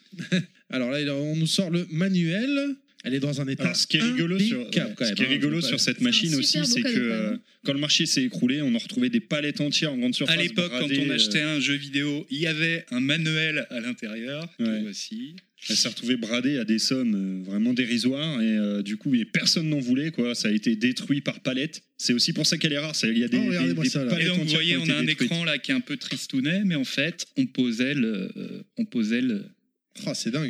[SPEAKER 2] Alors là, on nous sort le manuel. Elle est dans un état
[SPEAKER 7] Alors, ce qui est rigolo sur,
[SPEAKER 2] impeccable, quand
[SPEAKER 7] ce
[SPEAKER 2] même,
[SPEAKER 7] qui est
[SPEAKER 2] hein,
[SPEAKER 7] rigolo
[SPEAKER 2] je veux
[SPEAKER 7] sur
[SPEAKER 2] pas-
[SPEAKER 7] cette
[SPEAKER 3] C'est un
[SPEAKER 7] machine aussi,
[SPEAKER 3] super beau
[SPEAKER 7] c'est
[SPEAKER 3] cadeau,
[SPEAKER 7] que
[SPEAKER 3] quand même.
[SPEAKER 7] quand le marché s'est écroulé, on a retrouvé des palettes entières en grande surface.
[SPEAKER 9] À l'époque, quand
[SPEAKER 7] bradées,
[SPEAKER 9] on achetait un jeu vidéo, il y avait un manuel à l'intérieur.
[SPEAKER 7] Ouais.
[SPEAKER 9] Toi aussi.
[SPEAKER 7] Elle s'est retrouvée bradée à des sommes vraiment dérisoires et du coup, personne n'en voulait. Quoi. Ça a été détruit par palettes. C'est aussi pour ça qu'elle est rare. Il y a des,
[SPEAKER 2] Oh, regardez-moi ça, là.
[SPEAKER 9] Et
[SPEAKER 7] palettes
[SPEAKER 9] donc, vous
[SPEAKER 7] entières qui
[SPEAKER 9] voyez,
[SPEAKER 7] ont
[SPEAKER 9] on
[SPEAKER 7] été
[SPEAKER 9] a un
[SPEAKER 7] détruites.
[SPEAKER 9] écran là qui est un peu tristounet, mais en fait, on posait le.
[SPEAKER 2] Oh, c'est dingue, hein.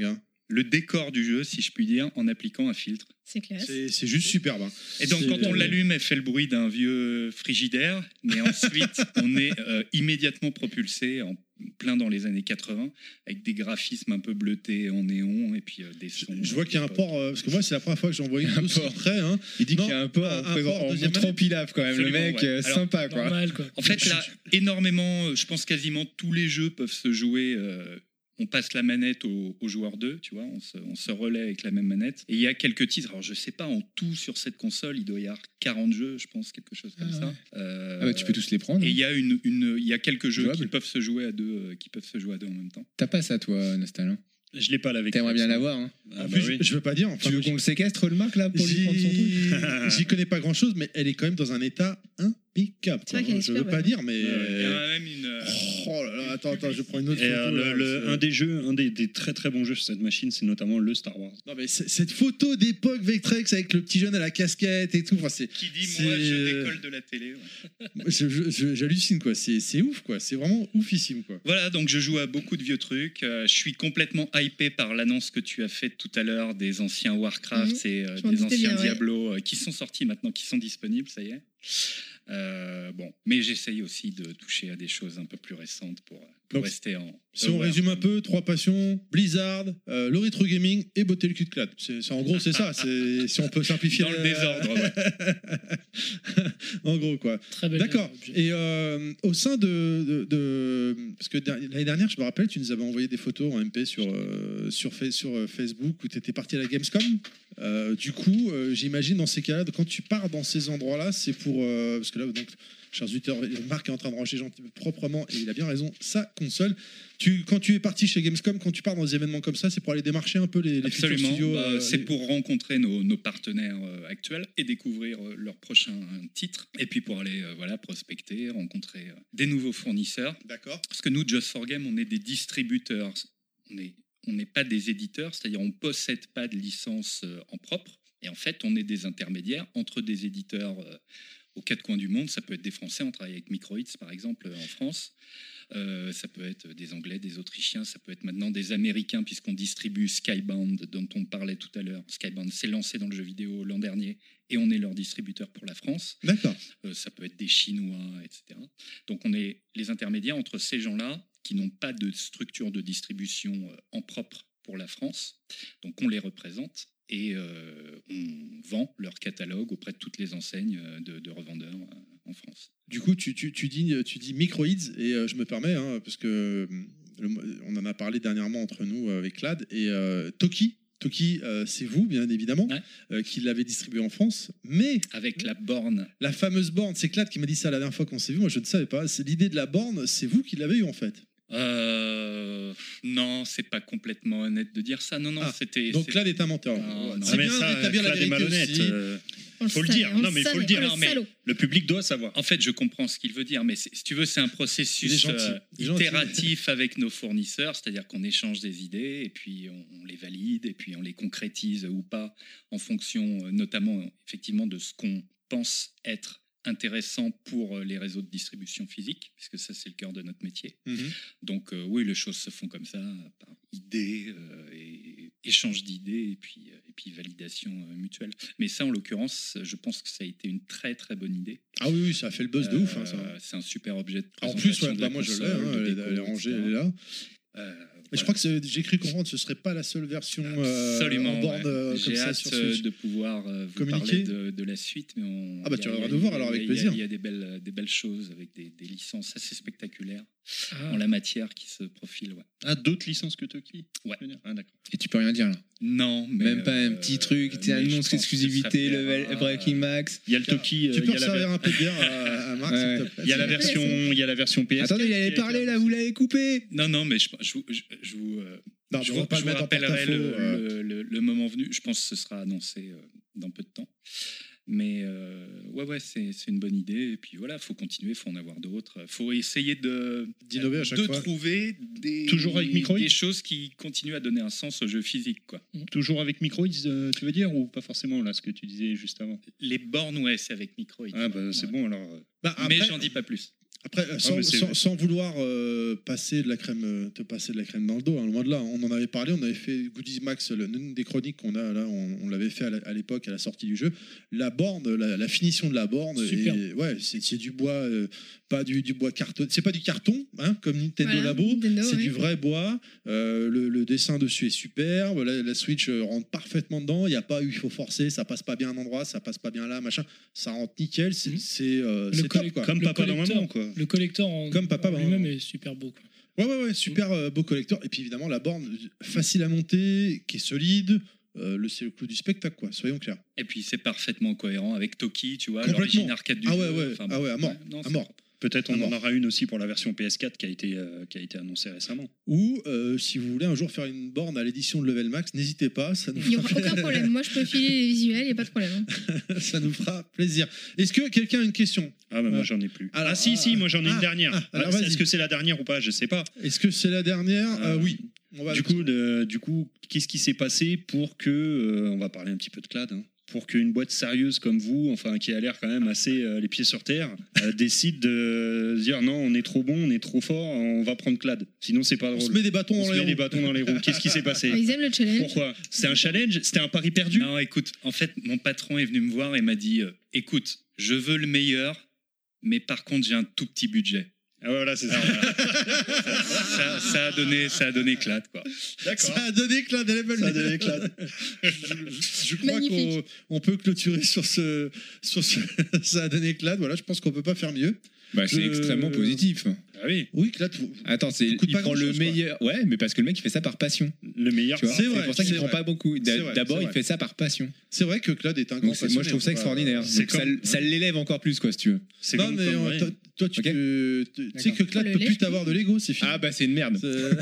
[SPEAKER 9] le décor du jeu, si je puis dire, en appliquant un filtre.
[SPEAKER 3] C'est classe.
[SPEAKER 2] C'est juste superbe. Hein.
[SPEAKER 9] Et donc, quand on l'allume, elle fait le bruit d'un vieux frigidaire, mais ensuite, on est immédiatement propulsé en plein dans les années 80, avec des graphismes un peu bleutés en néon, et puis des sons.
[SPEAKER 2] Je vois qu'il y a un port, parce que moi, c'est la première fois que j'ai envoyé un port prêt. Hein.
[SPEAKER 8] Il dit
[SPEAKER 2] Non,
[SPEAKER 8] qu'il y a un port en
[SPEAKER 2] deuxième
[SPEAKER 8] montrant
[SPEAKER 2] année.
[SPEAKER 8] Pilaf quand même.
[SPEAKER 9] Absolument,
[SPEAKER 8] le mec,
[SPEAKER 9] ouais. Alors,
[SPEAKER 8] sympa quoi.
[SPEAKER 5] Normal, quoi.
[SPEAKER 9] En fait, là, énormément, je pense quasiment tous les jeux peuvent se jouer. On passe la manette au joueur 2, tu vois, on se relaie avec la même manette. Et il y a quelques titres, alors je sais pas, en tout sur cette console, il doit y avoir 40 jeux, je pense, quelque chose comme ça.
[SPEAKER 8] Ah bah, tu peux tous les prendre.
[SPEAKER 9] Et il y a il y a quelques jeux
[SPEAKER 8] Jouable.
[SPEAKER 9] qui peuvent se jouer à deux, en même temps.
[SPEAKER 8] T'as pas ça toi, Nostal. Hein.
[SPEAKER 7] Je l'ai pas là avec.
[SPEAKER 8] T'aimerais bien l'avoir. Hein.
[SPEAKER 7] Ah,
[SPEAKER 2] En
[SPEAKER 7] bah
[SPEAKER 2] plus,
[SPEAKER 7] oui.
[SPEAKER 2] je veux pas dire. Enfin,
[SPEAKER 8] Tu veux qu'on le séquestre le Marc là pour lui prendre son truc?
[SPEAKER 2] J'y connais pas grand chose, mais elle est quand même dans un état impeccable.
[SPEAKER 3] C'est vrai qu'elle est
[SPEAKER 2] Je veux
[SPEAKER 3] super
[SPEAKER 2] pas
[SPEAKER 3] belle.
[SPEAKER 2] dire, mais.
[SPEAKER 9] Il y en a même une.
[SPEAKER 2] Oh là là, attends, je prends une autre
[SPEAKER 7] Et
[SPEAKER 2] photo. là,
[SPEAKER 7] un des jeux, un des très très bons jeux sur cette machine, c'est notamment le Star Wars.
[SPEAKER 2] Non, mais cette photo d'époque Vectrex avec le petit jeune à la casquette et tout. Enfin,
[SPEAKER 9] Qui dit
[SPEAKER 2] c'est-
[SPEAKER 9] moi je décolle de la télé. Ouais.
[SPEAKER 2] j'hallucine quoi. C'est ouf quoi. C'est vraiment oufissime quoi.
[SPEAKER 9] Voilà, donc je joue à beaucoup de vieux trucs. Je suis complètement hypé par l'annonce que tu as faite tout à l'heure des anciens Warcraft et
[SPEAKER 3] Je m'en
[SPEAKER 9] des
[SPEAKER 3] doutais
[SPEAKER 9] anciens
[SPEAKER 3] bien, ouais.
[SPEAKER 9] Diablo qui sont sortis maintenant, qui sont disponibles, ça y est. Bon, mais j'essaye aussi de toucher à des choses un peu plus récentes pour
[SPEAKER 2] Donc,
[SPEAKER 9] rester en.
[SPEAKER 2] Si on résume un peu, 3 passions, Blizzard, le rétro gaming et botter le cul de clad. En gros, c'est ça. Si on peut simplifier.
[SPEAKER 9] Dans le désordre, ouais.
[SPEAKER 2] En gros, quoi.
[SPEAKER 5] Très belle.
[SPEAKER 2] D'accord. Et au sein de parce que l'année dernière, je me rappelle, tu nous avais envoyé des photos en MP sur Facebook où tu étais parti à la Gamescom. Du coup, j'imagine dans ces cas-là, quand tu pars dans ces endroits-là, c'est pour parce que là, donc, chers auditeurs, Marc est en train de ranger proprement et il a bien raison. Sa console. Quand tu es parti chez Gamescom, quand tu pars dans des événements comme ça, c'est pour aller démarcher un peu les futurs
[SPEAKER 9] Absolument.
[SPEAKER 2] studios.
[SPEAKER 9] C'est pour rencontrer nos partenaires actuels et découvrir leurs prochains titres. Et puis pour aller prospecter, rencontrer des nouveaux fournisseurs.
[SPEAKER 2] D'accord.
[SPEAKER 9] Parce que nous, Just for Game, on est des distributeurs. On n'est pas des éditeurs, c'est-à-dire on ne possède pas de licence en propre. Et en fait, on est des intermédiaires entre des éditeurs aux quatre coins du monde. Ça peut être des Français, on travaille avec Microhits par exemple en France. Ça peut être des Anglais, des Autrichiens, ça peut être maintenant des Américains puisqu'on distribue Skybound dont on parlait tout à l'heure. Skybound s'est lancé dans le jeu vidéo l'an dernier et on est leur distributeur pour la France.
[SPEAKER 2] D'accord.
[SPEAKER 9] Ça peut être des Chinois, etc. Donc on est les intermédiaires entre ces gens-là qui n'ont pas de structure de distribution en propre pour la France. Donc on les représente et on vend leur catalogue auprès de toutes les enseignes de revendeurs en France.
[SPEAKER 2] Du coup, tu dis Microids et je me permets, hein, parce que on en a parlé dernièrement entre nous avec Clad et Toki. Toki, c'est vous, bien évidemment, qui l'avez distribué en France, mais
[SPEAKER 9] avec la borne.
[SPEAKER 2] La fameuse borne, c'est Clad qui m'a dit ça la dernière fois qu'on s'est vu, moi je ne savais pas. C'est l'idée de la borne, c'est vous qui l'avez eu en fait.
[SPEAKER 9] Non, c'est pas complètement honnête de dire ça. Non, c'était.
[SPEAKER 2] Donc Clad est un menteur.
[SPEAKER 7] C'est bien d'établir la vérité aussi. Faut le dire. Non, mais il faut le dire. Le public doit savoir.
[SPEAKER 9] En fait, je comprends ce qu'il veut dire, mais si tu veux, c'est un processus itératif avec nos fournisseurs, c'est-à-dire qu'on échange des idées et puis on les valide et puis on les concrétise ou pas en fonction, notamment effectivement de ce qu'on pense être intéressant pour les réseaux de distribution physique, puisque ça c'est le cœur de notre métier. Donc oui, les choses se font comme ça, par idée et échange d'idées et puis validation mutuelle. Mais ça, en l'occurrence, je pense que ça a été une très très bonne idée.
[SPEAKER 2] Ah oui, ça a fait le buzz de ouf. Hein, ça.
[SPEAKER 9] C'est un super objet de
[SPEAKER 2] En
[SPEAKER 9] présentation.
[SPEAKER 2] plus, moi je l'ai, elle est rangée, elle est là. Mais je crois que j'ai cru comprendre que ce ne serait pas la seule version en borne comme
[SPEAKER 9] j'ai
[SPEAKER 2] ça
[SPEAKER 9] hâte
[SPEAKER 2] sur Switch.
[SPEAKER 9] de pouvoir vous parler de la suite. Mais
[SPEAKER 2] tu vas nous voir alors avec plaisir.
[SPEAKER 9] Il y a des belles choses avec des licences assez spectaculaires en la matière qui se profilent. Ouais.
[SPEAKER 7] Ah, d'autres licences que Toki.
[SPEAKER 9] Ouais.
[SPEAKER 7] Ah, d'accord.
[SPEAKER 8] Et tu peux rien dire là.
[SPEAKER 9] Non, mais
[SPEAKER 8] même pas un petit truc, tu annonces l'exclusivité, level Breaking Max.
[SPEAKER 7] Il y a le Toki.
[SPEAKER 2] Tu peux servir un peu de bière à Marc, s'il te plaît.
[SPEAKER 7] Il y a la version PS.
[SPEAKER 8] Attendez, il allait parler là, vous l'avez coupé.
[SPEAKER 9] Non, mais je vous rappellerai le moment venu. Je pense que ce sera annoncé dans peu de temps. Mais c'est une bonne idée. Et puis voilà, il faut continuer, il faut en avoir d'autres. Il faut essayer
[SPEAKER 2] d'innover à chaque fois.
[SPEAKER 9] De trouver
[SPEAKER 7] Toujours avec Microids,
[SPEAKER 9] des choses qui continuent à donner un sens au jeu physique. Quoi.
[SPEAKER 7] Toujours avec Microids, tu veux dire, ou pas forcément, là, ce que tu disais juste avant?
[SPEAKER 9] Les bornes, c'est avec Microids.
[SPEAKER 7] Ah, bah, c'est bon alors.
[SPEAKER 9] Mais j'en dis pas plus.
[SPEAKER 2] Après,
[SPEAKER 7] mais c'est-
[SPEAKER 2] sans vouloir passer de la crème, te passer de la crème dans le dos, hein, loin de là. On en avait parlé, on avait fait Goodies Max, l'une des chroniques qu'on a là, on l'avait fait à l'époque à la sortie du jeu. La borne, la finition de la borne,
[SPEAKER 5] Super.
[SPEAKER 2] ouais, c'est du bois, pas du bois carton, c'est pas du carton, hein, comme Nintendo
[SPEAKER 3] Voilà,
[SPEAKER 2] Labo,
[SPEAKER 3] Nintendo,
[SPEAKER 2] c'est
[SPEAKER 3] ouais.
[SPEAKER 2] du vrai bois. Le dessin dessus est superbe, la Switch rentre parfaitement dedans. Il y a pas, il faut forcer, ça passe pas bien à un endroit, ça passe pas bien là, machin. Ça rentre nickel, c'est top quoi.
[SPEAKER 7] Comme
[SPEAKER 5] Le
[SPEAKER 7] papa dans
[SPEAKER 5] collector.
[SPEAKER 7] maman, quoi.
[SPEAKER 5] Le collector en
[SPEAKER 2] Comme papa,
[SPEAKER 5] en lui-même est super beau. Quoi.
[SPEAKER 2] Ouais, super beau collector. Et puis évidemment, la borne facile à monter, qui est solide. C'est le clou du spectacle, quoi, soyons clairs.
[SPEAKER 9] Et puis c'est parfaitement cohérent avec Toki, tu vois,
[SPEAKER 2] Complètement.
[SPEAKER 9] l'origine arcade du
[SPEAKER 2] Ah
[SPEAKER 9] jeu.
[SPEAKER 2] ouais,
[SPEAKER 9] Enfin,
[SPEAKER 2] ah ouais, à mort.
[SPEAKER 9] non,
[SPEAKER 2] À
[SPEAKER 9] c'est
[SPEAKER 2] mort.
[SPEAKER 7] Peut-être on
[SPEAKER 2] Ah
[SPEAKER 7] en
[SPEAKER 2] bon.
[SPEAKER 7] aura une aussi pour la version PS4 qui a été annoncée récemment.
[SPEAKER 2] Ou si vous voulez un jour faire une borne à l'édition de Level Max, n'hésitez pas, ça nous
[SPEAKER 3] Il n'y aura
[SPEAKER 2] fera,
[SPEAKER 3] aucun problème. Moi, je peux filer les visuels, il n'y a pas de problème. hein.
[SPEAKER 2] ça nous fera plaisir. Est-ce que quelqu'un a une question?
[SPEAKER 7] Ah bah moi j'en ai plus.
[SPEAKER 2] Alors,
[SPEAKER 7] si, moi j'en ai une dernière.
[SPEAKER 2] alors,
[SPEAKER 7] Est-ce
[SPEAKER 2] vas-y.
[SPEAKER 7] que c'est la dernière ou pas? Je sais pas.
[SPEAKER 2] Est-ce que c'est la dernière? Oui. On va
[SPEAKER 7] Du coup, qu'est-ce qui s'est passé pour que, on va parler un petit peu de Clad, hein, pour qu'une boîte sérieuse comme vous, enfin qui a l'air quand même assez les pieds sur terre, décide de dire non, on est trop bon, on est trop fort, on va prendre Clad. Sinon c'est pas
[SPEAKER 2] on
[SPEAKER 7] drôle.
[SPEAKER 2] se met des bâtons
[SPEAKER 7] On
[SPEAKER 2] dans
[SPEAKER 7] se
[SPEAKER 2] les
[SPEAKER 7] met des
[SPEAKER 2] roues.
[SPEAKER 7] bâtons dans les roues. Qu'est-ce qui s'est passé?
[SPEAKER 3] Ils aiment le challenge.
[SPEAKER 7] Pourquoi? C'était un challenge? C'était un pari perdu?
[SPEAKER 9] Non, écoute, en fait, mon patron est venu me voir et m'a dit écoute, je veux le meilleur, mais par contre, j'ai un tout petit budget.
[SPEAKER 7] Ah voilà, c'est ça.
[SPEAKER 9] Ça a donné Clad, quoi.
[SPEAKER 2] Ça a donné Clad à Level
[SPEAKER 7] Ça a
[SPEAKER 2] Max.
[SPEAKER 7] donné Clad.
[SPEAKER 2] Je crois
[SPEAKER 3] Magnifique.
[SPEAKER 2] qu'on peut clôturer sur ce ça a donné Clad. Voilà, je pense qu'on peut pas faire mieux.
[SPEAKER 8] Bah, c'est extrêmement positif.
[SPEAKER 7] Ah oui.
[SPEAKER 2] Oui, Clad.
[SPEAKER 8] Attends, il
[SPEAKER 2] coûte pas
[SPEAKER 8] prend le
[SPEAKER 2] grand-chose, quoi.
[SPEAKER 8] meilleur. Ouais, mais parce que le mec il fait ça par passion.
[SPEAKER 7] Le meilleur.
[SPEAKER 8] Tu vois,
[SPEAKER 2] C'est vrai,
[SPEAKER 8] pour ça qu'il
[SPEAKER 2] c'est
[SPEAKER 8] prend
[SPEAKER 2] vrai.
[SPEAKER 8] pas beaucoup.
[SPEAKER 2] C'est vrai,
[SPEAKER 8] D'abord,
[SPEAKER 2] c'est
[SPEAKER 8] il
[SPEAKER 2] vrai.
[SPEAKER 8] fait ça par passion.
[SPEAKER 2] C'est vrai que Clad est un grand
[SPEAKER 8] Donc moi je trouve ça extraordinaire.
[SPEAKER 7] C'est
[SPEAKER 8] Donc, ça,
[SPEAKER 7] comme-
[SPEAKER 8] ça l'élève encore plus, quoi, si tu veux.
[SPEAKER 7] C'est
[SPEAKER 2] Non,
[SPEAKER 7] comme-
[SPEAKER 2] mais
[SPEAKER 7] comme- ouais.
[SPEAKER 2] toi, tu
[SPEAKER 8] Ok.
[SPEAKER 2] sais que Clad
[SPEAKER 3] Le
[SPEAKER 2] peut
[SPEAKER 3] lait.
[SPEAKER 2] plus t'avoir de Lego, c'est fini.
[SPEAKER 8] Ah bah c'est une merde.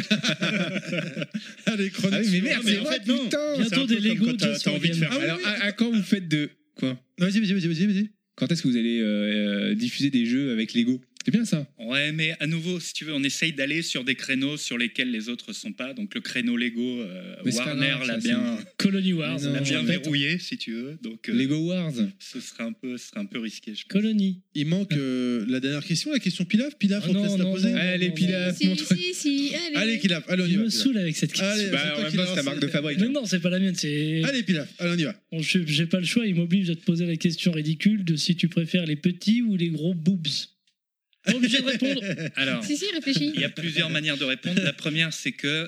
[SPEAKER 2] Allez, chronique.
[SPEAKER 8] Ah oui, mais
[SPEAKER 2] suivante.
[SPEAKER 8] merde,
[SPEAKER 7] mais
[SPEAKER 8] c'est
[SPEAKER 7] en
[SPEAKER 8] vrai,
[SPEAKER 7] fait, non.
[SPEAKER 8] putain.
[SPEAKER 5] Bientôt
[SPEAKER 7] C'est un
[SPEAKER 5] des
[SPEAKER 7] peu comme
[SPEAKER 5] Lego
[SPEAKER 7] quand t'as
[SPEAKER 5] Just for
[SPEAKER 7] envie de
[SPEAKER 5] Game.
[SPEAKER 7] faire-
[SPEAKER 2] Ah
[SPEAKER 8] Alors
[SPEAKER 2] oui,
[SPEAKER 8] à quand vous faites de quoi?
[SPEAKER 2] Vas-y.
[SPEAKER 8] Quand est-ce que vous allez diffuser des jeux avec Lego? C'est bien ça.
[SPEAKER 9] Ouais, mais à nouveau, si tu veux, on essaye d'aller sur des créneaux sur lesquels les autres sont pas. Donc le créneau Lego,
[SPEAKER 8] Mais c'est pas
[SPEAKER 9] Warner
[SPEAKER 8] grave,
[SPEAKER 9] l'a
[SPEAKER 8] ça,
[SPEAKER 9] bien,
[SPEAKER 5] Colony Wars.
[SPEAKER 8] Mais non.
[SPEAKER 9] l'a bien
[SPEAKER 8] en fait,
[SPEAKER 9] verrouillé, si tu veux. Donc
[SPEAKER 8] Lego Wars.
[SPEAKER 9] ce serait un peu risqué, je pense.
[SPEAKER 5] Colony.
[SPEAKER 2] Il manque la dernière question, la question Pilaf. Pilaf,
[SPEAKER 5] Ah
[SPEAKER 2] on te
[SPEAKER 5] non,
[SPEAKER 2] laisse la
[SPEAKER 5] non,
[SPEAKER 2] poser.
[SPEAKER 5] non.
[SPEAKER 8] Allez, Pilaf,
[SPEAKER 3] Si,
[SPEAKER 8] montre.
[SPEAKER 3] si, allez.
[SPEAKER 2] Allez, Pilaf, allez, on y
[SPEAKER 5] Je
[SPEAKER 2] va.
[SPEAKER 5] me
[SPEAKER 2] Pilaf.
[SPEAKER 5] saoule avec cette question.
[SPEAKER 2] Allez,
[SPEAKER 8] Bah
[SPEAKER 2] c'est
[SPEAKER 8] en
[SPEAKER 2] toi
[SPEAKER 8] même
[SPEAKER 2] qui
[SPEAKER 8] temps c'est ta
[SPEAKER 2] lance.
[SPEAKER 8] marque de fabrique.
[SPEAKER 5] Mais non, c'est pas la mienne. C'est.
[SPEAKER 2] Allez, Pilaf, allez, on y va.
[SPEAKER 5] Bon, j'ai pas le choix. Il m'oblige à te poser la question ridicule de si tu préfères les petits ou les gros boobs. Pas obligé de répondre.
[SPEAKER 9] Alors,
[SPEAKER 3] Si, réfléchis.
[SPEAKER 9] il y a plusieurs manières de répondre. La première, c'est que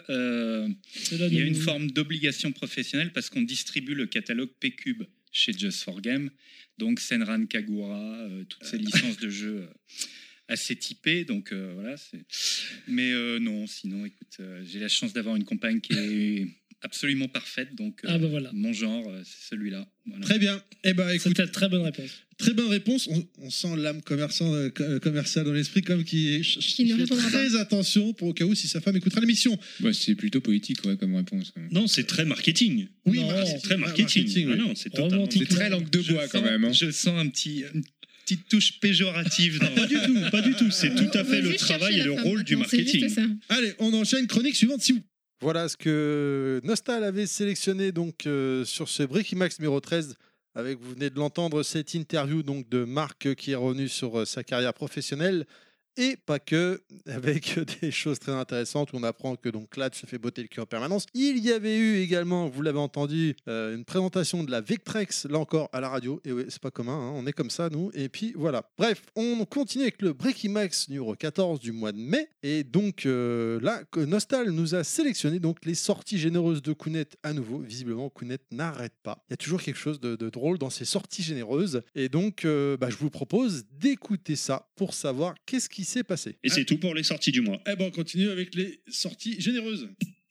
[SPEAKER 5] Cela
[SPEAKER 9] il y a
[SPEAKER 5] nous-
[SPEAKER 9] une forme d'obligation professionnelle parce qu'on distribue le catalogue P-Cube chez Just for Game. Donc Senran Kagura, toutes ces licences de jeux assez typées. Donc voilà. Mais non, sinon, écoute, j'ai la chance d'avoir une compagne qui est absolument parfaite. Donc
[SPEAKER 5] Ah bah voilà.
[SPEAKER 9] mon genre, c'est celui-là. Voilà.
[SPEAKER 2] Très bien. Eh ben, écoute,
[SPEAKER 5] C'était une très bonne réponse.
[SPEAKER 2] très bonne réponse. On sent l'âme commerciale dans l'esprit, comme qui
[SPEAKER 3] ne
[SPEAKER 2] fait
[SPEAKER 3] répondra
[SPEAKER 2] très attention pour au cas où si sa femme écoutera l'émission.
[SPEAKER 8] Bah, c'est plutôt poétique, ouais, comme réponse.
[SPEAKER 7] Non, c'est très marketing.
[SPEAKER 2] Oui,
[SPEAKER 5] Non,
[SPEAKER 2] mar-
[SPEAKER 7] C'est très marketing.
[SPEAKER 2] oui.
[SPEAKER 7] Ah non, c'est totalement.
[SPEAKER 5] Romantique.
[SPEAKER 8] C'est très langue de bois quand même. Hein.
[SPEAKER 9] Je sens une petite touche péjorative dans
[SPEAKER 7] Pas du tout, pas du tout. C'est tout à
[SPEAKER 3] On
[SPEAKER 7] fait
[SPEAKER 3] va
[SPEAKER 7] le
[SPEAKER 3] juste
[SPEAKER 7] travail
[SPEAKER 3] chercher
[SPEAKER 7] et le
[SPEAKER 3] la femme
[SPEAKER 7] rôle du
[SPEAKER 3] maintenant, c'est
[SPEAKER 7] marketing.
[SPEAKER 3] juste ça.
[SPEAKER 2] Allez, on enchaîne. Chronique suivante, si vous. Voilà ce que Nostal avait sélectionné donc sur ce Breaking Max numéro 13. Avec, vous venez de l'entendre, cette interview donc de Marc qui est revenu sur sa carrière professionnelle. Et pas que, avec des choses très intéressantes où on apprend que donc Clad se fait botter le cul en permanence. Il y avait eu également, vous l'avez entendu, une présentation de la Vectrex, là encore à la radio. Et oui, c'est pas commun, hein, on est comme ça nous. Et puis voilà. Bref, on continue avec le Breaking Max numéro 14 du mois de mai. Et donc là, Nostal nous a sélectionné donc les sorties généreuses de Kounet à nouveau. Visiblement, Kounet n'arrête pas. Il y a toujours quelque chose de drôle dans ces sorties généreuses. Et donc, je vous propose d'écouter ça pour savoir qu'est-ce qui s'est passé.
[SPEAKER 7] Et c'est tout pour les sorties du mois.
[SPEAKER 2] Eh ben, on continue avec les sorties généreuses.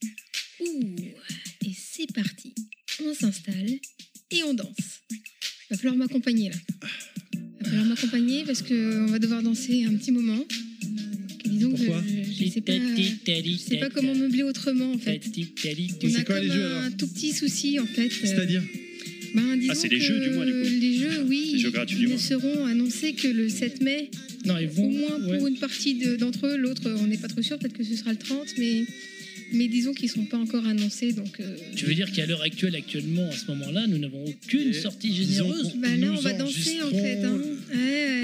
[SPEAKER 3] Ouh, et c'est parti. On s'installe et on danse. Va falloir m'accompagner là. Va falloir m'accompagner parce qu'on va devoir danser un petit moment. Disons que
[SPEAKER 2] Pourquoi
[SPEAKER 3] je sais pas comment meubler autrement en fait. On
[SPEAKER 2] C'est
[SPEAKER 3] a
[SPEAKER 2] quoi les
[SPEAKER 3] comme
[SPEAKER 2] jeux,
[SPEAKER 3] un
[SPEAKER 2] alors
[SPEAKER 3] tout petit souci en fait.
[SPEAKER 2] C'est-à-dire
[SPEAKER 3] Disons
[SPEAKER 7] c'est les
[SPEAKER 3] que
[SPEAKER 7] jeux du mois, du coup.
[SPEAKER 3] Les jeux, oui,
[SPEAKER 7] Les jeux gratuits du
[SPEAKER 3] ils ne
[SPEAKER 7] mois.
[SPEAKER 3] seront annoncés que le 7 mai.
[SPEAKER 5] Non, ils vont.
[SPEAKER 3] Au moins pour
[SPEAKER 5] ouais.
[SPEAKER 3] une partie d'entre eux, l'autre on n'est pas trop sûr, peut-être que ce sera le 30, mais disons qu'ils ne sont pas encore annoncés. Donc,
[SPEAKER 5] Tu veux dire qu'à l'heure actuelle, actuellement, à ce moment-là, nous n'avons aucune
[SPEAKER 2] Et
[SPEAKER 5] sortie
[SPEAKER 2] disons
[SPEAKER 5] généreuse.
[SPEAKER 3] bah là
[SPEAKER 2] Nous
[SPEAKER 3] on va danser en fait. Hein. Ouais.
[SPEAKER 2] le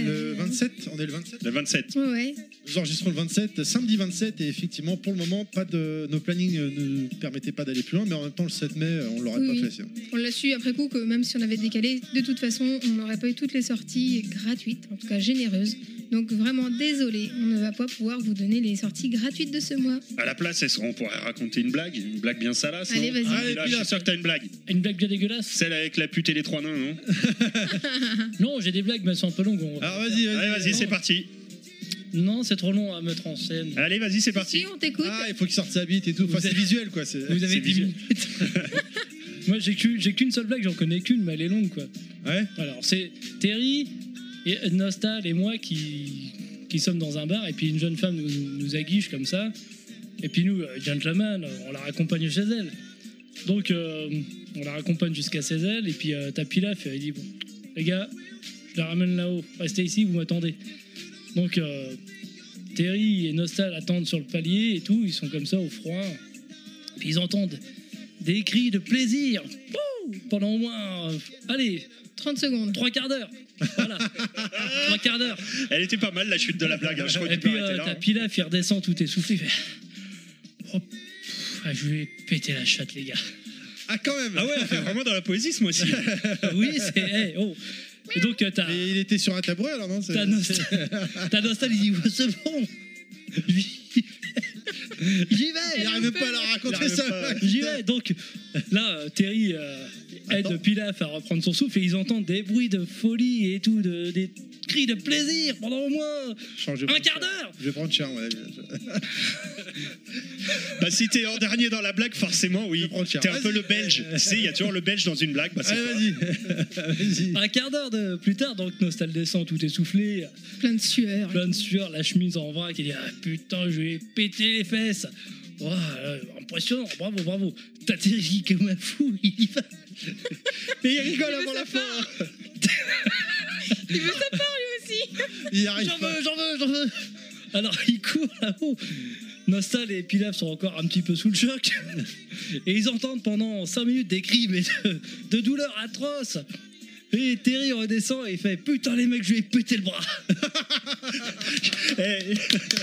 [SPEAKER 2] 27, on est le 27.
[SPEAKER 6] Le 27.
[SPEAKER 3] Ouais.
[SPEAKER 2] Nous enregistrons le 27, samedi 27, et effectivement, pour le moment, nos plannings ne permettaient pas d'aller plus loin, mais en même temps, le 7 mai, on l'aurait
[SPEAKER 3] Oui.
[SPEAKER 2] pas fait. Sinon.
[SPEAKER 3] On l'a su après coup que même si on avait décalé, de toute façon, on n'aurait pas eu toutes les sorties gratuites, en tout cas généreuses. Donc vraiment désolé, on ne va pas pouvoir vous donner les sorties gratuites de ce mois.
[SPEAKER 7] À la place, est-ce qu'on pourrait raconter une blague bien salace?
[SPEAKER 3] Allez,
[SPEAKER 7] non
[SPEAKER 3] vas-y.
[SPEAKER 2] Allez,
[SPEAKER 7] Là,
[SPEAKER 2] puis
[SPEAKER 7] je
[SPEAKER 2] là,
[SPEAKER 7] suis sûr que t'as une blague.
[SPEAKER 5] Une blague bien dégueulasse.
[SPEAKER 7] Celle avec la pute et les 3 nains, non?
[SPEAKER 5] Non, j'ai des blagues, mais elles sont un peu longues.
[SPEAKER 2] Alors vas-y,
[SPEAKER 7] Allez, vas-y,
[SPEAKER 5] non.
[SPEAKER 7] c'est parti.
[SPEAKER 5] Non, c'est trop long à mettre en scène.
[SPEAKER 7] Allez, vas-y, c'est parti.
[SPEAKER 3] Si on t'écoute,
[SPEAKER 2] Ah, il faut qu'il sorte sa bite et tout. Enfin,
[SPEAKER 5] Vous
[SPEAKER 2] c'est
[SPEAKER 5] avez-
[SPEAKER 2] visuel, quoi. C'est...
[SPEAKER 5] Vous avez
[SPEAKER 7] c'est
[SPEAKER 5] 10
[SPEAKER 7] visuel.
[SPEAKER 5] minutes. Moi, j'ai qu'une seule blague, j'en connais qu'une, mais elle est longue, quoi.
[SPEAKER 2] Ouais.
[SPEAKER 5] Alors, c'est Terry, et Nostal et moi qui sommes dans un bar, et puis une jeune femme nous aguiche comme ça. Et puis nous, gentlemen, on la raccompagne chez elle. Donc, on la raccompagne jusqu'à chez elle, et puis t'as Pilaf, il dit, bon, les gars, je la ramène là-haut, restez ici, vous m'attendez. Donc, Terry et Nostal attendent sur le palier et tout, ils sont comme ça au froid. Puis ils entendent des cris de plaisir. Wouh, pendant au moins, allez,
[SPEAKER 3] 30 secondes.
[SPEAKER 5] 3 quarts d'heure. Voilà. 3 quarts d'heure.
[SPEAKER 7] Elle était pas mal, la chute de la blague. Hein. Je crois que
[SPEAKER 5] Et
[SPEAKER 7] tu peux
[SPEAKER 5] puis
[SPEAKER 7] arrêter là.
[SPEAKER 5] t'as Pilaf, il redescend tout essoufflé. Il fait, oh, je vais péter la chatte, les gars.
[SPEAKER 2] Ah, quand même.
[SPEAKER 7] Ah ouais, on fait vraiment dans la poésie ce mois-ci.
[SPEAKER 5] Oui, c'est. Hey, oh. Et donc t'as.
[SPEAKER 2] Mais il était sur un tabouret, alors non?
[SPEAKER 5] T'as Nostal, il dit ouais, c'est bon. J'y vais.
[SPEAKER 2] Il n'arrive même pas à la raconter, ça.
[SPEAKER 5] J'y vais. Donc là, Terry aide
[SPEAKER 2] Attends.
[SPEAKER 5] Pilaf à reprendre son souffle et ils entendent des bruits de folie et tout, des cris de plaisir pendant au moins un quart d'heure.
[SPEAKER 2] Je vais prendre cher, ouais.
[SPEAKER 7] Bah, si t'es en dernier dans la blague, forcément, oui.
[SPEAKER 2] Je prends cher.
[SPEAKER 7] T'es un peu
[SPEAKER 2] Vas-y.
[SPEAKER 7] le belge. Tu sais, il y a toujours le belge dans une blague. Bah, c'est
[SPEAKER 2] Allez,
[SPEAKER 7] toi.
[SPEAKER 2] vas-y.
[SPEAKER 5] Un quart d'heure plus tard, donc Nostal descend tout essoufflé,
[SPEAKER 3] Plein de sueur.
[SPEAKER 5] plein de sueur, la chemise en vrac, il dit ah, putain, je vais péter les fesses. Oh, impressionnant, bravo. T'as Terry comme un fou, il y va.
[SPEAKER 2] Mais il rigole
[SPEAKER 3] Il veut
[SPEAKER 2] avant
[SPEAKER 3] sa
[SPEAKER 2] la fin.
[SPEAKER 3] part. Il veut sa part lui aussi.
[SPEAKER 2] Il y arrive
[SPEAKER 5] J'en
[SPEAKER 2] pas.
[SPEAKER 5] veux. Alors il court là-haut. Nostal et Pilaf sont encore un petit peu sous le choc. Et ils entendent pendant 5 minutes des cris mais de douleur atroce. Et Terry redescend et il fait putain les mecs, je vais péter le bras.
[SPEAKER 7] Eh,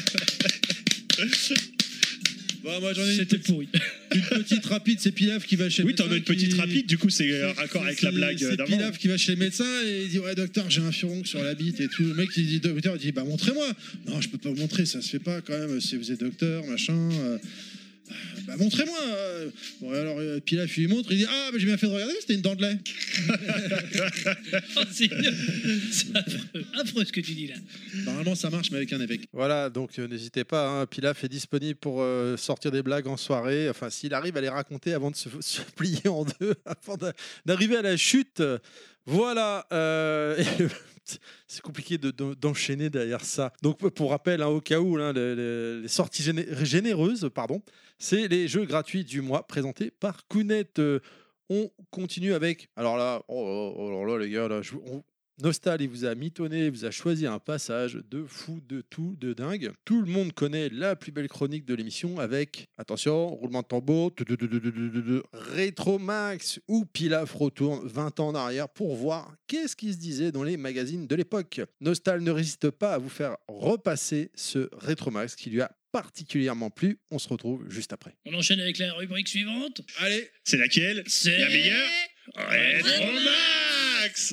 [SPEAKER 2] Bon, moi, j'en ai
[SPEAKER 5] C'était pourri.
[SPEAKER 2] une petite rapide, c'est Pilaf qui va chez le
[SPEAKER 7] Oui,
[SPEAKER 2] médecin.
[SPEAKER 7] t'en as une petite
[SPEAKER 2] qui-
[SPEAKER 7] rapide, du coup, c'est raccord avec la blague
[SPEAKER 2] C'est
[SPEAKER 7] d'avant.
[SPEAKER 2] Pilaf qui va chez le médecin et il dit ouais docteur j'ai un furoncle sur la bite et tout. Le mec il dit docteur il dit bah montrez-moi. Non je peux pas vous montrer, ça se fait pas quand même si vous êtes docteur machin. Bah montrez-moi. Bon alors Pilaf il lui montre, il dit ah bah j'ai bien fait de regarder, c'était une dent de lait.
[SPEAKER 5] Oh, c'est affreux ce que tu dis là.
[SPEAKER 2] Normalement ça marche mais avec un évêque. Voilà donc n'hésitez pas, hein, Pilaf est disponible pour sortir des blagues en soirée. Enfin s'il arrive à les raconter avant de se plier en deux, avant d'arriver à la chute. Voilà. C'est compliqué d'enchaîner derrière ça. Donc pour rappel, hein, au cas où, hein, les sorties généreuses, pardon, c'est les jeux gratuits du mois présentés par Kounet. On continue avec. Alors là, oh là les gars, là, Nostal, il vous a mitonné, il vous a choisi un passage de fou, de tout, de dingue. Tout le monde connaît la plus belle chronique de l'émission avec, attention, roulement de tambour, Rétromax, où Pilaf retourne 20 ans en arrière pour voir qu'est-ce qui se disait dans les magazines de l'époque. Nostal ne résiste pas à vous faire repasser ce Rétromax qui lui a particulièrement plu. On se retrouve juste après.
[SPEAKER 5] On enchaîne avec la rubrique suivante.
[SPEAKER 2] Allez,
[SPEAKER 7] C'est laquelle?
[SPEAKER 5] C'est
[SPEAKER 7] La meilleure? Rétromax.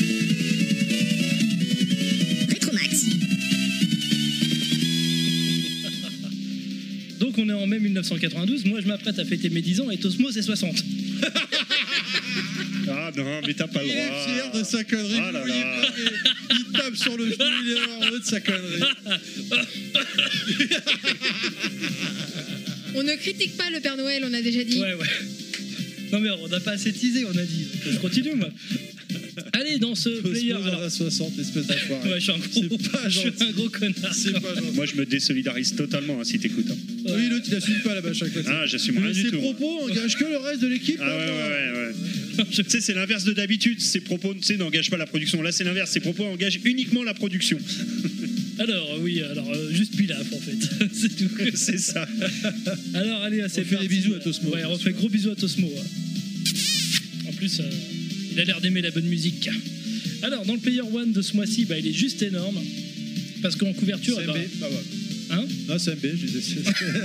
[SPEAKER 1] Rétromax.
[SPEAKER 5] Donc on est en mai 1992, moi je m'apprête à fêter mes 10 ans et Tosmo c'est 60.
[SPEAKER 7] Ah non, mais t'as pas le
[SPEAKER 2] il est
[SPEAKER 7] droit.
[SPEAKER 2] fier de sa connerie.
[SPEAKER 7] Ah là
[SPEAKER 2] vous voyez
[SPEAKER 7] là.
[SPEAKER 2] pas, mais il tape sur le genou, il est heureux de sa connerie.
[SPEAKER 3] On ne critique pas le Père Noël, on a déjà dit.
[SPEAKER 5] Ouais. Non mais on n'a pas assez teasé, on a dit. Je continue moi. Allez, dans ce player.
[SPEAKER 2] Cosmos en
[SPEAKER 5] Alors...
[SPEAKER 2] a 60, espèce d'enfoiré.
[SPEAKER 5] Ouais, je suis un gros connard.
[SPEAKER 2] C'est pas gentil.
[SPEAKER 7] Moi, je me désolidarise totalement hein, si t'écoutes. Hein.
[SPEAKER 2] Oui, l'autre il assume pas là-bas chaque fois.
[SPEAKER 7] Ah, j'assume rien du
[SPEAKER 2] Ses
[SPEAKER 7] tout.
[SPEAKER 2] propos engagent que le reste de l'équipe.
[SPEAKER 7] Ah ouais. Tu sais, c'est l'inverse de d'habitude. Ses propos, tu sais, n'engagent pas la production. Là, c'est l'inverse. Ses propos engagent uniquement la production.
[SPEAKER 5] Alors, oui, juste Pilaf en fait. C'est tout.
[SPEAKER 7] C'est ça.
[SPEAKER 5] Alors, allez, c'est
[SPEAKER 2] On fait
[SPEAKER 5] parti.
[SPEAKER 2] des bisous à Tosmo.
[SPEAKER 5] Ouais, on fait gros bisous à Tosmo. Ouais. En plus, il a l'air d'aimer la bonne musique. Alors, dans le Player One de ce mois-ci, il est juste énorme. Parce qu'en couverture...
[SPEAKER 2] CMB, bah ouais.
[SPEAKER 5] Hein?
[SPEAKER 2] Non, CMB, je disais.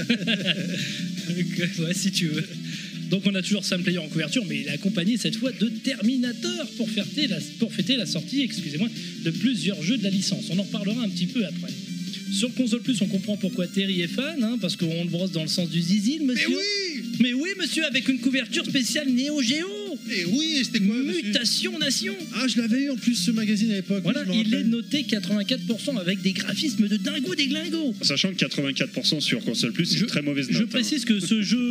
[SPEAKER 5] Ouais, si tu veux. Donc on a toujours Sam Player en couverture, mais il est accompagné cette fois de Terminator pour fêter la sortie, excusez-moi, de plusieurs jeux de la licence. On en reparlera un petit peu après. Sur Console Plus, on comprend pourquoi Terry est fan, hein, parce qu'on le brosse dans le sens du zizi, le monsieur. Mais oui, monsieur, avec une couverture spéciale Neo Geo.
[SPEAKER 2] Et oui, c'était quoi,
[SPEAKER 5] Mutation Nation.
[SPEAKER 2] Ah, je l'avais eu en plus ce magazine à l'époque.
[SPEAKER 5] Voilà,
[SPEAKER 2] je me
[SPEAKER 5] il est
[SPEAKER 2] rappelle.
[SPEAKER 5] noté 84% avec des graphismes de dingo des glingos.
[SPEAKER 7] Sachant que 84% sur console plus, c'est une très mauvaise note.
[SPEAKER 5] Je précise que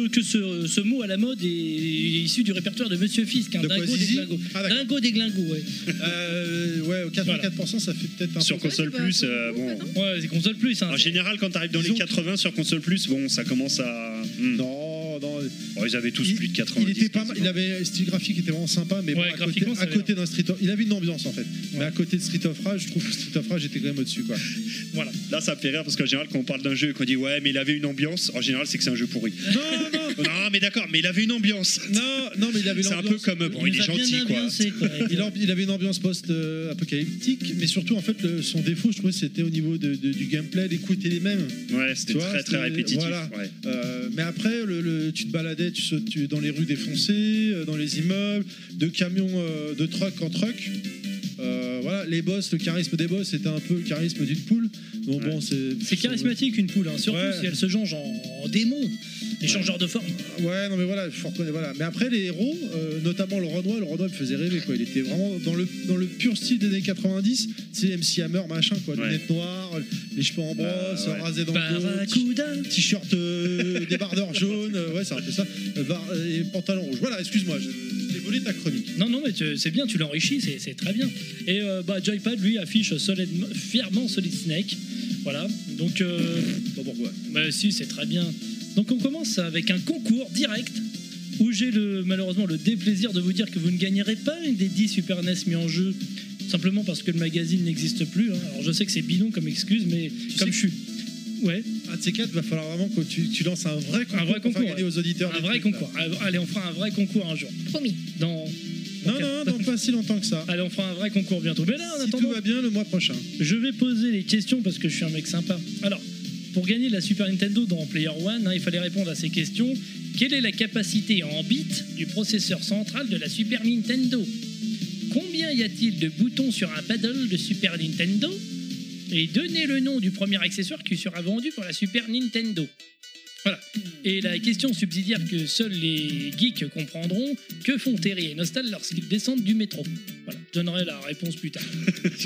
[SPEAKER 5] ce mot à la mode est issu du répertoire de Monsieur Fisk,
[SPEAKER 2] De quoi,
[SPEAKER 5] dingo des
[SPEAKER 2] Zizi
[SPEAKER 5] glingos.
[SPEAKER 2] Ah, d'accord.
[SPEAKER 5] Dingo des glingos, ouais.
[SPEAKER 2] Ouais, 84%, ça fait peut-être un
[SPEAKER 7] Sur
[SPEAKER 2] peu.
[SPEAKER 7] console plus, bon.
[SPEAKER 5] Ouais, c'est console plus. Hein.
[SPEAKER 7] En général, quand t'arrives dans les
[SPEAKER 2] Disons-
[SPEAKER 7] 80 sur console plus, bon, ça commence à.
[SPEAKER 2] Non, non.
[SPEAKER 7] Bon, ils avaient tous plus de 90.
[SPEAKER 2] Il était pas mal, il avait un style graphique qui était vraiment sympa, mais
[SPEAKER 5] Ouais,
[SPEAKER 2] bon,
[SPEAKER 5] graphiquement, ça
[SPEAKER 2] à
[SPEAKER 5] avait
[SPEAKER 2] côté d'un Street of... Il avait une ambiance en fait. Mais
[SPEAKER 5] Ouais.
[SPEAKER 2] à côté de Street of Rage, je trouve que Street of Rage était quand même au-dessus, quoi.
[SPEAKER 5] Voilà.
[SPEAKER 7] Là, ça me fait rire parce qu'en général, quand on parle d'un jeu et qu'on dit ouais, mais il avait une ambiance, en général, c'est que c'est un jeu pourri.
[SPEAKER 2] Non,
[SPEAKER 7] Non, mais d'accord, mais il avait une ambiance.
[SPEAKER 2] non, mais il avait
[SPEAKER 7] C'est un
[SPEAKER 2] l'ambiance.
[SPEAKER 7] peu comme. Bon, il est
[SPEAKER 5] nous a bien
[SPEAKER 7] gentil, quoi.
[SPEAKER 5] ambiancé, quoi.
[SPEAKER 2] Il avait une ambiance post-apocalyptique, mais surtout en fait son défaut, je trouvais, c'était au niveau du gameplay, les coups étaient les mêmes.
[SPEAKER 7] Ouais, c'était
[SPEAKER 2] Tu vois,
[SPEAKER 7] très très
[SPEAKER 2] c'était-
[SPEAKER 7] répétitif.
[SPEAKER 2] voilà.
[SPEAKER 7] Ouais.
[SPEAKER 2] Mais après, tu te baladais, tu dans les rues défoncées, dans les immeubles, de camions, de truck en truck. Voilà, les boss, le charisme des boss, c'était un peu le charisme d'une poule. Donc bon,
[SPEAKER 5] C'est charismatique une poule, hein, surtout
[SPEAKER 2] Ouais.
[SPEAKER 5] si elle se change en démon, et changeur de forme.
[SPEAKER 2] Ouais, non mais voilà, il faut reconnaître, voilà. Mais après les héros, notamment le Renoir il me faisait rêver, quoi. Il était vraiment dans le pur style des années 90, c'est MC Hammer machin, quoi.
[SPEAKER 5] Ouais.
[SPEAKER 2] Lunettes noires, les cheveux en brosse,
[SPEAKER 5] ouais.
[SPEAKER 2] rasé dans le
[SPEAKER 5] Barracuda.
[SPEAKER 2] dos, t-shirt débardeur jaune, ouais c'est un peu ça, et pantalon rouge. Voilà, excuse-moi, j'ai volé ta chronique.
[SPEAKER 5] Non, mais c'est bien, tu l'enrichis, c'est très bien. Et Joypad, lui, affiche fièrement Solid Snake. Voilà, donc...
[SPEAKER 2] Pas pourquoi.
[SPEAKER 5] Bah si, c'est très bien. Donc on commence avec un concours direct où j'ai malheureusement le déplaisir de vous dire que vous ne gagnerez pas une des 10 Super NES mis en jeu, simplement parce que le magazine n'existe plus. Hein. Alors je sais que c'est bidon comme excuse, mais comme je suis... Ouais.
[SPEAKER 2] Un de ces quatre, va falloir vraiment que tu lances un vrai concours, pour faire gagner aux auditeurs.
[SPEAKER 5] Un
[SPEAKER 2] des
[SPEAKER 5] vrai
[SPEAKER 2] trucs,
[SPEAKER 5] concours. Allez, on fera un vrai concours un jour.
[SPEAKER 3] Promis.
[SPEAKER 2] Non, pas si longtemps que ça.
[SPEAKER 5] Allez, on fera un vrai concours bientôt. Mais là, en
[SPEAKER 2] Si
[SPEAKER 5] attendant,
[SPEAKER 2] tout va bien, le mois prochain.
[SPEAKER 5] je vais poser les questions parce que je suis un mec sympa. Alors, pour gagner la Super Nintendo dans Player One, il fallait répondre à ces questions. Quelle est la capacité en bits du processeur central de la Super Nintendo? Combien y a-t-il de boutons sur un paddle de Super Nintendo? Et donnez le nom du premier accessoire qui sera vendu pour la Super Nintendo. Voilà. Et la question subsidiaire que seuls les geeks comprendront, que font Terry et Nostal lorsqu'ils descendent du métro? Voilà, je donnerai la réponse plus tard.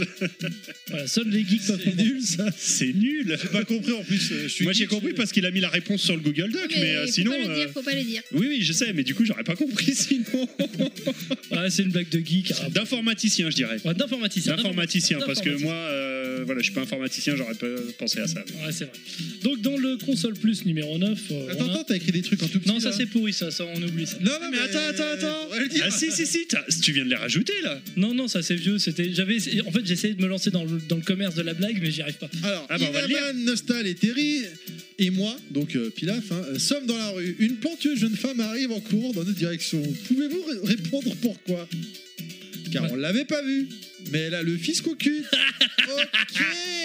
[SPEAKER 5] Voilà, seuls les geeks peuvent
[SPEAKER 2] C'est
[SPEAKER 5] comprendre.
[SPEAKER 2] nul ça.
[SPEAKER 7] C'est nul.
[SPEAKER 2] J'ai pas compris en plus.
[SPEAKER 7] Moi j'ai compris parce qu'il a mis la réponse sur le Google Doc, mais
[SPEAKER 3] faut
[SPEAKER 7] sinon.
[SPEAKER 3] pas le dire, faut pas le dire.
[SPEAKER 7] Oui, je sais, mais du coup j'aurais pas compris sinon.
[SPEAKER 5] Ouais, c'est une blague de geek. hein.
[SPEAKER 7] D'informaticien, je dirais.
[SPEAKER 5] Ouais, d'informaticien.
[SPEAKER 7] D'informaticien, parce que
[SPEAKER 5] D'informaticien.
[SPEAKER 7] moi, voilà, je suis pas informaticien, j'aurais pas pensé à ça.
[SPEAKER 5] Ouais, c'est vrai. Donc, dans le console plus numéro 9.
[SPEAKER 2] Attends, t'as écrit des trucs en tout petit.
[SPEAKER 5] Non, ça
[SPEAKER 2] là.
[SPEAKER 5] c'est pourri, ça, on oublie ça.
[SPEAKER 2] Non,
[SPEAKER 7] Mais attends.
[SPEAKER 2] on va le dire.
[SPEAKER 7] Ah si, tu viens de les rajouter là.
[SPEAKER 5] Non, ça c'est vieux. En fait, j'essayais de me lancer dans le commerce de la blague, mais j'y arrive pas.
[SPEAKER 2] Alors,
[SPEAKER 7] Ah bah, on va le lire.
[SPEAKER 2] Inaman, Nostal et Terry et moi, donc Pilaf, sommes dans la rue. Une plantueuse jeune femme arrive en courant dans notre direction. Pouvez-vous répondre pourquoi? Car
[SPEAKER 5] Ouais.
[SPEAKER 2] on l'avait pas vu. Mais elle a le fisc au cul. Ok.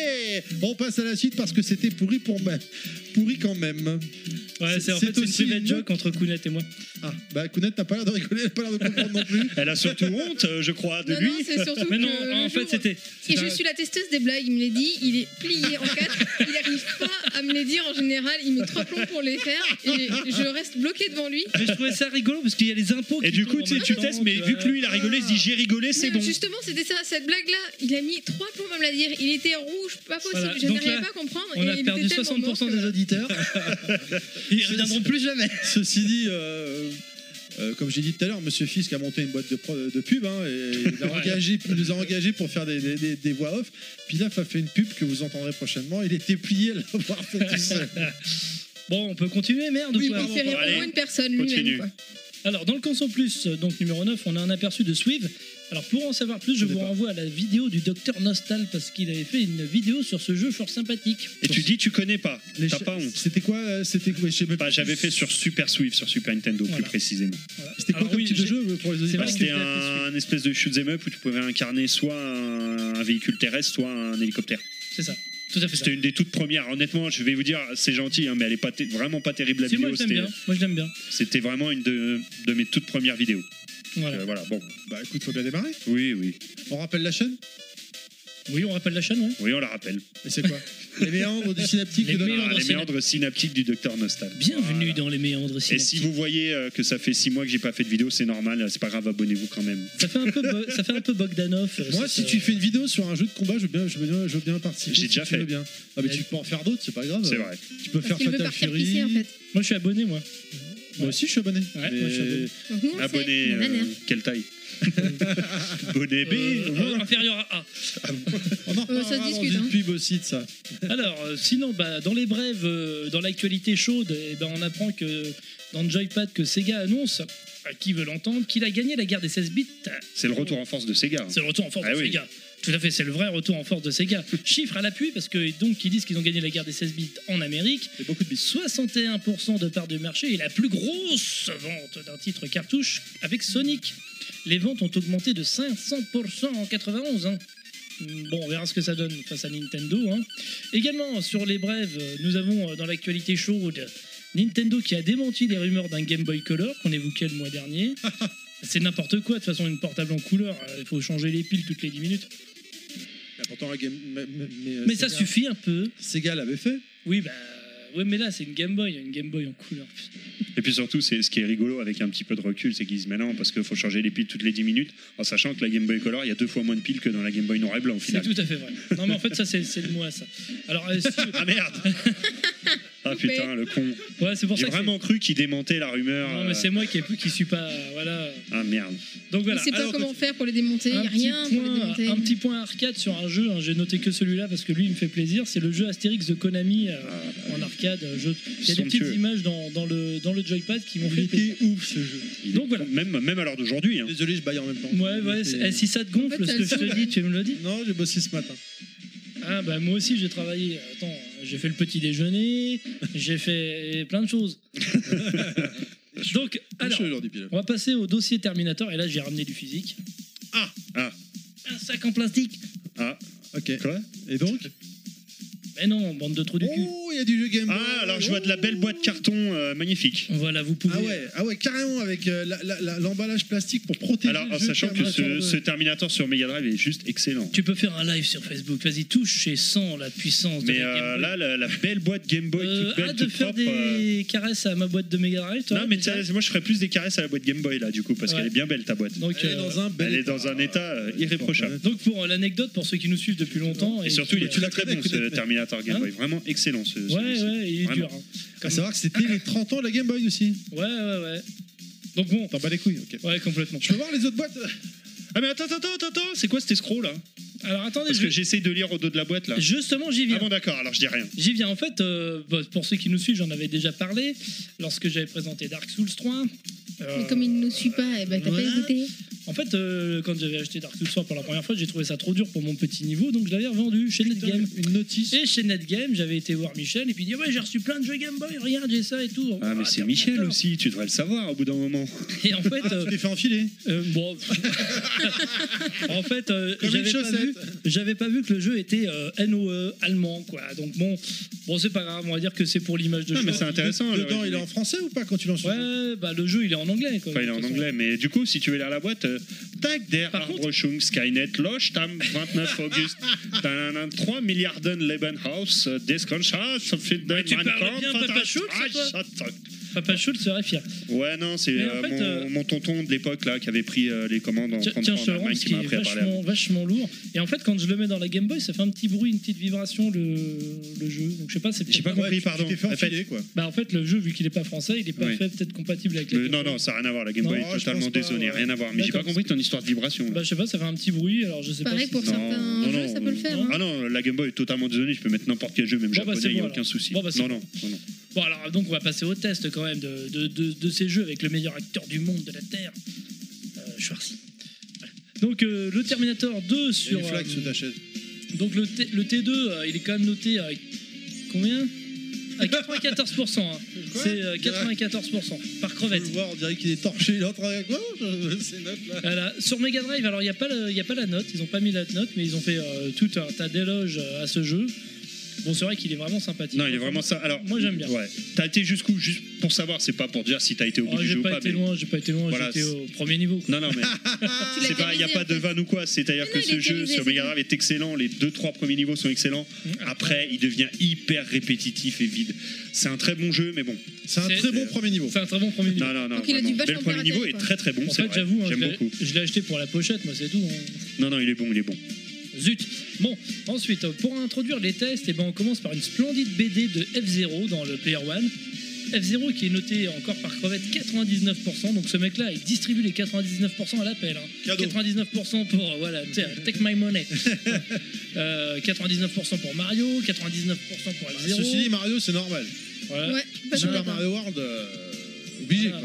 [SPEAKER 2] On passe à la suite parce que c'était pourri pourri quand même.
[SPEAKER 5] Ouais, c'est
[SPEAKER 2] c'est
[SPEAKER 5] une
[SPEAKER 2] aussi
[SPEAKER 5] private
[SPEAKER 2] une-
[SPEAKER 5] joke entre Kounet et moi.
[SPEAKER 2] Ah, bah Kounet, t'as pas l'air de rigoler, t'as pas l'air de comprendre non plus.
[SPEAKER 7] Elle a surtout honte, je crois, de
[SPEAKER 3] Non,
[SPEAKER 7] lui.
[SPEAKER 3] non, c'est surtout
[SPEAKER 5] Mais non,
[SPEAKER 3] que le
[SPEAKER 5] en fait,
[SPEAKER 3] jour-
[SPEAKER 5] c'était.
[SPEAKER 3] Et je suis la testeuse des blagues, il me l'a dit, il est plié en 4, il n'arrive pas à me les dire en général, il met 3 plombs pour les faire, et je reste bloquée devant lui.
[SPEAKER 5] Mais je trouvais ça rigolo parce qu'il y a les impôts.
[SPEAKER 7] Et
[SPEAKER 5] qui
[SPEAKER 7] du coup,
[SPEAKER 5] tombent
[SPEAKER 7] tu
[SPEAKER 5] en
[SPEAKER 7] sais, tu
[SPEAKER 5] même
[SPEAKER 7] testes,
[SPEAKER 5] temps,
[SPEAKER 7] mais vu que lui il a rigolé, il se dit j'ai rigolé, c'est
[SPEAKER 3] Mais
[SPEAKER 7] bon.
[SPEAKER 3] justement, c'était ça, cette blague-là, il a mis 3 plombs à me la dire, il était rouge, pas possible,
[SPEAKER 5] Voilà,
[SPEAKER 3] je
[SPEAKER 5] donc
[SPEAKER 3] n'arrivais
[SPEAKER 5] là,
[SPEAKER 3] pas à comprendre.
[SPEAKER 5] On
[SPEAKER 3] et
[SPEAKER 5] a
[SPEAKER 3] il
[SPEAKER 5] perdu
[SPEAKER 3] était tellement mort
[SPEAKER 5] 60%
[SPEAKER 3] que-
[SPEAKER 5] des auditeurs. Ils reviendront plus jamais.
[SPEAKER 2] Ceci dit, comme j'ai dit tout à l'heure, Monsieur Fisk a monté une boîte de pub et il nous a engagés pour faire des voix off. Pilaf a fait une pub que vous entendrez prochainement. Il était plié à l'avoir fait tout seul.
[SPEAKER 5] Bon, on peut continuer, merde.
[SPEAKER 2] Oui,
[SPEAKER 5] ou quoi
[SPEAKER 2] pardon.
[SPEAKER 3] Il fait rire au
[SPEAKER 7] Allez,
[SPEAKER 3] moins une personne
[SPEAKER 7] continue.
[SPEAKER 3] lui-même. quoi.
[SPEAKER 5] Alors, dans le console plus, donc numéro 9, on a un aperçu de Swift Alors pour en savoir plus, je vous renvoie à la vidéo du Docteur Nostal parce qu'il avait fait une vidéo sur ce jeu fort sympathique.
[SPEAKER 6] Et tu dis tu connais pas, t'as pas honte.
[SPEAKER 4] C'était quoi je sais même
[SPEAKER 6] Bah, j'avais fait sur Super Swift, sur Super Nintendo
[SPEAKER 5] Voilà.
[SPEAKER 6] plus précisément.
[SPEAKER 5] Voilà.
[SPEAKER 4] C'était quoi
[SPEAKER 5] Alors
[SPEAKER 4] comme
[SPEAKER 5] oui,
[SPEAKER 4] type de
[SPEAKER 5] j'ai-
[SPEAKER 4] jeu pour les
[SPEAKER 5] C'est
[SPEAKER 4] auditeurs
[SPEAKER 5] vrai
[SPEAKER 6] C'était
[SPEAKER 5] que
[SPEAKER 6] un espèce de shoot'em up où tu pouvais incarner soit un véhicule terrestre, soit un hélicoptère.
[SPEAKER 5] c'est ça. Tout à fait.
[SPEAKER 6] C'était une des toutes premières. Honnêtement, je vais vous dire, c'est gentil, hein, mais elle est pas vraiment pas terrible la
[SPEAKER 5] Si, moi
[SPEAKER 6] vidéo.
[SPEAKER 5] je l'aime bien. Moi je l'aime bien.
[SPEAKER 6] C'était vraiment une de mes toutes premières vidéos.
[SPEAKER 5] Voilà.
[SPEAKER 6] Voilà, bon.
[SPEAKER 4] Bah écoute, faut bien démarrer.
[SPEAKER 6] Oui, oui.
[SPEAKER 4] On rappelle la chaîne.
[SPEAKER 5] Oui, on rappelle la chaîne, ouais.
[SPEAKER 6] Oui, on la rappelle.
[SPEAKER 4] Et c'est quoi? Les méandres du synaptique
[SPEAKER 5] Les
[SPEAKER 4] de
[SPEAKER 5] méandres.
[SPEAKER 4] Donald.
[SPEAKER 6] Les méandres synaptiques du Docteur Nostal.
[SPEAKER 5] Bienvenue
[SPEAKER 6] Voilà.
[SPEAKER 5] dans les méandres
[SPEAKER 6] Et
[SPEAKER 5] synaptiques.
[SPEAKER 6] si vous voyez que ça fait 6 mois que j'ai pas fait de vidéo, c'est normal, c'est pas grave, abonnez-vous quand même.
[SPEAKER 5] Ça fait un peu Bogdanov.
[SPEAKER 4] Moi, si tu fais une vidéo sur un jeu de combat, je veux bien participer.
[SPEAKER 6] J'ai
[SPEAKER 4] si
[SPEAKER 6] déjà
[SPEAKER 4] tu veux
[SPEAKER 6] fait.
[SPEAKER 4] bien. Ah, mais tu peux en faire d'autres, c'est pas grave.
[SPEAKER 6] C'est vrai.
[SPEAKER 4] Tu peux faire
[SPEAKER 3] Parce qu'il veut
[SPEAKER 4] Fatal
[SPEAKER 3] partir
[SPEAKER 4] Fury.
[SPEAKER 3] pisser en fait.
[SPEAKER 5] Moi je suis abonné, moi.
[SPEAKER 4] Moi aussi, je suis abonné.
[SPEAKER 5] Ouais,
[SPEAKER 4] Mais-
[SPEAKER 5] moi, je suis abonné.
[SPEAKER 3] Donc nous, on
[SPEAKER 6] Abonné,
[SPEAKER 3] sait, nanana.
[SPEAKER 6] quelle taille Bonnet B.
[SPEAKER 5] Inférieur à A.
[SPEAKER 4] On en reparlera
[SPEAKER 3] ça se
[SPEAKER 4] dans
[SPEAKER 3] discute,
[SPEAKER 4] une
[SPEAKER 3] hein.
[SPEAKER 4] pub aussi de ça.
[SPEAKER 5] Alors, sinon, bah, dans les brèves, dans l'actualité chaude, eh ben, on apprend que dans le Joypad que Sega annonce, à qui veut l'entendre, qu'il a gagné la guerre des 16 bits.
[SPEAKER 6] C'est le retour en force de Sega.
[SPEAKER 5] C'est le retour en force
[SPEAKER 6] Ah
[SPEAKER 5] de
[SPEAKER 6] oui.
[SPEAKER 5] Sega. Tout à fait, c'est le vrai retour en force de Sega. Chiffre à l'appui, parce que donc ils disent qu'ils ont gagné la guerre des 16 bits en Amérique.
[SPEAKER 4] C'est beaucoup de bits.
[SPEAKER 5] 61% de part de marché et la plus grosse vente d'un titre cartouche avec Sonic. Les ventes ont augmenté de 500% en 91. Hein. Bon, on verra ce que ça donne face à Nintendo. Hein. Également, sur les brèves, nous avons dans l'actualité chaude Nintendo qui a démenti les rumeurs d'un Game Boy Color qu'on évoquait le mois dernier. C'est n'importe quoi, de toute façon, une portable en couleur, il faut changer les piles toutes les 10 minutes.
[SPEAKER 4] Mais pourtant, la game...
[SPEAKER 5] Mais ça
[SPEAKER 4] Sega-
[SPEAKER 5] suffit un peu.
[SPEAKER 4] Sega l'avait fait.
[SPEAKER 5] Oui, bah. Ouais, mais là, c'est une Game Boy en couleur.
[SPEAKER 6] Et puis surtout, c'est ce qui est rigolo avec un petit peu de recul, c'est qu'ils disent maintenant parce qu'il faut changer les piles toutes les 10 minutes, en sachant que la Game Boy Color, il y a 2 fois moins de piles que dans la Game Boy noir et blanc au
[SPEAKER 5] C'est
[SPEAKER 6] final.
[SPEAKER 5] tout à fait vrai. Non, mais en fait, ça, c'est le moi, ça. Alors, si-
[SPEAKER 6] Ah merde Ah putain, le con.
[SPEAKER 5] ouais, c'est pour
[SPEAKER 6] J'ai
[SPEAKER 5] ça que
[SPEAKER 6] vraiment cru qu'il démentait la rumeur.
[SPEAKER 5] non, mais c'est moi qui suis pas. Voilà.
[SPEAKER 6] Ah merde.
[SPEAKER 5] Donc
[SPEAKER 3] Il
[SPEAKER 5] voilà.
[SPEAKER 3] sait pas
[SPEAKER 5] Alors,
[SPEAKER 3] comment faire pour les démonter, il
[SPEAKER 5] un
[SPEAKER 3] n'y a
[SPEAKER 5] petit
[SPEAKER 3] rien pour les démonter.
[SPEAKER 5] un petit point arcade sur un jeu, hein, j'ai noté que celui-là parce que lui il me fait plaisir, c'est le jeu Astérix de Konami en arcade. Il y a des petites
[SPEAKER 6] Somptueux.
[SPEAKER 5] images dans le joypad qui m'ont
[SPEAKER 4] Il
[SPEAKER 5] fait plaisir.
[SPEAKER 4] était ouf ce jeu.
[SPEAKER 6] Il
[SPEAKER 5] Donc
[SPEAKER 6] est-
[SPEAKER 5] voilà.
[SPEAKER 6] Même à l'heure d'aujourd'hui. Hein.
[SPEAKER 4] Désolé, je baille en même temps.
[SPEAKER 5] Ouais, ouais, si ça te gonfle
[SPEAKER 3] En fait,
[SPEAKER 5] ce que je
[SPEAKER 3] ça le
[SPEAKER 5] te dis, tu me le dis.
[SPEAKER 4] Non, j'ai bossé ce matin.
[SPEAKER 5] Ah bah moi aussi j'ai travaillé. Attends, j'ai fait le petit déjeuner, j'ai fait plein de choses. Donc, alors,
[SPEAKER 4] Je suis aujourd'hui, Pilaf.
[SPEAKER 5] on va passer au dossier Terminator et là j'ai ramené du physique.
[SPEAKER 6] Ah.
[SPEAKER 5] Un sac en plastique.
[SPEAKER 6] Ah.
[SPEAKER 4] Ok.
[SPEAKER 6] Quoi
[SPEAKER 4] Et donc
[SPEAKER 5] Mais non, bande de trous du cul.
[SPEAKER 4] Oh, il y a du jeu Game Boy.
[SPEAKER 6] Ah, alors je vois de la belle boîte carton magnifique.
[SPEAKER 5] Voilà, vous pouvez.
[SPEAKER 4] Ah ouais, carrément avec l'emballage plastique pour protéger.
[SPEAKER 6] Alors,
[SPEAKER 4] le
[SPEAKER 6] en
[SPEAKER 4] jeu
[SPEAKER 6] sachant que
[SPEAKER 4] Terminator
[SPEAKER 6] ce
[SPEAKER 4] 2.
[SPEAKER 6] Terminator sur Mega Drive est juste excellent.
[SPEAKER 5] Tu peux faire un live sur Facebook. Vas-y, touche et sens la puissance de
[SPEAKER 6] Mais
[SPEAKER 5] la Game Boy.
[SPEAKER 6] là, la belle boîte Game Boy toute belle,
[SPEAKER 5] Hâte de
[SPEAKER 6] toute
[SPEAKER 5] faire
[SPEAKER 6] propre.
[SPEAKER 5] des caresses à ma boîte de Mega Drive, toi.
[SPEAKER 6] Non, mais
[SPEAKER 5] déjà.
[SPEAKER 6] moi je ferais plus des caresses à la boîte Game Boy là, du coup, parce
[SPEAKER 5] Ouais.
[SPEAKER 6] qu'elle est bien belle ta boîte.
[SPEAKER 5] Donc,
[SPEAKER 4] Elle est dans un bel
[SPEAKER 6] Elle est dans un état irréprochable.
[SPEAKER 5] donc pour l'anecdote, pour ceux qui nous suivent depuis longtemps.
[SPEAKER 6] Et surtout, il est
[SPEAKER 4] tu la
[SPEAKER 6] très très
[SPEAKER 4] connais,
[SPEAKER 6] bon ce
[SPEAKER 4] connais.
[SPEAKER 6] Terminator Game
[SPEAKER 5] Hein
[SPEAKER 6] Boy. Vraiment excellent ce.
[SPEAKER 5] Ouais,
[SPEAKER 6] celui-ci.
[SPEAKER 5] ouais, il est
[SPEAKER 6] Vraiment.
[SPEAKER 5] dur. Hein.
[SPEAKER 4] À savoir que c'était les 30 ans de la Game Boy aussi.
[SPEAKER 5] Ouais. Donc bon,
[SPEAKER 4] T'en bats les couilles, ok.
[SPEAKER 5] ouais, complètement.
[SPEAKER 4] Je peux voir les autres boîtes
[SPEAKER 6] Ah, mais attends, c'est quoi cet escroc là
[SPEAKER 5] Alors attendez,
[SPEAKER 6] Parce que j'essaye de lire au dos de la boîte là.
[SPEAKER 5] justement, j'y viens.
[SPEAKER 6] Ah bon, d'accord, alors je dis rien.
[SPEAKER 5] J'y viens. En fait, bah, pour ceux qui nous suivent, j'en avais déjà parlé lorsque j'avais présenté Dark Souls 3.
[SPEAKER 3] Mais comme il ne nous suit pas, eh ben, t'as
[SPEAKER 5] voilà.
[SPEAKER 3] pas écouté.
[SPEAKER 5] En fait, quand j'avais acheté Dark Souls 3 pour la première fois, j'ai trouvé ça trop dur pour mon petit niveau, donc je l'avais revendu chez Netgame.
[SPEAKER 4] Une notice.
[SPEAKER 5] Et chez Netgame, j'avais été voir Michel et puis il dit ouais, j'ai reçu plein de jeux Game Boy, regarde, j'ai ça et tout.
[SPEAKER 6] Ah, mais c'est Michel aussi, tu devrais le savoir au bout d'un moment.
[SPEAKER 5] Et en fait,
[SPEAKER 4] Tu t'es fait enfiler.
[SPEAKER 5] bon, en fait,
[SPEAKER 4] Comme une chaussette.
[SPEAKER 5] j'avais pas vu que le jeu était NOE allemand, quoi. Donc bon, c'est pas grave, on va dire que c'est pour l'image de
[SPEAKER 6] Non,
[SPEAKER 5] jeu.
[SPEAKER 6] mais c'est intéressant. le
[SPEAKER 4] Dedans, il est
[SPEAKER 6] résumé.
[SPEAKER 4] en français ou pas quand tu lances le jeu
[SPEAKER 5] Ouais, bah le jeu il est en anglais, quoi.
[SPEAKER 6] Enfin, il est
[SPEAKER 5] de
[SPEAKER 6] en
[SPEAKER 5] toute façon.
[SPEAKER 6] anglais, mais du coup, si tu veux lire la boîte, Tag der
[SPEAKER 5] Par contre-
[SPEAKER 6] Arbrochung Skynet Losch am 29 August 3 Milliarden Lebenhaus Desconschatz
[SPEAKER 5] Ouais, tu parles bien Papa Schultz, toi Papa Schultz serait fier.
[SPEAKER 6] Ouais, non, c'est
[SPEAKER 5] Mais en fait,
[SPEAKER 6] mon tonton de l'époque là qui avait pris les commandes en
[SPEAKER 5] Tiens,
[SPEAKER 6] 33
[SPEAKER 5] je
[SPEAKER 6] en
[SPEAKER 5] te le rends
[SPEAKER 6] Allemagne
[SPEAKER 5] parce
[SPEAKER 6] qui
[SPEAKER 5] qu'il
[SPEAKER 6] m'a
[SPEAKER 5] est
[SPEAKER 6] appris à parler allemand.
[SPEAKER 5] vachement lourd. Et en fait, quand je le mets dans la Game Boy, ça fait un petit bruit, une petite vibration, le jeu. Donc je sais pas, c'est
[SPEAKER 6] J'ai pas
[SPEAKER 5] peut-être
[SPEAKER 6] compris,
[SPEAKER 4] tu
[SPEAKER 6] pardon.
[SPEAKER 4] t'es fait
[SPEAKER 6] Répète.
[SPEAKER 4] enfiler, quoi.
[SPEAKER 5] Bah en fait, le jeu, vu qu'il est pas français, il est pas
[SPEAKER 6] Oui.
[SPEAKER 5] fait peut-être compatible avec la Game
[SPEAKER 6] Non,
[SPEAKER 5] Boy.
[SPEAKER 6] non, ça n'a rien à voir. La Game
[SPEAKER 4] Non,
[SPEAKER 6] Boy
[SPEAKER 4] je
[SPEAKER 6] est totalement
[SPEAKER 4] pense pas,
[SPEAKER 6] dézonée,
[SPEAKER 4] ouais.
[SPEAKER 6] rien à voir. Mais j'ai pas
[SPEAKER 5] D'accord.
[SPEAKER 6] compris ton histoire de vibration. là.
[SPEAKER 5] Bah je sais pas, ça fait un petit bruit, alors je sais
[SPEAKER 3] Pareil
[SPEAKER 5] pas.
[SPEAKER 3] pour
[SPEAKER 5] si c'est-
[SPEAKER 3] certains jeux, ça peut le faire.
[SPEAKER 5] non.
[SPEAKER 3] hein.
[SPEAKER 6] Ah non, la Game Boy est totalement dézonée. Je peux mettre n'importe quel jeu, même
[SPEAKER 5] Bon, bah,
[SPEAKER 6] japonais,
[SPEAKER 5] c'est
[SPEAKER 6] il n'y a
[SPEAKER 5] bon,
[SPEAKER 6] aucun
[SPEAKER 5] alors.
[SPEAKER 6] souci.
[SPEAKER 5] Bon, bah, c'est
[SPEAKER 6] Non.
[SPEAKER 5] Bon alors donc on va passer au test quand même de ces jeux avec le meilleur acteur du monde de la Terre, Schwarzy. Donc le Terminator 2 sur...
[SPEAKER 2] Une flaque sous ta chaise.
[SPEAKER 5] Donc le T2, il est quand même noté à combien? À 94%. Hein.
[SPEAKER 2] Quoi?
[SPEAKER 5] C'est 94% par
[SPEAKER 2] Faut
[SPEAKER 5] crevette.
[SPEAKER 2] le voir, on dirait qu'il est torché. Il est en train de quoi? Ces notes là.
[SPEAKER 5] Voilà. Sur Mega Drive, alors il n'y a pas la note, ils n'ont pas mis la note, mais ils ont fait tout un tas d'éloges à ce jeu. Bon, c'est vrai qu'il est vraiment sympathique.
[SPEAKER 7] Non, il est vraiment ça. Alors,
[SPEAKER 5] moi j'aime bien.
[SPEAKER 7] Ouais. T'as été jusqu'où? Juste pour savoir, c'est pas pour dire si t'as été au bout du jeu ou pas.
[SPEAKER 5] J'ai pas été loin,
[SPEAKER 7] Voilà,
[SPEAKER 5] j'étais au premier niveau. Quoi.
[SPEAKER 7] Non, mais c'est pas, il n'y a pas de vanne ou quoi. C'est-à-dire que ce jeu sur Mega Drive est excellent. Les 2-3 premiers niveaux sont excellents. Après, il devient hyper répétitif et vide. C'est un très bon jeu, mais bon.
[SPEAKER 2] C'est un très bon premier niveau.
[SPEAKER 5] C'est un très bon premier niveau.
[SPEAKER 7] Non.
[SPEAKER 3] Donc il a dû
[SPEAKER 7] Mais le
[SPEAKER 3] vachement
[SPEAKER 7] premier niveau est très très bon.
[SPEAKER 5] En fait, j'avoue,
[SPEAKER 7] j'aime beaucoup.
[SPEAKER 5] je l'ai acheté pour la pochette, moi c'est tout. Hein.
[SPEAKER 7] Non, il est bon.
[SPEAKER 5] Zut. Bon, ensuite, pour introduire les tests, eh ben, on commence par une splendide BD de F-Zero dans le Player One. F-Zero qui est noté encore par crevette 99%. Donc ce mec-là, il distribue les 99% à l'appel. Hein.
[SPEAKER 2] Cadeau.
[SPEAKER 5] 99% pour, voilà, take my money. 99% pour Mario, 99% pour F-Zero.
[SPEAKER 2] Ceci dit, Mario, c'est normal.
[SPEAKER 5] Voilà.
[SPEAKER 3] Ouais, pas
[SPEAKER 2] Super
[SPEAKER 3] d'accord.
[SPEAKER 2] Mario World, obligé
[SPEAKER 5] Voilà.
[SPEAKER 2] quoi.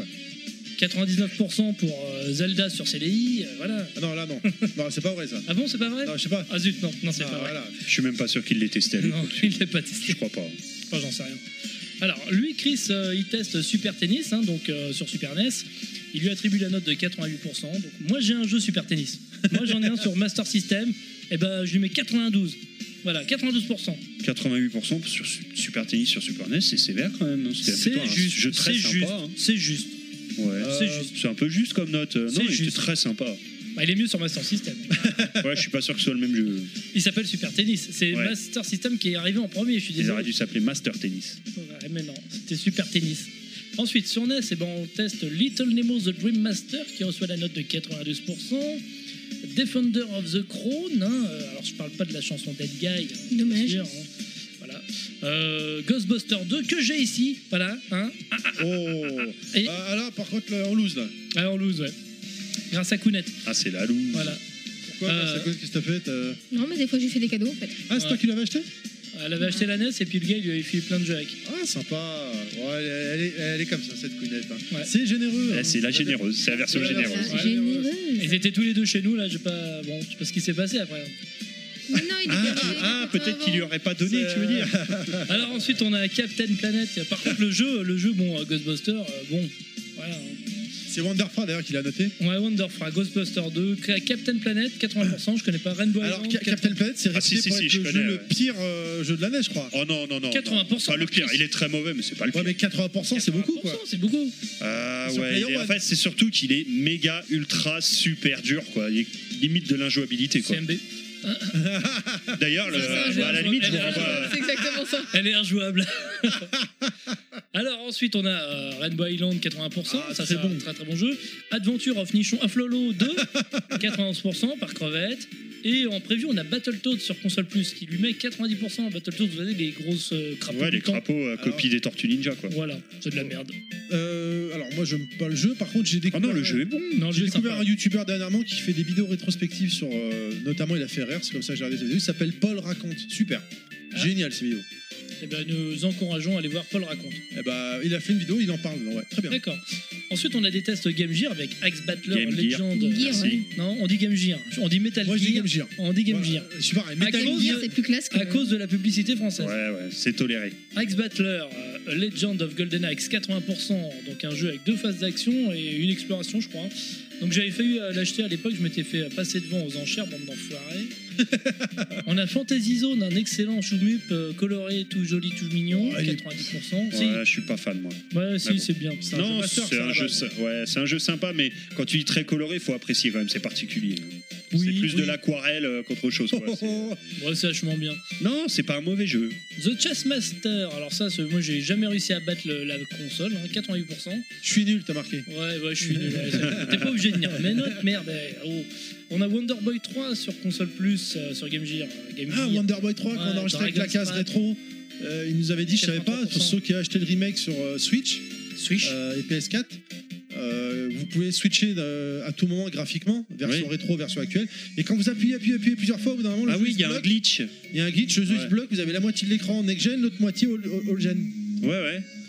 [SPEAKER 5] 99% pour Zelda sur CDI, voilà.
[SPEAKER 2] Ah non, là non. Non, c'est pas vrai ça.
[SPEAKER 5] Ah bon, c'est pas vrai?
[SPEAKER 2] Non, je sais pas.
[SPEAKER 5] Ah zut, non, c'est
[SPEAKER 2] Ah,
[SPEAKER 5] pas vrai.
[SPEAKER 2] voilà.
[SPEAKER 7] Je suis même pas sûr qu'il l'ait testé. à
[SPEAKER 5] Non,
[SPEAKER 7] l'époque.
[SPEAKER 5] il l'a pas testé.
[SPEAKER 7] Je crois pas.
[SPEAKER 5] Enfin, j'en sais rien. Alors, lui, Chris, il teste Super Tennis, hein, donc sur Super NES. Il lui attribue la note de 88%. Donc, moi, j'ai un jeu Super Tennis. Moi, j'en ai un sur Master System. Et ben, je lui mets 92. Voilà, 92%.
[SPEAKER 7] 88% sur Super Tennis sur Super NES, c'est sévère quand même. C'était
[SPEAKER 5] C'est
[SPEAKER 7] plutôt un
[SPEAKER 5] juste.
[SPEAKER 7] jeu très
[SPEAKER 5] C'est
[SPEAKER 7] sympa.
[SPEAKER 5] juste.
[SPEAKER 7] hein.
[SPEAKER 5] C'est juste.
[SPEAKER 7] Ouais.
[SPEAKER 5] C'est juste.
[SPEAKER 7] C'est un peu juste comme note. Non,
[SPEAKER 5] C'est
[SPEAKER 7] il était
[SPEAKER 5] juste.
[SPEAKER 7] très sympa.
[SPEAKER 5] Bah, il est mieux sur Master System.
[SPEAKER 7] Ouais, je suis pas sûr que ce soit le même jeu.
[SPEAKER 5] Il s'appelle Super Tennis. C'est
[SPEAKER 7] Ouais.
[SPEAKER 5] Master System qui est arrivé en premier, je suis
[SPEAKER 7] Ils
[SPEAKER 5] désolé.
[SPEAKER 7] auraient dû s'appeler Master Tennis.
[SPEAKER 5] Ouais, mais non, c'était Super Tennis. Ensuite, sur NES, eh ben, on teste Little Nemo The Dream Master qui reçoit la note de 92%. Defender of the Crown, hein, alors je parle pas de la chanson Dead Guy. Hein,
[SPEAKER 3] Dommage.
[SPEAKER 5] bien sûr, hein, voilà. Ghostbuster 2 que j'ai ici, voilà. Hein.
[SPEAKER 2] Oh.
[SPEAKER 5] Et-
[SPEAKER 2] Ah là, par contre, là, on lose là.
[SPEAKER 5] Alors, on lose, ouais. Grâce à Kounet,
[SPEAKER 7] Ah, c'est la loose.
[SPEAKER 5] voilà.
[SPEAKER 2] Pourquoi c'est quoi, qu'est-ce que t'as fait
[SPEAKER 3] Non, mais des fois, j'ai fait des cadeaux en fait.
[SPEAKER 2] Ah, c'est toi qui l'avais acheté?
[SPEAKER 5] Elle avait acheté la NES et puis le gars, il lui avait filé plein de jeux avec.
[SPEAKER 2] Ah, sympa. Ouais, elle est comme ça, cette counette. Hein.
[SPEAKER 5] Ouais.
[SPEAKER 2] C'est généreux.
[SPEAKER 7] Eh,
[SPEAKER 2] hein.
[SPEAKER 7] c'est la généreuse, c'est la version
[SPEAKER 2] C'est la
[SPEAKER 7] généreuse.
[SPEAKER 2] version
[SPEAKER 5] Ouais.
[SPEAKER 3] Généreuse.
[SPEAKER 5] Ils étaient tous les deux chez nous, là, je sais pas ce qui s'est passé après.
[SPEAKER 3] Mais non, il était
[SPEAKER 7] Peut-être qu'il lui aurait pas donné, tu veux dire.
[SPEAKER 5] Alors ensuite, on a Captain Planet. Par contre, le jeu, bon, Ghostbuster, bon, voilà. hein.
[SPEAKER 2] C'est Wonderfra d'ailleurs qui l'a noté.
[SPEAKER 5] Ouais, Wonderfra, Ghostbuster 2, Captain Planet, 80%, je connais pas, Rainbow
[SPEAKER 2] Alors,
[SPEAKER 5] Island,
[SPEAKER 2] Captain Planet, c'est
[SPEAKER 7] Ah, si,
[SPEAKER 2] réputé
[SPEAKER 7] si,
[SPEAKER 2] pour
[SPEAKER 7] si,
[SPEAKER 2] être
[SPEAKER 7] je
[SPEAKER 2] le,
[SPEAKER 7] connais,
[SPEAKER 2] jeu,
[SPEAKER 7] ouais.
[SPEAKER 2] le pire jeu de l'année, je crois.
[SPEAKER 7] Oh non.
[SPEAKER 5] 80%,
[SPEAKER 7] Pas le pire,
[SPEAKER 5] par
[SPEAKER 7] il est très mauvais, mais c'est pas le pire.
[SPEAKER 2] Ouais, mais 80%, c'est beaucoup quoi.
[SPEAKER 5] 80%, c'est beaucoup.
[SPEAKER 7] Ah
[SPEAKER 2] Sur
[SPEAKER 7] ouais,
[SPEAKER 2] Player
[SPEAKER 7] en
[SPEAKER 2] One.
[SPEAKER 7] fait, c'est surtout qu'il est méga, ultra, super dur, quoi. Il est limite de l'injouabilité, quoi.
[SPEAKER 5] CMB.
[SPEAKER 7] D'ailleurs,
[SPEAKER 3] C'est ça, un jeu
[SPEAKER 7] à la limite, je vous renvoie.
[SPEAKER 3] C'est exactement ça.
[SPEAKER 5] Elle est injouable. Alors ensuite, on a Rainbow Island, 80%,
[SPEAKER 2] Ah,
[SPEAKER 5] ça
[SPEAKER 2] très
[SPEAKER 5] c'est
[SPEAKER 2] bon.
[SPEAKER 5] un très très bon jeu. Adventure of Nichon Aflolo 2, 91% par crevette. Et en preview, on a Battletoads sur console plus qui lui met 90%. Battletoads, vous savez, les grosses crapauds.
[SPEAKER 7] Ouais, les
[SPEAKER 5] du temps.
[SPEAKER 7] crapauds, copie des Tortues Ninja, quoi.
[SPEAKER 5] Voilà, c'est de la merde.
[SPEAKER 2] Alors moi j'aime pas le jeu, par contre j'ai
[SPEAKER 7] Oh
[SPEAKER 2] découvert.
[SPEAKER 7] non, le jeu est bon.
[SPEAKER 5] Non, le
[SPEAKER 2] J'ai
[SPEAKER 5] jeu est
[SPEAKER 2] découvert
[SPEAKER 5] sympa.
[SPEAKER 2] un youtubeur dernièrement qui fait des vidéos rétrospectives sur. Notamment, il a fait rire, c'est comme ça que j'ai regardé ses vidéos. Il s'appelle Paul Raconte. Super.
[SPEAKER 5] Ah.
[SPEAKER 2] Génial ces vidéos.
[SPEAKER 5] Eh ben, nous encourageons à aller voir Paul raconte.
[SPEAKER 2] Eh ben, il a fait une vidéo, il en parle. Ouais, très bien.
[SPEAKER 5] D'accord. Ensuite, on a des tests Game Gear avec Axe Battler
[SPEAKER 7] Game Gear.
[SPEAKER 5] Legend.
[SPEAKER 3] Gear,
[SPEAKER 7] Merci.
[SPEAKER 3] ouais.
[SPEAKER 5] Non, on dit Game Gear. On dit Metal
[SPEAKER 2] Moi je dis
[SPEAKER 5] Gear.
[SPEAKER 2] Game Gear.
[SPEAKER 5] On dit Game
[SPEAKER 2] Voilà,
[SPEAKER 5] Gear.
[SPEAKER 2] je suis pareil.
[SPEAKER 5] À
[SPEAKER 2] Metal
[SPEAKER 5] cause-
[SPEAKER 2] Gear.
[SPEAKER 3] Gear, c'est plus classe que.
[SPEAKER 5] À cause de la publicité française.
[SPEAKER 7] Ouais, c'est toléré.
[SPEAKER 5] Axe Battler, Legend of Golden Axe, 80%, donc un jeu avec 2 phases d'action et une exploration, je crois. Donc j'avais failli l'acheter à l'époque, je m'étais fait passer devant aux enchères, bande d'enfoirés. On a Fantasy Zone, un excellent shoot-up coloré, tout joli, tout mignon,
[SPEAKER 2] Oh, il est-
[SPEAKER 5] 90%.
[SPEAKER 7] Ouais, je suis pas fan, moi.
[SPEAKER 5] Si, ouais, si,
[SPEAKER 7] Mais bon.
[SPEAKER 5] c'est bien.
[SPEAKER 2] un
[SPEAKER 7] Non,
[SPEAKER 2] jeu master,
[SPEAKER 7] c'est
[SPEAKER 2] ça, à
[SPEAKER 7] un
[SPEAKER 2] la
[SPEAKER 7] jeu,
[SPEAKER 2] base.
[SPEAKER 7] ouais, c'est un jeu sympa, mais quand tu dis très coloré, il faut apprécier quand même, c'est particulier.
[SPEAKER 5] Oui,
[SPEAKER 7] c'est plus
[SPEAKER 5] oui.
[SPEAKER 7] de l'aquarelle qu'autre chose. Quoi.
[SPEAKER 5] Ouais, c'est vachement bien.
[SPEAKER 7] Non, c'est pas un mauvais jeu.
[SPEAKER 5] The Chess Master, alors ça, moi j'ai jamais réussi à battre la console, hein, 88%.
[SPEAKER 2] Je suis nul, t'as marqué.
[SPEAKER 5] Ouais, je suis nul. T'es pas obligé de venir. Mais notre merde. Oh. On a Wonder Boy 3 sur console plus, sur Game Gear. Game
[SPEAKER 2] Ah,
[SPEAKER 5] Gear.
[SPEAKER 2] Wonder Boy 3, quand on
[SPEAKER 5] Ouais,
[SPEAKER 2] a enregistré avec la
[SPEAKER 5] Dragon's
[SPEAKER 2] case
[SPEAKER 5] Trap.
[SPEAKER 2] rétro, il nous avait dit, je savais pas,
[SPEAKER 5] 83%.
[SPEAKER 2] pour ceux qui ont acheté le remake sur Switch
[SPEAKER 5] Switch.
[SPEAKER 2] et PS4, vous pouvez switcher à tout moment graphiquement, version
[SPEAKER 7] Oui.
[SPEAKER 2] rétro, version actuelle. Et quand vous appuyez plusieurs fois, au bout d'un moment, le
[SPEAKER 7] Ah
[SPEAKER 2] jeu
[SPEAKER 7] oui,
[SPEAKER 2] se
[SPEAKER 7] il y a un
[SPEAKER 2] bloque.
[SPEAKER 7] glitch.
[SPEAKER 2] Il y a un glitch, le jeu
[SPEAKER 7] Ouais.
[SPEAKER 2] se bloque, vous avez la moitié de l'écran next-gen, l'autre moitié old-gen.
[SPEAKER 7] Ouais.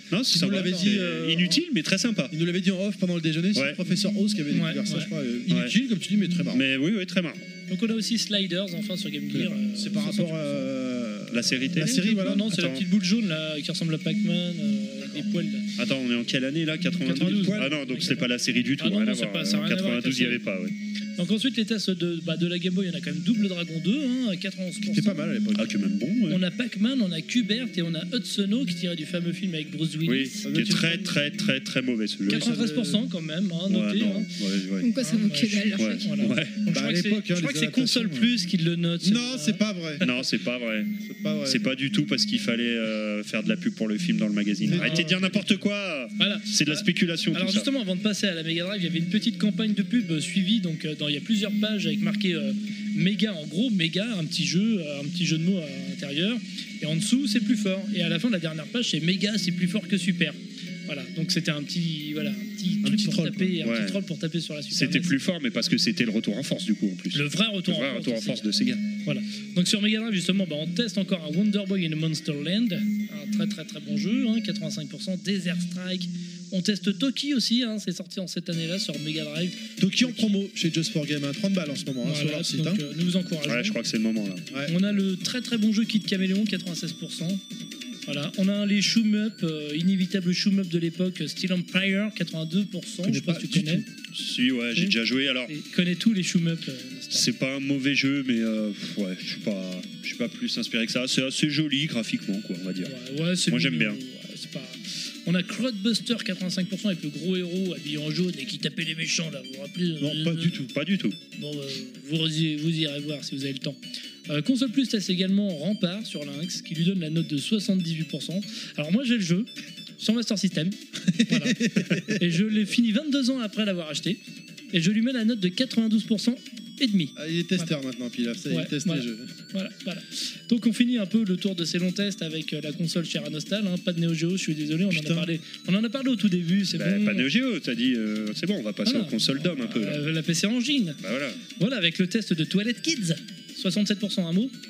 [SPEAKER 2] Non,
[SPEAKER 4] ça
[SPEAKER 2] nous
[SPEAKER 4] va,
[SPEAKER 2] l'avait
[SPEAKER 4] non.
[SPEAKER 2] dit,
[SPEAKER 6] Inutile, mais très sympa.
[SPEAKER 2] Il nous l'avait dit en off pendant le déjeuner, c'est
[SPEAKER 6] Ouais.
[SPEAKER 2] le professeur Oz qui avait découvert ça, je crois. Inutile, comme tu dis, mais très marrant.
[SPEAKER 6] Mais oui, très marrant.
[SPEAKER 5] Donc on a aussi Sliders enfin sur Game Gear.
[SPEAKER 2] C'est par rapport à
[SPEAKER 6] La série télé.
[SPEAKER 2] la série, voilà.
[SPEAKER 5] Non, c'est la
[SPEAKER 6] Attends.
[SPEAKER 5] petite boule jaune là qui ressemble à Pac-Man avec des poils. Là.
[SPEAKER 6] Attends, on est en quelle année là 92.
[SPEAKER 5] 92.
[SPEAKER 6] Ah non, donc c'est pas la série du tout.
[SPEAKER 5] Ah non,
[SPEAKER 6] rien
[SPEAKER 5] non,
[SPEAKER 6] à
[SPEAKER 5] c'est
[SPEAKER 6] voir.
[SPEAKER 5] pas- ça a rien à voir avec
[SPEAKER 6] 92, il n'y
[SPEAKER 5] la
[SPEAKER 6] avait pas, ouais.
[SPEAKER 5] Donc ensuite les tests de la Game Boy, il y en a quand même Double Dragon 2, à 91%.
[SPEAKER 2] C'était pas mal à l'époque.
[SPEAKER 6] Ah, que même bon, ouais.
[SPEAKER 5] On a Pac-Man, on a Qbert et on a Hudsono qui tirait du fameux film avec Bruce Willis.
[SPEAKER 6] Oui, qui est très, très, très, très mauvais ce jeu.
[SPEAKER 5] 93% quand même,
[SPEAKER 6] Ouais,
[SPEAKER 5] noté.
[SPEAKER 6] non,
[SPEAKER 5] hein.
[SPEAKER 6] ouais.
[SPEAKER 3] Comme quoi ça vaut que dalle, leur
[SPEAKER 6] Ouais.
[SPEAKER 3] chèque.
[SPEAKER 5] Voilà.
[SPEAKER 6] Ouais.
[SPEAKER 5] Donc,
[SPEAKER 2] Bah, à
[SPEAKER 5] je
[SPEAKER 2] l'époque,
[SPEAKER 5] crois
[SPEAKER 2] hein,
[SPEAKER 5] que
[SPEAKER 2] les
[SPEAKER 5] c'est Console
[SPEAKER 2] adaptations,
[SPEAKER 5] Plus qui le note.
[SPEAKER 2] Non,
[SPEAKER 5] celui-là.
[SPEAKER 2] c'est pas vrai.
[SPEAKER 6] Non, c'est pas vrai.
[SPEAKER 2] C'est pas vrai.
[SPEAKER 6] C'est pas du tout parce qu'il fallait faire de la pub pour le film dans le magazine.
[SPEAKER 5] Non.
[SPEAKER 6] Arrêtez de dire n'importe quoi.
[SPEAKER 5] Voilà.
[SPEAKER 6] C'est de la spéculation
[SPEAKER 5] Alors
[SPEAKER 6] tout ça.
[SPEAKER 5] justement, avant de passer à la Mega Drive, il y avait une petite campagne de pub suivie. Donc il y a plusieurs pages avec marqué Mega en gros, Mega, un petit jeu de mots à l'intérieur. Et en dessous, c'est plus fort. Et à la fin de la dernière page, c'est Mega, c'est plus fort que Super. Voilà. Donc c'était un petit truc
[SPEAKER 2] petit
[SPEAKER 5] pour
[SPEAKER 2] troll,
[SPEAKER 5] taper, un
[SPEAKER 6] quoi. Ouais.
[SPEAKER 5] petit troll pour taper sur la Super.
[SPEAKER 6] C'était
[SPEAKER 5] NES.
[SPEAKER 6] plus fort, mais parce que c'était le retour en force du coup en plus.
[SPEAKER 5] Le vrai retour
[SPEAKER 6] Le vrai
[SPEAKER 5] en
[SPEAKER 6] retour en
[SPEAKER 5] force.
[SPEAKER 6] force de Sega.
[SPEAKER 5] Voilà. Donc sur Mega Drive justement, on teste encore un Wonder Boy in a Monster Land, un très très très bon jeu, 85%, Desert Strike. On teste Toki aussi, c'est sorti en cette année-là sur Mega Drive.
[SPEAKER 2] Toki en promo chez Just for Game, 30 balles en ce moment, sur
[SPEAKER 5] Voilà,
[SPEAKER 2] leur site.
[SPEAKER 5] donc,
[SPEAKER 2] hein.
[SPEAKER 5] nous vous encourageons.
[SPEAKER 6] Ouais, je crois que c'est le moment là.
[SPEAKER 5] On a le très très bon jeu Kid Caméléon, 96%. Voilà. On a les shoom up, inévitables shoom up de l'époque, Steel Empire, 82%. Je sais pas si tu connais.
[SPEAKER 6] Si, ouais, j'ai déjà joué. Alors,
[SPEAKER 5] Tu connais tous les shoom up.
[SPEAKER 6] c'est pas un mauvais jeu, mais ouais, je suis pas plus inspiré que ça. C'est assez joli graphiquement, quoi, on va dire.
[SPEAKER 5] Ouais, c'est
[SPEAKER 6] Moi, j'aime
[SPEAKER 5] mignon.
[SPEAKER 6] bien.
[SPEAKER 5] Ouais, c'est pas... On a Crowdbuster 85% avec le gros héros habillé en jaune et qui tapait les méchants là, vous vous rappelez
[SPEAKER 2] Non, pas du tout.
[SPEAKER 6] Pas du tout.
[SPEAKER 5] Bon, vous irez voir si vous avez le temps. Console Plus teste également Rempart sur Lynx qui lui donne la note de 78%. Alors moi j'ai le jeu sur Master System. Voilà. Et je l'ai fini 22 ans après l'avoir acheté. Et je lui mets la note de 92% et demi.
[SPEAKER 2] Ah, il est testeur maintenant, puis là, ça,
[SPEAKER 5] Ouais,
[SPEAKER 2] il teste
[SPEAKER 5] voilà.
[SPEAKER 2] les jeux.
[SPEAKER 5] Voilà. Donc on finit un peu le tour de ces longs tests avec la console chez Anostal, pas de Neo Geo, je suis désolé, on en a parlé au tout début, c'est bon.
[SPEAKER 6] Pas Neo Geo, t'as dit, c'est bon, on va passer
[SPEAKER 5] Voilà.
[SPEAKER 6] aux consoles d'hommes un peu. Là.
[SPEAKER 5] La PC Engine.
[SPEAKER 6] Bah voilà.
[SPEAKER 5] Voilà, avec le test de Toilet Kids. 67% un mot.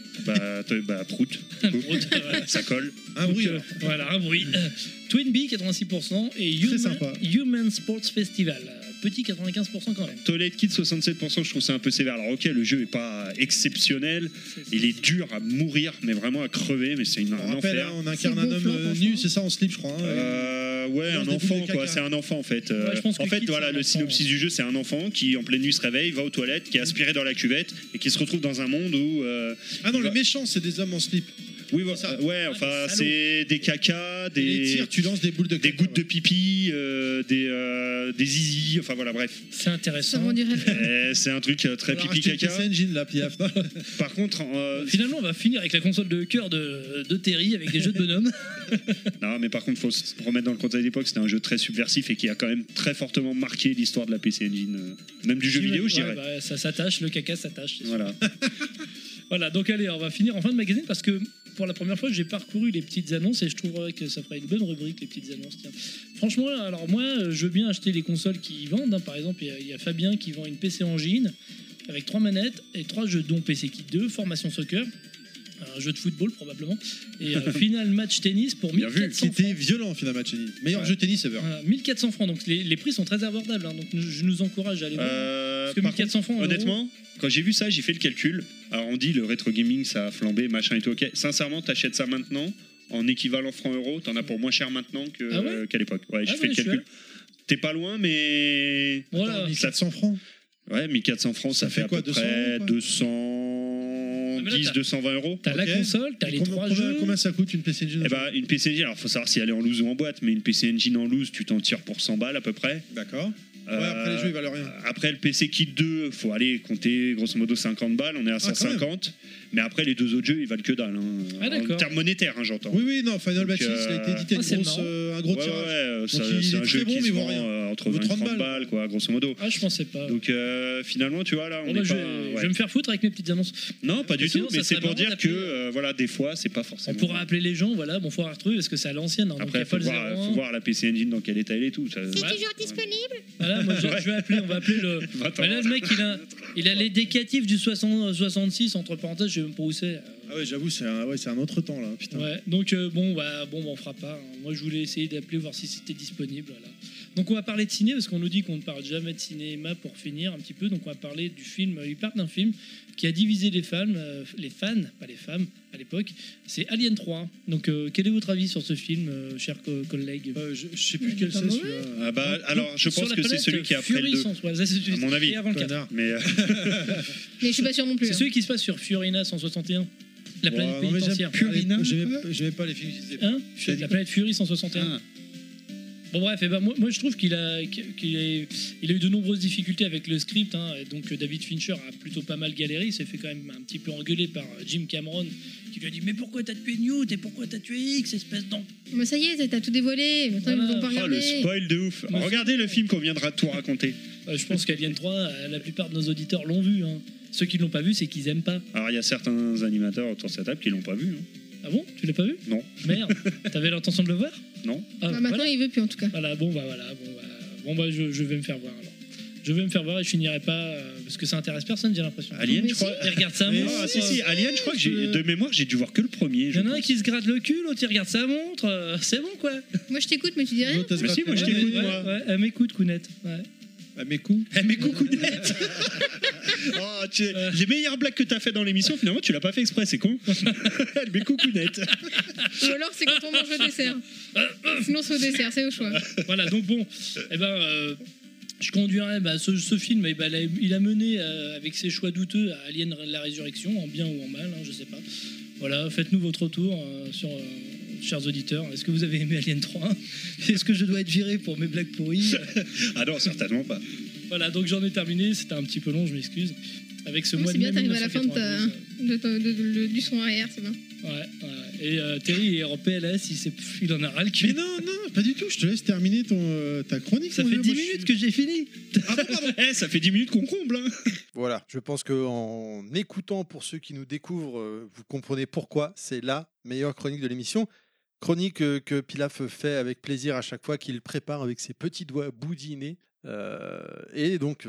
[SPEAKER 6] Prout.
[SPEAKER 5] Prout, voilà.
[SPEAKER 6] Ça colle.
[SPEAKER 2] Un bruit,
[SPEAKER 5] Donc,
[SPEAKER 2] alors.
[SPEAKER 5] voilà, un bruit. Twin Bee, 86%. Et
[SPEAKER 2] sympa.
[SPEAKER 5] Human Sports Festival. Petit 95% quand même.
[SPEAKER 6] Toilet Kid 67%, je trouve ça un peu sévère. Alors ok, le jeu est pas exceptionnel, il est dur à mourir, mais vraiment à crever, mais c'est un
[SPEAKER 2] On rappelle,
[SPEAKER 6] enfer.
[SPEAKER 2] hein, on incarne
[SPEAKER 3] C'est
[SPEAKER 2] un
[SPEAKER 3] gonflant,
[SPEAKER 2] homme
[SPEAKER 3] franchement.
[SPEAKER 2] nu, c'est ça, en slip, je crois.
[SPEAKER 6] Ouais,
[SPEAKER 2] Il
[SPEAKER 6] un
[SPEAKER 2] lance des
[SPEAKER 6] enfant
[SPEAKER 2] boules de
[SPEAKER 6] quoi,
[SPEAKER 2] caca.
[SPEAKER 6] c'est un enfant en fait.
[SPEAKER 5] Ouais, je pense que
[SPEAKER 6] en fait,
[SPEAKER 5] Kid,
[SPEAKER 6] voilà,
[SPEAKER 5] c'est un
[SPEAKER 6] le
[SPEAKER 5] enfant,
[SPEAKER 6] synopsis du jeu, c'est un enfant qui en pleine nuit se réveille, va aux toilettes, qui est aspiré dans la cuvette et qui se retrouve dans un monde où
[SPEAKER 2] Ah non,
[SPEAKER 6] il
[SPEAKER 2] le
[SPEAKER 6] va-
[SPEAKER 2] méchant, c'est des hommes en slip.
[SPEAKER 6] oui,
[SPEAKER 2] c'est ça.
[SPEAKER 6] ouais, enfin
[SPEAKER 5] des salauds.
[SPEAKER 6] c'est des cacas,
[SPEAKER 2] Et les
[SPEAKER 6] des
[SPEAKER 2] tirs, tu lances des boules de
[SPEAKER 6] des
[SPEAKER 2] caca,
[SPEAKER 6] gouttes de pipi, des zizi, enfin voilà, bref.
[SPEAKER 5] C'est
[SPEAKER 3] Ça
[SPEAKER 5] intéressant.
[SPEAKER 3] vend du rêve.
[SPEAKER 6] C'est un truc très
[SPEAKER 2] Alors,
[SPEAKER 6] pipi
[SPEAKER 2] acheter le
[SPEAKER 6] caca.
[SPEAKER 2] PC Engine, là, Piaf.
[SPEAKER 6] Par contre,
[SPEAKER 5] Finalement, on va finir avec la console de cœur de Terry avec des jeux de bonhomme.
[SPEAKER 6] non, mais par contre, faut se remettre dans le contexte d'époque. C'était un jeu très subversif et qui a quand même très fortement marqué l'histoire de la PC Engine, même du jeu vidéo, je dirais.
[SPEAKER 5] Ouais, ça s'attache, le caca s'attache. c'est sûr.
[SPEAKER 6] Voilà.
[SPEAKER 5] Voilà, donc allez, on va finir en fin de magazine parce que pour la première fois, j'ai parcouru les petites annonces et je trouverais que ça ferait une bonne rubrique, les petites annonces. Tiens. Franchement, alors moi, je veux bien acheter les consoles qui vendent. Par exemple, il y a Fabien qui vend une PC Engine avec 3 manettes et 3 jeux, dont PC Kit 2, Formation Soccer, un jeu de football probablement, et Final Match Tennis pour
[SPEAKER 6] Bien vu,
[SPEAKER 5] 1400
[SPEAKER 2] C'était
[SPEAKER 5] francs.
[SPEAKER 2] violent, finalement, Chenny. Meilleur jeu tennis ever.
[SPEAKER 5] Voilà, 1400 francs, donc les prix sont très abordables. Donc je nous encourage à aller voir. Parce que
[SPEAKER 6] Par
[SPEAKER 5] 1400 francs, en
[SPEAKER 6] honnêtement, quand j'ai vu ça, j'ai fait le calcul. Alors on dit le rétro gaming, ça a flambé, machin et tout. Ok. Sincèrement, t'achètes ça maintenant en équivalent franc-euro, t'en as pour moins cher maintenant
[SPEAKER 5] Ah ouais
[SPEAKER 6] qu'à l'époque. Ouais, j'ai
[SPEAKER 5] Ah
[SPEAKER 6] fait
[SPEAKER 5] ouais,
[SPEAKER 6] le calcul. T'es pas loin, mais
[SPEAKER 5] Voilà.
[SPEAKER 2] 400 francs.
[SPEAKER 6] ouais, 1400 francs, ça, fait à
[SPEAKER 2] quoi,
[SPEAKER 6] peu
[SPEAKER 2] 200
[SPEAKER 6] près
[SPEAKER 2] quoi
[SPEAKER 6] 210,
[SPEAKER 5] t'as-
[SPEAKER 6] 220 euros.
[SPEAKER 5] T'as la
[SPEAKER 2] Ok.
[SPEAKER 5] console, t'as les 3 jeux.
[SPEAKER 2] Combien ça coûte une PC Engine
[SPEAKER 6] Eh ben, une PC Engine, alors faut savoir si elle est en loose ou en boîte, mais une PC Engine en loose, tu t'en tires pour 100 balles à peu près.
[SPEAKER 2] D'accord. Ouais, après les jeux, ils valent rien.
[SPEAKER 6] Après le PC Kit 2, faut aller compter grosso modo 50 balles, on est à
[SPEAKER 2] quand même.
[SPEAKER 6] 150. Mais après les deux autres jeux, ils valent que dalle. Hein.
[SPEAKER 5] Ah,
[SPEAKER 6] en
[SPEAKER 5] d'accord.
[SPEAKER 6] termes monétaires, hein, j'entends.
[SPEAKER 2] Oui, oui, non, Final
[SPEAKER 6] Donc,
[SPEAKER 2] Matches, il a été édité
[SPEAKER 5] c'est
[SPEAKER 2] un gros
[SPEAKER 5] marrant.
[SPEAKER 2] tirage.
[SPEAKER 6] Ouais,
[SPEAKER 2] Donc,
[SPEAKER 6] c'est
[SPEAKER 2] il
[SPEAKER 6] un
[SPEAKER 2] est
[SPEAKER 6] jeu
[SPEAKER 2] très bon,
[SPEAKER 6] qui
[SPEAKER 2] mais
[SPEAKER 6] se
[SPEAKER 2] il vaut
[SPEAKER 6] vend
[SPEAKER 2] rien.
[SPEAKER 6] entre
[SPEAKER 7] entre 20 et 30 balles, quoi, grosso modo.
[SPEAKER 5] Ah, je pensais pas.
[SPEAKER 7] Donc finalement, tu vois, là, on
[SPEAKER 5] Bon,
[SPEAKER 7] est
[SPEAKER 5] bah,
[SPEAKER 7] pas.
[SPEAKER 5] je vais me faire foutre avec mes petites annonces.
[SPEAKER 7] Non, pas du
[SPEAKER 5] Sinon,
[SPEAKER 7] tout,
[SPEAKER 5] ça
[SPEAKER 7] mais c'est
[SPEAKER 5] serait
[SPEAKER 7] pour
[SPEAKER 5] marrant
[SPEAKER 7] dire
[SPEAKER 5] d'appeler-
[SPEAKER 7] que voilà, des fois, c'est pas
[SPEAKER 5] On
[SPEAKER 7] forcément.
[SPEAKER 5] pourra appeler les gens, voilà, bon, faut retrouver parce que c'est à l'ancienne. Hein, donc
[SPEAKER 7] Après,
[SPEAKER 5] y a pas le
[SPEAKER 7] faut
[SPEAKER 5] 01.
[SPEAKER 7] voir la PC Engine dans quel état elle est tout. Ça...
[SPEAKER 5] Ouais.
[SPEAKER 3] Toujours disponible.
[SPEAKER 5] Voilà, moi je vais appeler, on va appeler le.
[SPEAKER 7] Attends.
[SPEAKER 5] Mais là, le mec, il a les décatifs du 66, entre parenthèses, je sais même pas où c'est.
[SPEAKER 2] Ah ouais, j'avoue, c'est un autre temps là, putain.
[SPEAKER 5] Ouais, donc bon, on fera pas. Hein. Moi, je voulais essayer d'appeler, voir si c'était disponible. Voilà. Donc, on va parler de ciné, parce qu'on nous dit qu'on ne parle jamais de cinéma pour finir un petit peu. Donc, on va parler du film. Il parle d'un film qui a divisé les fans, pas les femmes, à l'époque. C'est Alien 3. Donc, quel est votre avis sur ce film, chers collègues
[SPEAKER 2] Je sais plus quel
[SPEAKER 3] Pas
[SPEAKER 2] c'est
[SPEAKER 3] mauvais.
[SPEAKER 2] celui-là.
[SPEAKER 7] Ah bah, alors, je
[SPEAKER 5] Sur
[SPEAKER 7] pense
[SPEAKER 5] la
[SPEAKER 7] que c'est
[SPEAKER 5] planète
[SPEAKER 7] celui qui est après le
[SPEAKER 5] Fury
[SPEAKER 7] 2.
[SPEAKER 5] 100, ouais, ça, c'est
[SPEAKER 7] À mon avis.
[SPEAKER 5] et avant le 4.
[SPEAKER 2] Connard.
[SPEAKER 7] Mais
[SPEAKER 3] Mais je suis pas sûre non plus.
[SPEAKER 5] C'est
[SPEAKER 3] hein.
[SPEAKER 5] celui qui se passe sur Furina 161. La planète
[SPEAKER 2] Ouais, non, mais
[SPEAKER 5] pénitentiaire.
[SPEAKER 8] Purina.
[SPEAKER 2] J'aimais pas les films qui disaient.
[SPEAKER 5] Hein La planète Fury 161.
[SPEAKER 8] Ah.
[SPEAKER 5] Bon bref, moi je trouve qu'il a eu de nombreuses difficultés avec le script. Hein, et donc David Fincher a plutôt pas mal galéré. Il s'est fait quand même un petit peu engueuler par Jim Cameron qui lui a dit mais pourquoi t'as tué Newt et pourquoi t'as tué X, espèce d'en...
[SPEAKER 3] Mais ça y est, t'as tout dévoilé. Maintenant,
[SPEAKER 5] Voilà.
[SPEAKER 3] ils nous ont pas
[SPEAKER 7] oh,
[SPEAKER 3] regardé.
[SPEAKER 7] le spoil de ouf.
[SPEAKER 5] Mais
[SPEAKER 7] Regardez le film qu'on viendra de tout raconter.
[SPEAKER 5] Je pense qu'Alien 3, la plupart de nos auditeurs l'ont vu. Hein. Ceux qui l'ont pas vu, c'est qu'ils aiment pas.
[SPEAKER 7] Alors, il y a certains animateurs autour de cette table qui l'ont pas vu. Hein.
[SPEAKER 5] Ah bon? Tu l'as pas vu?
[SPEAKER 7] Non.
[SPEAKER 5] Merde. T'avais l'intention de le voir?
[SPEAKER 7] Non.
[SPEAKER 5] Ah,
[SPEAKER 3] Bah, maintenant,
[SPEAKER 5] voilà.
[SPEAKER 3] il veut plus en tout cas.
[SPEAKER 5] Voilà, je vais me faire voir alors. Je vais me faire voir et je finirai pas parce que ça intéresse personne, j'ai l'impression.
[SPEAKER 7] Alien,
[SPEAKER 3] Mais
[SPEAKER 7] je crois.
[SPEAKER 5] Il regarde sa montre.
[SPEAKER 7] Ah, si, Alien, je crois que de mémoire, j'ai dû voir que le premier.
[SPEAKER 5] Il y en a un qui se gratte le cul, l'autre il regarde sa montre. C'est bon quoi.
[SPEAKER 3] Moi, je t'écoute, mais tu dis rien.
[SPEAKER 2] L'autre, elle se
[SPEAKER 7] Mais si,
[SPEAKER 2] gratte
[SPEAKER 7] moi, je
[SPEAKER 2] les
[SPEAKER 7] t'écoute,
[SPEAKER 2] mains.
[SPEAKER 7] moi.
[SPEAKER 5] Ouais, elle m'écoute, Kounette. Ouais.
[SPEAKER 2] À mes coups.
[SPEAKER 7] Eh, mais coucou net. Oh, les meilleures blagues que t'as fait dans l'émission, finalement, tu l'as pas fait exprès, c'est con. Mais coucou net.
[SPEAKER 3] Ou alors, c'est quand on mange au dessert. Sinon, c'est au dessert, c'est au choix.
[SPEAKER 5] Voilà, donc bon, je conduirais ce film, il a mené avec ses choix douteux à Alien la Résurrection, en bien ou en mal, hein, je sais pas. Voilà, faites-nous votre tour chers auditeurs. Est-ce que vous avez aimé Alien 3? Est-ce que je dois être viré pour mes blagues pourries?
[SPEAKER 7] Ah non, certainement pas.
[SPEAKER 5] Voilà, donc j'en ai terminé, c'était un petit peu long, je m'excuse. Avec ce
[SPEAKER 3] Oui,
[SPEAKER 5] mois
[SPEAKER 3] c'est
[SPEAKER 5] de
[SPEAKER 3] bien,
[SPEAKER 5] mai
[SPEAKER 3] t'arrives à la fin
[SPEAKER 5] 1992.
[SPEAKER 3] du son arrière, c'est bien.
[SPEAKER 5] Ouais. Et Terry est en PLS, il en a ras le cul.
[SPEAKER 2] Mais non, pas du tout. Je te laisse terminer ta chronique.
[SPEAKER 5] Ça
[SPEAKER 2] mon
[SPEAKER 5] fait
[SPEAKER 2] vieux.
[SPEAKER 5] 10
[SPEAKER 2] Moi, je
[SPEAKER 5] minutes
[SPEAKER 2] suis-
[SPEAKER 5] que j'ai fini.
[SPEAKER 2] Ah bon, pardon.
[SPEAKER 7] Ça fait 10 minutes qu'on comble. Hein.
[SPEAKER 2] Voilà, je pense qu'en écoutant pour ceux qui nous découvrent, vous comprenez pourquoi c'est la meilleure chronique de l'émission. Chronique que Pilaf fait avec plaisir à chaque fois qu'il prépare avec ses petits doigts boudinés. Et donc,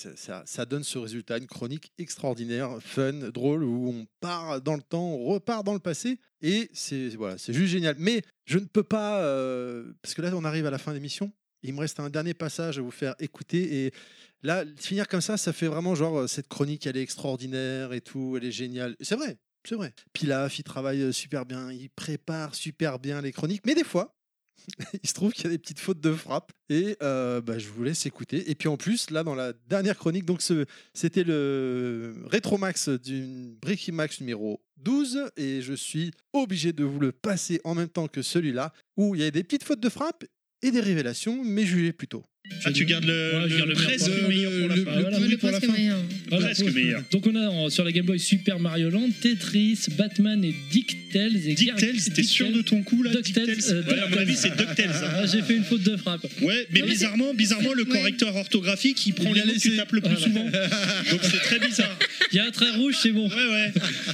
[SPEAKER 2] ça donne ce résultat, une chronique extraordinaire, fun, drôle, où on part dans le temps, on repart dans le passé. Et c'est juste génial. Mais je ne peux pas, parce que là, on arrive à la fin de l'émission. Il me reste un dernier passage à vous faire écouter. Et là, finir comme ça fait vraiment genre, cette chronique, elle est extraordinaire et tout, elle est géniale. C'est vrai. Pilaf, il travaille super bien, il prépare super bien les chroniques. Mais des fois, il se trouve qu'il y a des petites fautes de frappe. Et je vous laisse écouter. Et puis en plus, là, dans la dernière chronique, donc c'était le Rétromax du Breaking Max numéro 12. Et je suis obligé de vous le passer en même temps que celui-là, où il y a des petites fautes de frappe et des révélations, mais jugez plutôt.
[SPEAKER 7] Ah, tu gardes
[SPEAKER 5] Ouais, je garde le
[SPEAKER 7] presque
[SPEAKER 5] meilleur
[SPEAKER 7] meilleur pour la fin.
[SPEAKER 5] voilà.
[SPEAKER 2] pourri
[SPEAKER 3] Le
[SPEAKER 2] pour la
[SPEAKER 3] presque
[SPEAKER 2] fin.
[SPEAKER 3] meilleur.
[SPEAKER 5] Voilà.
[SPEAKER 7] Presque meilleur.
[SPEAKER 5] Donc on a sur la Game Boy Super Mario Land, Tetris, Batman et DuckTales.
[SPEAKER 7] DuckTales, t'es sûr de ton coup là?
[SPEAKER 5] DuckTales,
[SPEAKER 7] DuckTales Ouais, à mon avis, c'est DuckTales. Hein.
[SPEAKER 5] Ah, j'ai fait une faute de frappe.
[SPEAKER 7] Ouais, mais
[SPEAKER 3] Non, mais
[SPEAKER 7] bizarrement, le
[SPEAKER 3] ouais.
[SPEAKER 7] correcteur orthographique, il prend
[SPEAKER 2] Il
[SPEAKER 7] les
[SPEAKER 2] a
[SPEAKER 7] mots que tu
[SPEAKER 2] laissé.
[SPEAKER 7] tapes le plus
[SPEAKER 5] Voilà.
[SPEAKER 7] souvent. Donc c'est très bizarre.
[SPEAKER 5] Il y a un trait rouge, c'est bon.
[SPEAKER 7] Ouais.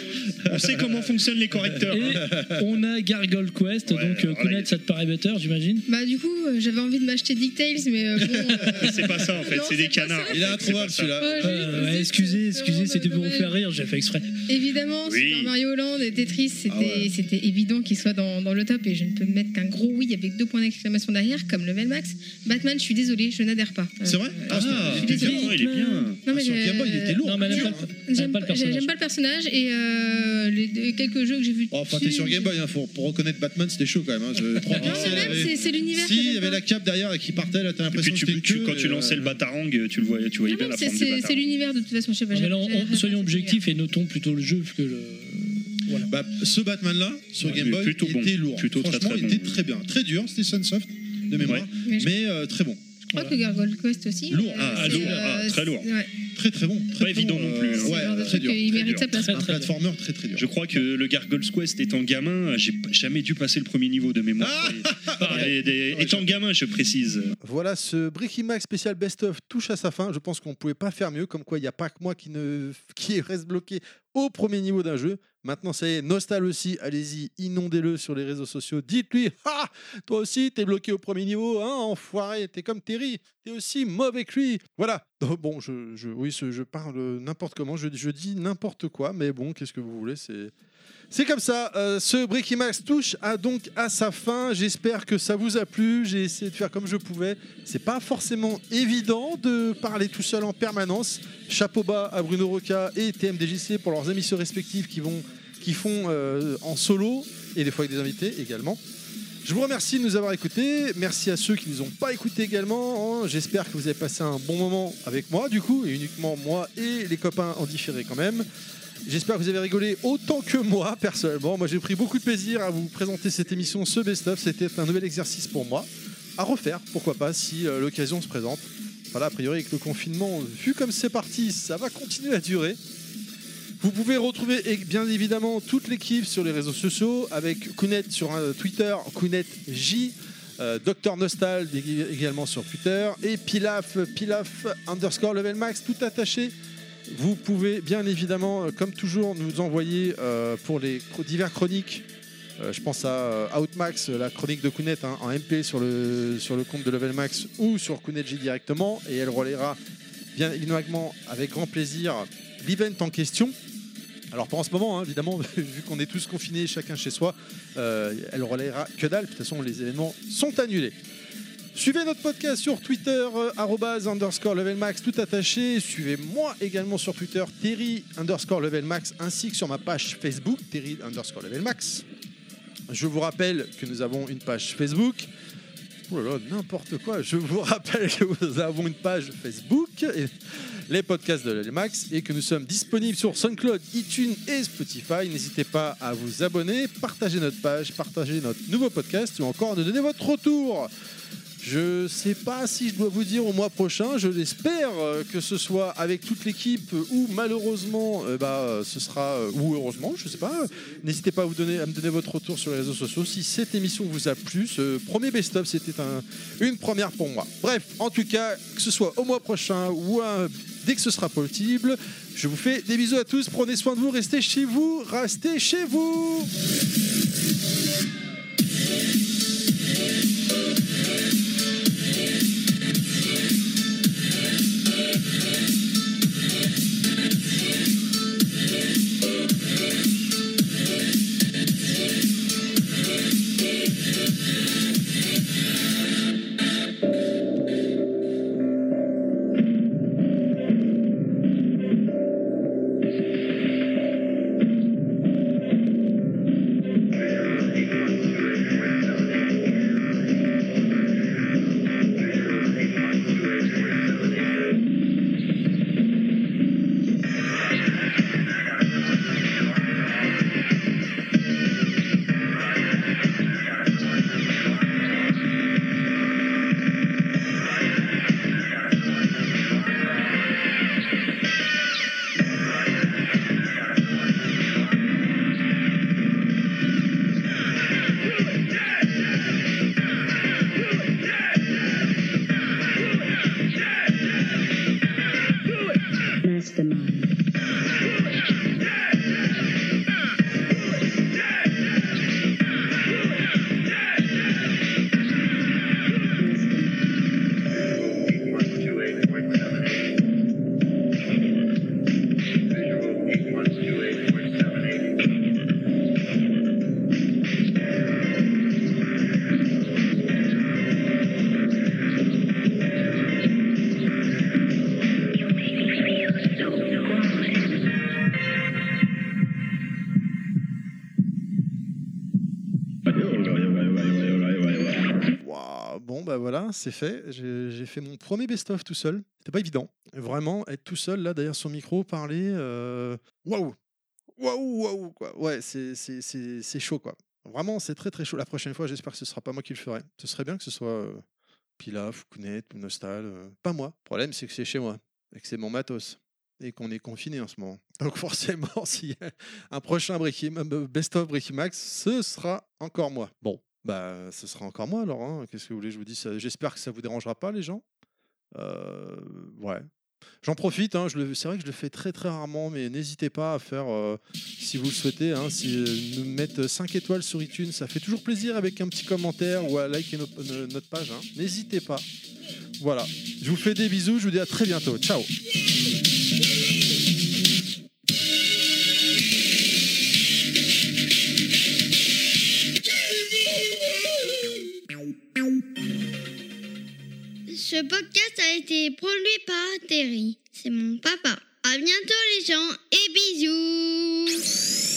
[SPEAKER 7] On sait comment fonctionnent les correcteurs.
[SPEAKER 5] Et on a Gargoyle Quest,
[SPEAKER 7] Ouais,
[SPEAKER 5] donc
[SPEAKER 7] alors là,
[SPEAKER 5] connaître, ça te paraît better, j'imagine.
[SPEAKER 3] Bah, du coup, j'avais envie de m'acheter DuckTales, mais bon.
[SPEAKER 7] C'est pas ça en fait,
[SPEAKER 3] Non,
[SPEAKER 7] c'est des
[SPEAKER 3] c'est pas
[SPEAKER 7] canards.
[SPEAKER 3] ça.
[SPEAKER 2] Il est introuvable celui-là.
[SPEAKER 5] Ouais, excusez, c'était pour vous faire rire, j'ai fait exprès.
[SPEAKER 3] Évidemment,
[SPEAKER 7] Oui.
[SPEAKER 3] Super Mario Land et Tetris, c'était
[SPEAKER 2] Ah ouais.
[SPEAKER 3] c'était évident qu'ils soient dans le top et je ne peux mettre qu'un gros oui avec 2 points d'exclamation derrière, comme Level Max. Batman, je suis désolée, je n'adhère pas.
[SPEAKER 2] C'est vrai
[SPEAKER 7] Ah,
[SPEAKER 3] je suis désolée.
[SPEAKER 7] il est bien.
[SPEAKER 3] Non, mais
[SPEAKER 2] Sur Game Boy, il était lourd.
[SPEAKER 5] Non, mais elle aime
[SPEAKER 2] dur,
[SPEAKER 5] pas,
[SPEAKER 2] hein.
[SPEAKER 5] elle aime pas le personnage.
[SPEAKER 3] J'aime pas le personnage et les quelques jeux que j'ai vus.
[SPEAKER 2] Oh, enfin, t'es sur Game Boy, hein, pour reconnaître Batman, c'était chaud quand même. Hein. Trois
[SPEAKER 3] Non, mais
[SPEAKER 2] pixels,
[SPEAKER 3] même,
[SPEAKER 2] avec-
[SPEAKER 3] c'est l'univers.
[SPEAKER 2] Si,
[SPEAKER 3] que
[SPEAKER 2] il y
[SPEAKER 3] j'aime
[SPEAKER 2] avait
[SPEAKER 3] pas.
[SPEAKER 2] la cape derrière et qui partait, là, t'as
[SPEAKER 7] Et puis
[SPEAKER 2] l'impression que c'était
[SPEAKER 7] quand tu lançais le Batarang, tu voyais
[SPEAKER 3] Non,
[SPEAKER 7] bien
[SPEAKER 3] non,
[SPEAKER 7] la
[SPEAKER 3] c'est
[SPEAKER 7] forme du
[SPEAKER 3] c'est
[SPEAKER 7] Batarang.
[SPEAKER 3] l'univers de toute façon, je sais pas.
[SPEAKER 5] Non, mais là,
[SPEAKER 3] j'ai-
[SPEAKER 5] soyons
[SPEAKER 3] j'ai-
[SPEAKER 5] objectifs et notons plutôt le jeu que le. Voilà.
[SPEAKER 2] Bah, ce Batman-là, sur
[SPEAKER 7] Ouais,
[SPEAKER 2] Game
[SPEAKER 7] il est
[SPEAKER 2] Boy,
[SPEAKER 7] plutôt
[SPEAKER 2] il
[SPEAKER 7] bon.
[SPEAKER 2] était lourd.
[SPEAKER 7] Plutôt très,
[SPEAKER 2] Franchement,
[SPEAKER 7] très
[SPEAKER 2] il
[SPEAKER 7] bon.
[SPEAKER 2] était très bien. Très dur, c'était Sunsoft de mémoire,
[SPEAKER 3] Mais je
[SPEAKER 2] mais très bon.
[SPEAKER 3] crois que Gargoyle Quest aussi.
[SPEAKER 2] Lourd,
[SPEAKER 3] c'est,
[SPEAKER 7] très lourd.
[SPEAKER 3] ouais.
[SPEAKER 4] Très très bon. Très
[SPEAKER 7] Pas évident non plus, hein.
[SPEAKER 3] C'est le genre de
[SPEAKER 4] Ouais, très
[SPEAKER 3] truc
[SPEAKER 4] dur.
[SPEAKER 3] qu'il
[SPEAKER 4] très
[SPEAKER 3] mérite
[SPEAKER 4] dur.
[SPEAKER 3] sa place.
[SPEAKER 4] Un
[SPEAKER 5] Très, très
[SPEAKER 4] platformer très très dur.
[SPEAKER 7] Je crois que le Gargoyle's Quest étant gamin, j'ai jamais dû passer le premier niveau de mémoire. Étant gamin, je précise.
[SPEAKER 2] Voilà, ce Breaking Max spécial best-of touche à sa fin. Je pense qu'on ne pouvait pas faire mieux, comme quoi il n'y a pas que moi qui reste bloqué au premier niveau d'un jeu. Maintenant, ça y est, Nostal aussi, allez-y, inondez-le sur les réseaux sociaux. Dites-lui, ah, toi aussi, t'es bloqué au premier niveau, hein, enfoiré, t'es comme Terry, t'es aussi mauvais que lui. Voilà. Donc, bon, je parle n'importe comment, je dis n'importe quoi, mais bon, qu'est-ce que vous voulez, c'est comme ça. Ce Breaking Max touche donc à sa fin. J'espère que ça vous a plu. J'ai essayé de faire comme je pouvais. C'est pas forcément évident de parler tout seul en permanence. Chapeau bas à Bruno Roca et TMDJC pour leurs émissions respectives qui font en solo et des fois avec des invités également. Je vous remercie de nous avoir écoutés. Merci à ceux qui ne nous ont pas écoutés également. J'espère que vous avez passé un bon moment avec moi, du coup, et uniquement moi et les copains en différé quand même. J'espère que vous avez rigolé autant que moi, personnellement. Moi, j'ai pris beaucoup de plaisir à vous présenter cette émission, ce best-of. C'était un nouvel exercice pour moi. À refaire, pourquoi pas, si l'occasion se présente. Voilà, a priori, avec le confinement, vu comme c'est parti, ça va continuer à durer. Vous pouvez retrouver bien évidemment toute l'équipe sur les réseaux sociaux avec Kounet sur Twitter, KounetJ, Dr Nostal également sur Twitter et Pilaf _level max tout attaché. Vous pouvez bien évidemment, comme toujours, nous envoyer pour les divers chroniques. Je pense à Outmax, la chronique de Kounet en MP sur le compte de Level Max ou sur KounetJ directement, et elle relayera bien évidemment avec grand plaisir l'event en question. Alors pas en ce moment, hein, évidemment, vu qu'on est tous confinés chacun chez soi, elle relayera que dalle. De toute façon, les événements sont annulés. Suivez notre podcast sur Twitter, @_levelmax tout attaché. Suivez-moi également sur Twitter, Terry_levelmax, ainsi que sur ma page Facebook, Terry_levelmax. Je vous rappelle que nous avons une page Facebook. Oh là là, n'importe quoi. Je vous rappelle que nous avons une page Facebook, les podcasts de Level Max, et que nous sommes disponibles sur SoundCloud, iTunes et Spotify. N'hésitez pas à vous abonner, partager notre page, partager notre nouveau podcast ou encore de donner votre retour. Je sais pas si je dois vous dire au mois prochain, je l'espère que ce soit avec toute l'équipe ou malheureusement ce sera ou heureusement, je sais pas. N'hésitez pas à me donner votre retour sur les réseaux sociaux si cette émission vous a plu. Ce premier best-of, c'était une première pour moi. Bref, en tout cas, que ce soit au mois prochain ou dès que ce sera possible, je vous fais des bisous à tous, prenez soin de vous, restez chez vous, restez chez vous. Voilà, c'est fait. J'ai fait mon premier best-of tout seul. C'était pas évident. Vraiment, être tout seul, là, derrière son micro, parler. Waouh, quoi. Ouais, c'est chaud, quoi. Vraiment, c'est très, très chaud. La prochaine fois, j'espère que ce sera pas moi qui le ferai. Ce serait bien que ce soit Pilaf, Kounet ou Nostal. Pas moi. Le problème, c'est que c'est chez moi et que c'est mon matos. et qu'on est confiné en ce moment. Donc forcément, s'il y a un prochain best-of Breaking Max, ce sera encore moi. Bon, bah ce sera encore moi alors. Hein. Qu'est-ce que vous voulez que je vous dise? J'espère que ça vous dérangera pas les gens. Ouais. J'en profite, hein, c'est vrai que je le fais très très rarement, mais n'hésitez pas à faire, si vous le souhaitez, hein, nous mettre 5 étoiles sur iTunes, ça fait toujours plaisir avec un petit commentaire ou à liker notre page. Hein. N'hésitez pas. Voilà, je vous fais des bisous, je vous dis à très bientôt. Ciao.
[SPEAKER 10] Ce podcast a été produit par Terry. C'est mon papa. À bientôt les gens et bisous.